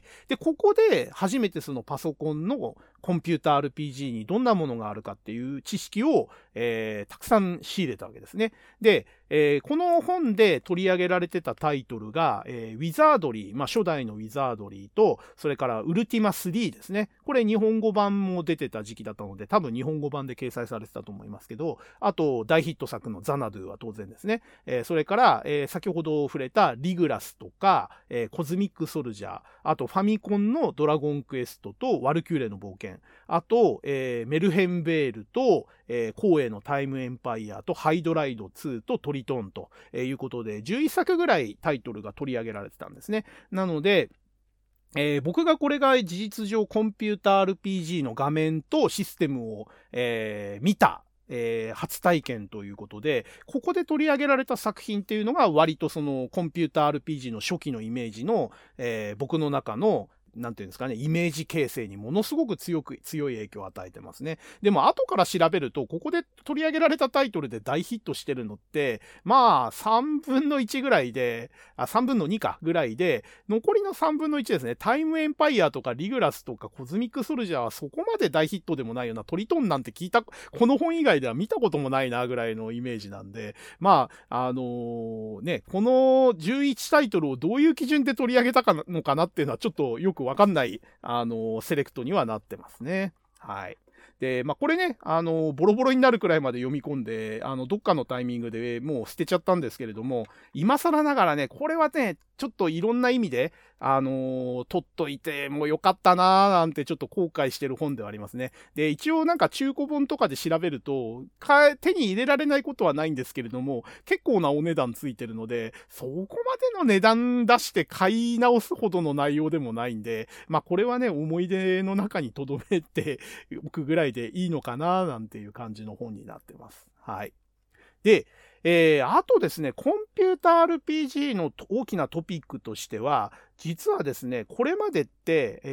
で、ここで初めてそのパソコンのコンピューター RPG にどんなものがあるかっていう知識を、たくさん仕入れたわけですね。で、この本で取り上げられてたタイトルが、ウィザードリー、まあ、初代のウィザードリーと、それからウルティマ3ですね。これ日本語版も出てた時期だったので、多分日本語版で掲載されてたと思いますけど、あと大ヒット作のザナドゥは当然ですね。それから、先ほど触れたリグラスとか、コズミックソルジャー、あとファミコンのドラゴンクエストとワルキューレの冒険、あと、メルヘンベールと、光栄のタイムエンパイアとハイドライド2とトリトーンということで11作ぐらいタイトルが取り上げられてたんですね。なので、僕がこれが事実上コンピューター RPG の画面とシステムを、見た初体験ということで、ここで取り上げられた作品っていうのが割とそのコンピューター RPG の初期のイメージの、僕の中のなんていうんですかね、イメージ形成にものすごく強い影響を与えてますね。でも後から調べると、ここで取り上げられたタイトルで大ヒットしてるのって、まあ3分の1ぐらいで、3分の2かぐらいで、残りの3分の1ですね、タイムエンパイアとかリグラスとかコズミックソルジャーはそこまで大ヒットでもないような、トリトンなんて聞いた、この本以外では見たこともないなぐらいのイメージなんで、まあ、ね、この11タイトルをどういう基準で取り上げたのかなっていうのはちょっとよくわかんない、セレクトにはなってますね。はい。で、まあ、これね、ボロボロになるくらいまで読み込んで、どっかのタイミングでもう捨てちゃったんですけれども、今更ながらね、これはね、ちょっといろんな意味で、取っといてもよかったなーなんてちょっと後悔してる本ではありますね。で、一応なんか中古本とかで調べると、手に入れられないことはないんですけれども、結構なお値段ついてるので、そこまでの値段出して買い直すほどの内容でもないんで、まあこれはね、思い出の中に留めておくぐらいでいいのかななんていう感じの本になってます。はい。で、 あとですね、コンピューター RPG の大きなトピックとしては、実はですね、これまでって、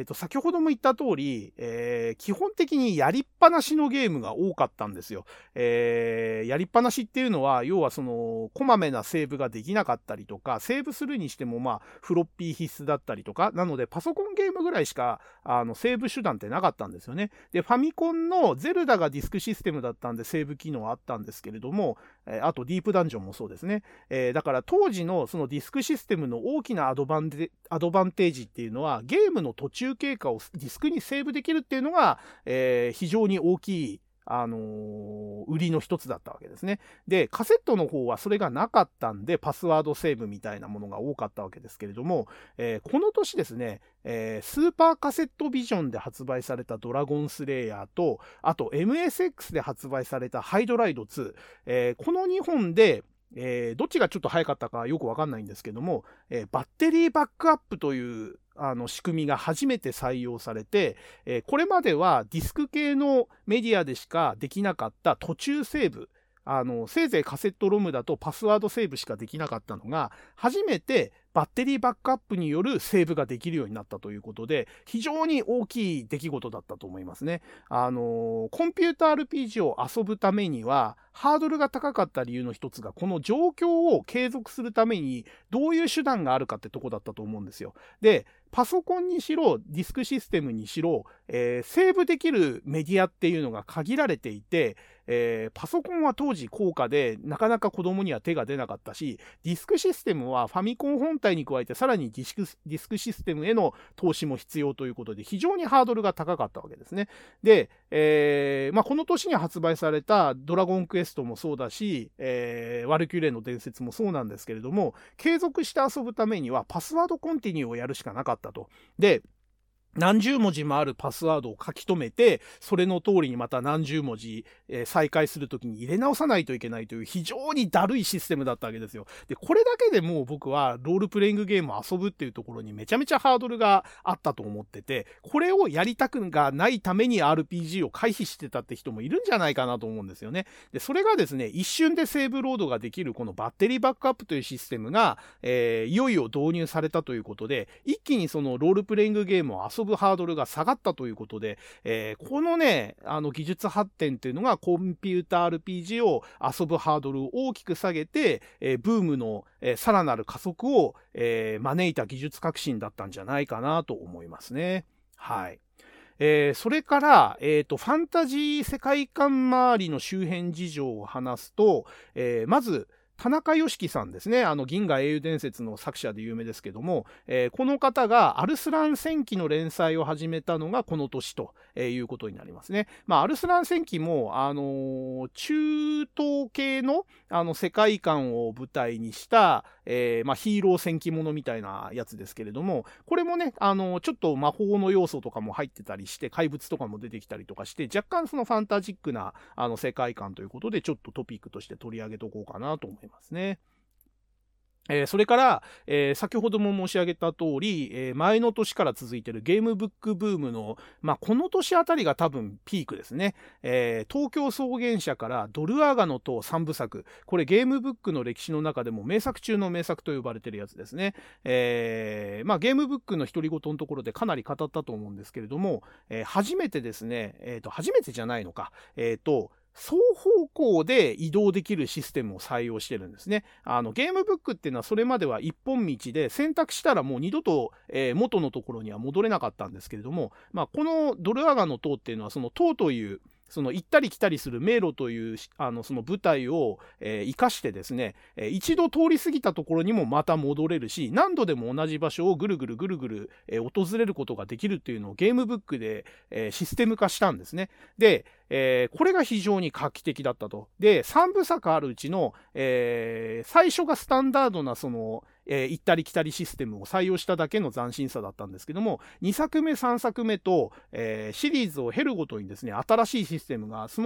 先ほども言った通り、基本的にやりっぱなしのゲームが多かったんですよ。やりっぱなしっていうのは、要はこまめなセーブができなかったりとか、セーブするにしても、フロッピー必須だったりとか、なので、パソコンゲームぐらいしか、セーブ手段ってなかったんですよね。で、ファミコンのゼルダがディスクシステムだったんで、セーブ機能あったんですけれども、あとディープダンジョンもそうですね。だから当時のそのディスクシステムの大きなアドバンテージっていうのは、ゲームの途中経過をディスクにセーブできるっていうのが、非常に大きい、売りの一つだったわけですね。で、カセットの方はそれがなかったんで、パスワードセーブみたいなものが多かったわけですけれども、この年ですね、スーパーカセットビジョンで発売されたドラゴンスレイヤーと、あと MSX で発売されたハイドライド2、この2本で、どっちがちょっと早かったかよくわかんないんですけども、バッテリーバックアップという仕組みが初めて採用されて、これまではディスク系のメディアでしかできなかった途中セーブ、せいぜいカセットロムだとパスワードセーブしかできなかったのが、初めてバッテリーバックアップによるセーブができるようになったということで、非常に大きい出来事だったと思いますね。コンピューター RPG を遊ぶためには、ハードルが高かった理由の一つが、この状況を継続するためにどういう手段があるかってとこだったと思うんですよ。で、パソコンにしろ、ディスクシステムにしろ、セーブできるメディアっていうのが限られていて、パソコンは当時高価で、なかなか子供には手が出なかったし、ディスクシステムはファミコン本体に加えて、さらにディスクシステムへの投資も必要ということで、非常にハードルが高かったわけですね。で、この年に発売されたドラゴンクエストもそうだし、ワルキューレの伝説もそうなんですけれども、継続して遊ぶためにはパスワードコンティニューをやるしかなかったと。で、何十文字もあるパスワードを書き留めて、それの通りにまた何十文字、再開するときに入れ直さないといけないという非常にだるいシステムだったわけですよ。で、これだけでもう僕はロールプレイングゲームを遊ぶっていうところにめちゃめちゃハードルがあったと思ってて、これをやりたくがないために RPG を回避してたって人もいるんじゃないかなと思うんですよね。で、それがですね、一瞬でセーブロードができるこのバッテリーバックアップというシステムが、いよいよ導入されたということで、一気にそのロールプレイングゲームを遊ぶハードルが下がったということで、このね、技術発展っていうのがコンピューター RPG を遊ぶハードルを大きく下げて、ブームの、さらなる加速を、招いた技術革新だったんじゃないかなと思いますね。はい。それから、ファンタジー世界観周りの周辺事情を話すと、まず、田中良樹さんですね。銀河英雄伝説の作者で有名ですけども、この方がアルスラン戦記の連載を始めたのがこの年ということになりますね。アルスラン戦記も、中東系の、世界観を舞台にした、ヒーロー戦記ものみたいなやつですけれども、これもね、ちょっと魔法の要素とかも入ってたりして、怪物とかも出てきたりとかして、若干そのファンタジックな、世界観ということで、ちょっとトピックとして取り上げとこうかなと思いますね。それから、先ほども申し上げた通り、前の年から続いているゲームブックブームの、この年あたりが多分ピークですね。東京草原社からドルアーガの塔3部作。これゲームブックの歴史の中でも名作中の名作と呼ばれているやつですね。ゲームブックの独り言のところでかなり語ったと思うんですけれども、初めてですね、初めてじゃないのか。双方向で移動できるシステムを採用してるんですね。ゲームブックっていうのはそれまでは一本道で選択したらもう二度と、元のところには戻れなかったんですけれども、このドルアガの塔っていうのはその塔というその行ったり来たりする迷路というその舞台を生かしてですね、一度通り過ぎたところにもまた戻れるし、何度でも同じ場所をぐるぐるぐるぐる訪れることができるっていうのをゲームブックでシステム化したんですね。で、これが非常に画期的だったと。で、3部作あるうちの、最初がスタンダードなその行ったり来たりシステムを採用しただけの斬新さだったんですけども、2作目3作目と、シリーズを経るごとにですね、新しいシステムがその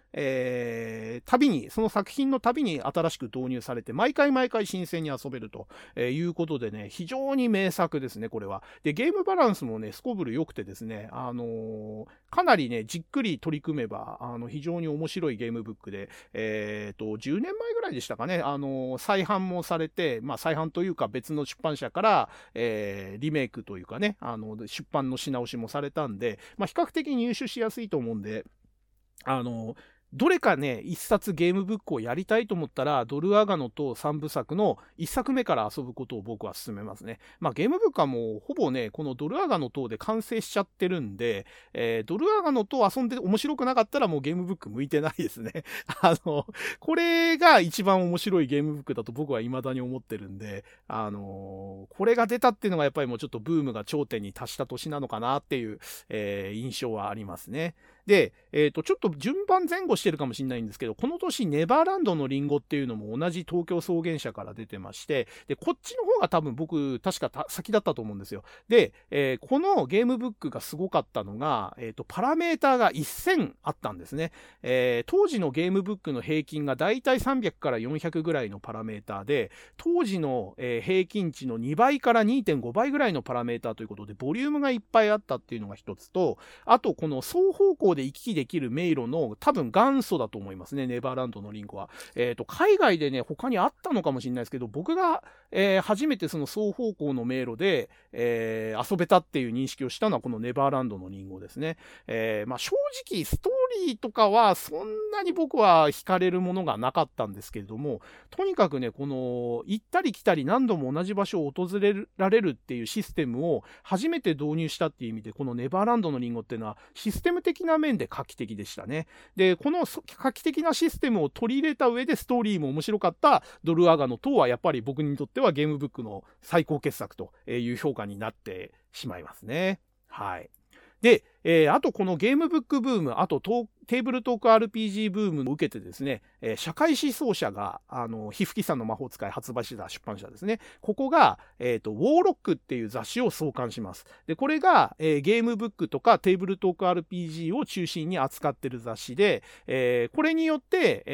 その作品のたびに新しく導入されて、毎回新鮮に遊べるということでね、非常に名作ですね、これは。で、ゲームバランスもね、すこぶる良くてですね、かなりね、じっくり取り組めば、非常に面白いゲームブックで、10年前ぐらいでしたかね、再販もされて、再販というか別の出版社から、リメイクというかね、出版のし直しもされたんで、比較的入手しやすいと思うんで、どれかね、一冊ゲームブックをやりたいと思ったら、ドルアガノと三部作の一作目から遊ぶことを僕は勧めますね。ゲームブックはもうほぼね、このドルアガノ等で完成しちゃってるんで、ドルアガノと遊んで面白くなかったらもうゲームブック向いてないですね。これが一番面白いゲームブックだと僕は未だに思ってるんで、これが出たっていうのがやっぱりもうちょっとブームが頂点に達した年なのかなっていう、印象はありますね。で、ちょっと順番前後してるかもしれないんですけど、この年ネバーランドのリンゴっていうのも同じ東京草原社から出てまして、で、こっちの方が多分僕、確か先だったと思うんですよ。で、このゲームブックがすごかったのが、パラメーターが1000あったんですね。当時のゲームブックの平均がだいたい300から400ぐらいのパラメーターで、当時の、平均値の2倍から 2.5 倍ぐらいのパラメーターということで、ボリュームがいっぱいあったっていうのが一つと、あとこの双方向で行き来できる迷路の多分元祖だと思いますね、ネバーランドのリンゴは。海外でね、他にあったのかもしれないですけど、僕が、初めてその双方向の迷路で、遊べたっていう認識をしたのはこのネバーランドのリンゴですね。正直ストーリーとかはそんなに僕は惹かれるものがなかったんですけれども、とにかくね、この行ったり来たり何度も同じ場所を訪れられるっていうシステムを初めて導入したっていう意味で、このネバーランドのリンゴっていうのはシステム的な面で画期的でしたね。で、この画期的なシステムを取り入れた上でストーリーも面白かったドルアガノ等はやっぱり僕にとってはゲームブックの最高傑作という評価になってしまいますね。はい。で、あとこのゲームブックブーム、あとテーブルトーク RPG ブームを受けてですね、社会思想者が、ひふきさんの魔法使い発売してた出版社ですね。ここが、ウォーロックっていう雑誌を創刊します。で、これが、ゲームブックとかテーブルトーク RPG を中心に扱ってる雑誌で、これによって、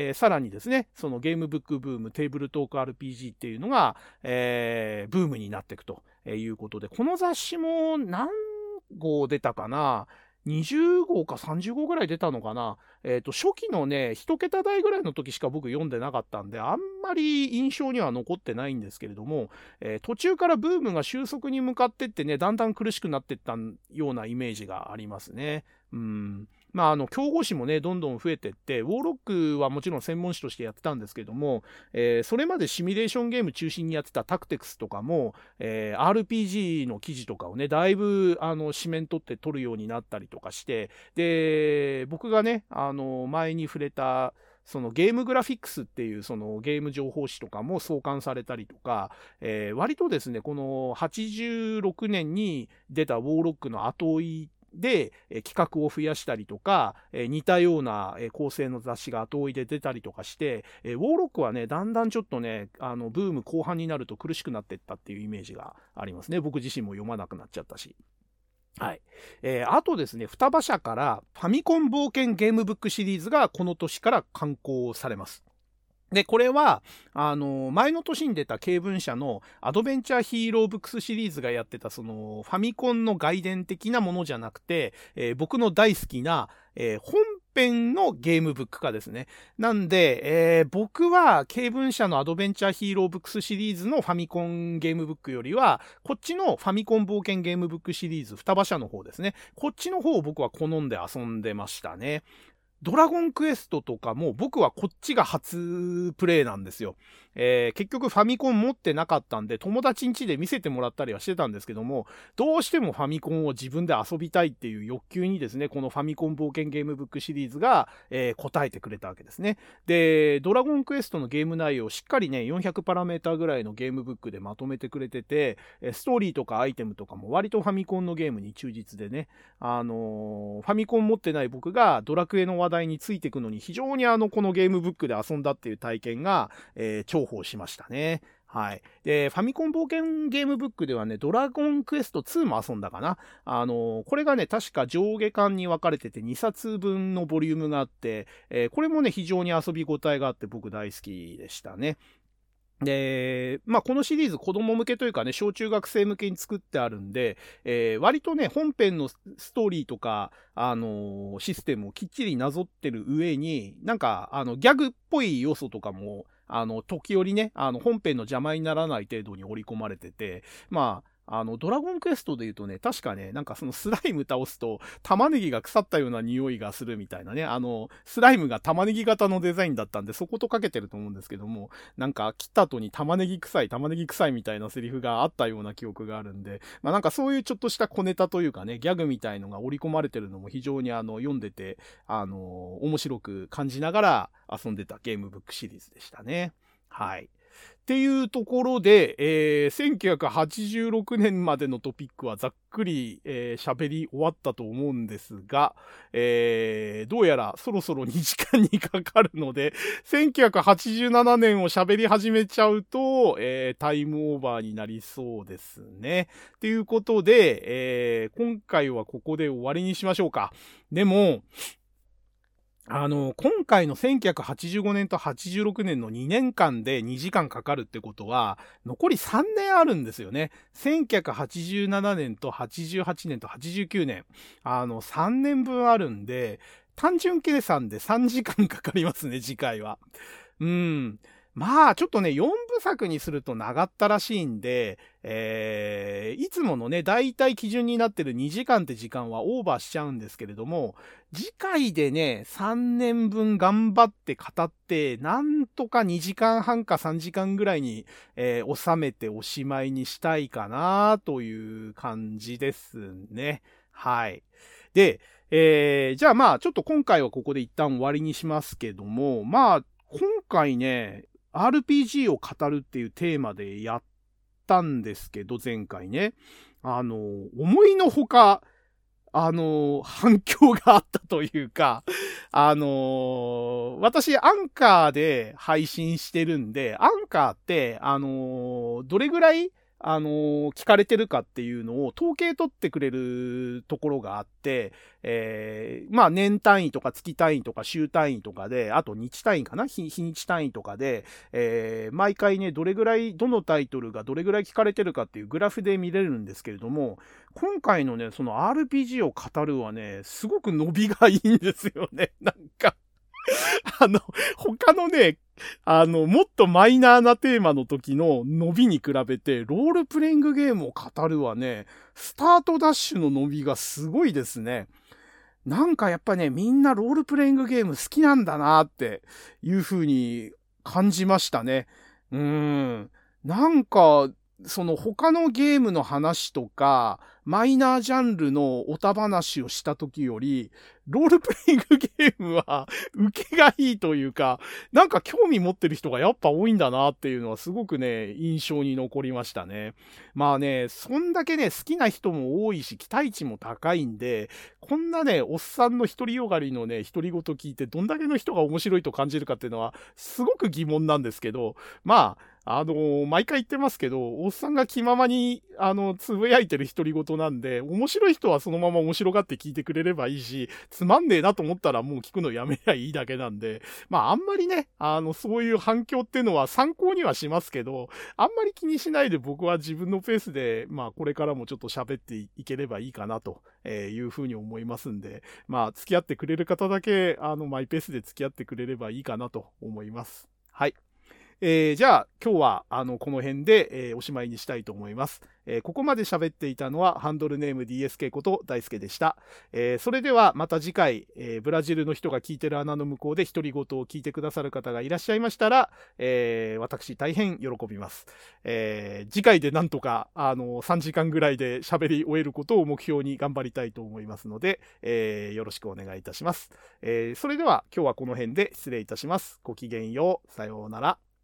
さらにですね、そのゲームブックブーム、テーブルトーク RPG っていうのが、ブームになっていくということで、この雑誌も何号出たかな、20号か30号ぐらい出たのかな。初期のね、1桁台ぐらいの時しか僕読んでなかったんで、あんまり印象には残ってないんですけれども、途中からブームが収束に向かってってね、だんだん苦しくなっていったようなイメージがありますね。競合誌もね、どんどん増えてって、ウォーロックはもちろん専門誌としてやってたんですけども、それまでシミュレーションゲーム中心にやってたタクテクスとかも、RPG の記事とかをね、だいぶ紙面取って取るようになったりとかして、で、僕がね、前に触れた、そのゲームグラフィックスっていうそのゲーム情報誌とかも創刊されたりとか、割とですね、この86年に出たウォーロックの後追いで企画を増やしたりとか、似たような構成の雑誌が後追いで出たりとかして、ウォーロックはね、だんだんちょっとね、ブーム後半になると苦しくなっていったっていうイメージがありますね。僕自身も読まなくなっちゃったし。はい。あとですね、双葉社からファミコン冒険ゲームブックシリーズがこの年から刊行されます。で、これは、前の年に出た経文社のアドベンチャーヒーローブックスシリーズがやってた、その、ファミコンの外伝的なものじゃなくて、僕の大好きな、本編のゲームブック化ですね。なんで、僕は経文社のアドベンチャーヒーローブックスシリーズのファミコンゲームブックよりは、こっちのファミコン冒険ゲームブックシリーズ、双葉社の方ですね。こっちの方を僕は好んで遊んでましたね。ドラゴンクエストとかも僕はこっちが初プレイなんですよ。結局ファミコン持ってなかったんで友達ん家で見せてもらったりはしてたんですけども、どうしてもファミコンを自分で遊びたいっていう欲求にですね、このファミコン冒険ゲームブックシリーズが、応えてくれたわけですね。で、ドラゴンクエストのゲーム内容をしっかりね、400パラメータぐらいのゲームブックでまとめてくれてて、ストーリーとかアイテムとかも割とファミコンのゲームに忠実でね、ファミコン持ってない僕がドラクエの話題についていくのに非常にこのゲームブックで遊んだっていう体験が、重宝しましたね。 はい。で、ファミコン冒険ゲームブックではね、ドラゴンクエスト2も遊んだかな。これがね、確か上下巻に分かれてて2冊分のボリュームがあって、これもね、非常に遊び応えがあって僕大好きでしたね。で、まあ、このシリーズ子供向けというかね、小中学生向けに作ってあるんで、割とね、本編のストーリーとか、システムをきっちりなぞってる上に、なんか、ギャグっぽい要素とかも、時折ね、本編の邪魔にならない程度に織り込まれてて、まあ、ドラゴンクエストで言うとね、確かね、なんかそのスライム倒すと、玉ねぎが腐ったような匂いがするみたいなね、スライムが玉ねぎ型のデザインだったんで、そことかけてると思うんですけども、なんか切った後に玉ねぎ臭いみたいなセリフがあったような記憶があるんで、まあなんかそういうちょっとした小ネタというかね、ギャグみたいのが織り込まれてるのも非常に読んでて、面白く感じながら遊んでたゲームブックシリーズでしたね。はい。っていうところで、1986年までのトピックはざっくり喋り終わったと思うんですが、どうやらそろそろ2時間にかかるので、1987年を喋り始めちゃうと、タイムオーバーになりそうですね。ということで、今回はここで終わりにしましょうか。でも、今回の1985年と86年の2年間で2時間かかるってことは、残り3年あるんですよね。1987年と88年と89年。3年分あるんで、単純計算で3時間かかりますね、次回は。まあ、ちょっとね、4部作にすると長ったらしいんで、いつものね、大体基準になってる2時間って時間はオーバーしちゃうんですけれども、次回でね、3年分頑張って語って、なんとか2時間半か3時間ぐらいに、収めておしまいにしたいかなという感じですね。はい。で、じゃあまあ、ちょっと今回はここで一旦終わりにしますけども、まあ、今回ね、RPG を語るっていうテーマでやったんですけど、前回ね。思いのほか、反響があったというか、私、アンカーで配信してるんで、アンカーって、どれぐらい、聞かれてるかっていうのを統計取ってくれるところがあって、まあ年単位とか月単位とか週単位とかで、あと日単位かな日にち単位とかで、毎回ね、どのタイトルがどれぐらい聞かれてるかっていうグラフで見れるんですけれども、今回のね、その RPG を語るはね、すごく伸びがいいんですよね。なんか他のね、もっとマイナーなテーマの時の伸びに比べて、ロールプレイングゲームを語るはね、スタートダッシュの伸びがすごいですね。なんかやっぱね、みんなロールプレイングゲーム好きなんだなっていう風に感じましたね。なんか、その他のゲームの話とか、マイナージャンルのおた話をした時より、ロールプレイングゲームは受けがいいというか、なんか興味持ってる人がやっぱ多いんだなっていうのはすごくね、印象に残りましたね。まあね、そんだけね、好きな人も多いし、期待値も高いんで、こんなね、おっさんの独りよがりのね、独り言聞いて、どんだけの人が面白いと感じるかっていうのは、すごく疑問なんですけど、まあ、毎回言ってますけど、おっさんが気ままに、つぶやいてる独り言なんで、面白い人はそのまま面白がって聞いてくれればいいし、つまんねえなと思ったらもう聞くのやめりゃいいだけなんで、まああんまりね、そういう反響っていうのは参考にはしますけど、あんまり気にしないで僕は自分のペースで、まあこれからもちょっと喋っていければいいかなというふうに思いますんで、まあ付き合ってくれる方だけ、マイペースで付き合ってくれればいいかなと思います。はい。じゃあ今日はこの辺で、おしまいにしたいと思います。ここまで喋っていたのはハンドルネーム DSK こと大輔でした。それではまた次回、ブラジルの人が聞いてる穴の向こうで独り言を聞いてくださる方がいらっしゃいましたら、私大変喜びます。次回でなんとか3時間ぐらいで喋り終えることを目標に頑張りたいと思いますので、よろしくお願いいたします。それでは今日はこの辺で失礼いたします。ごきげんよう。さようなら。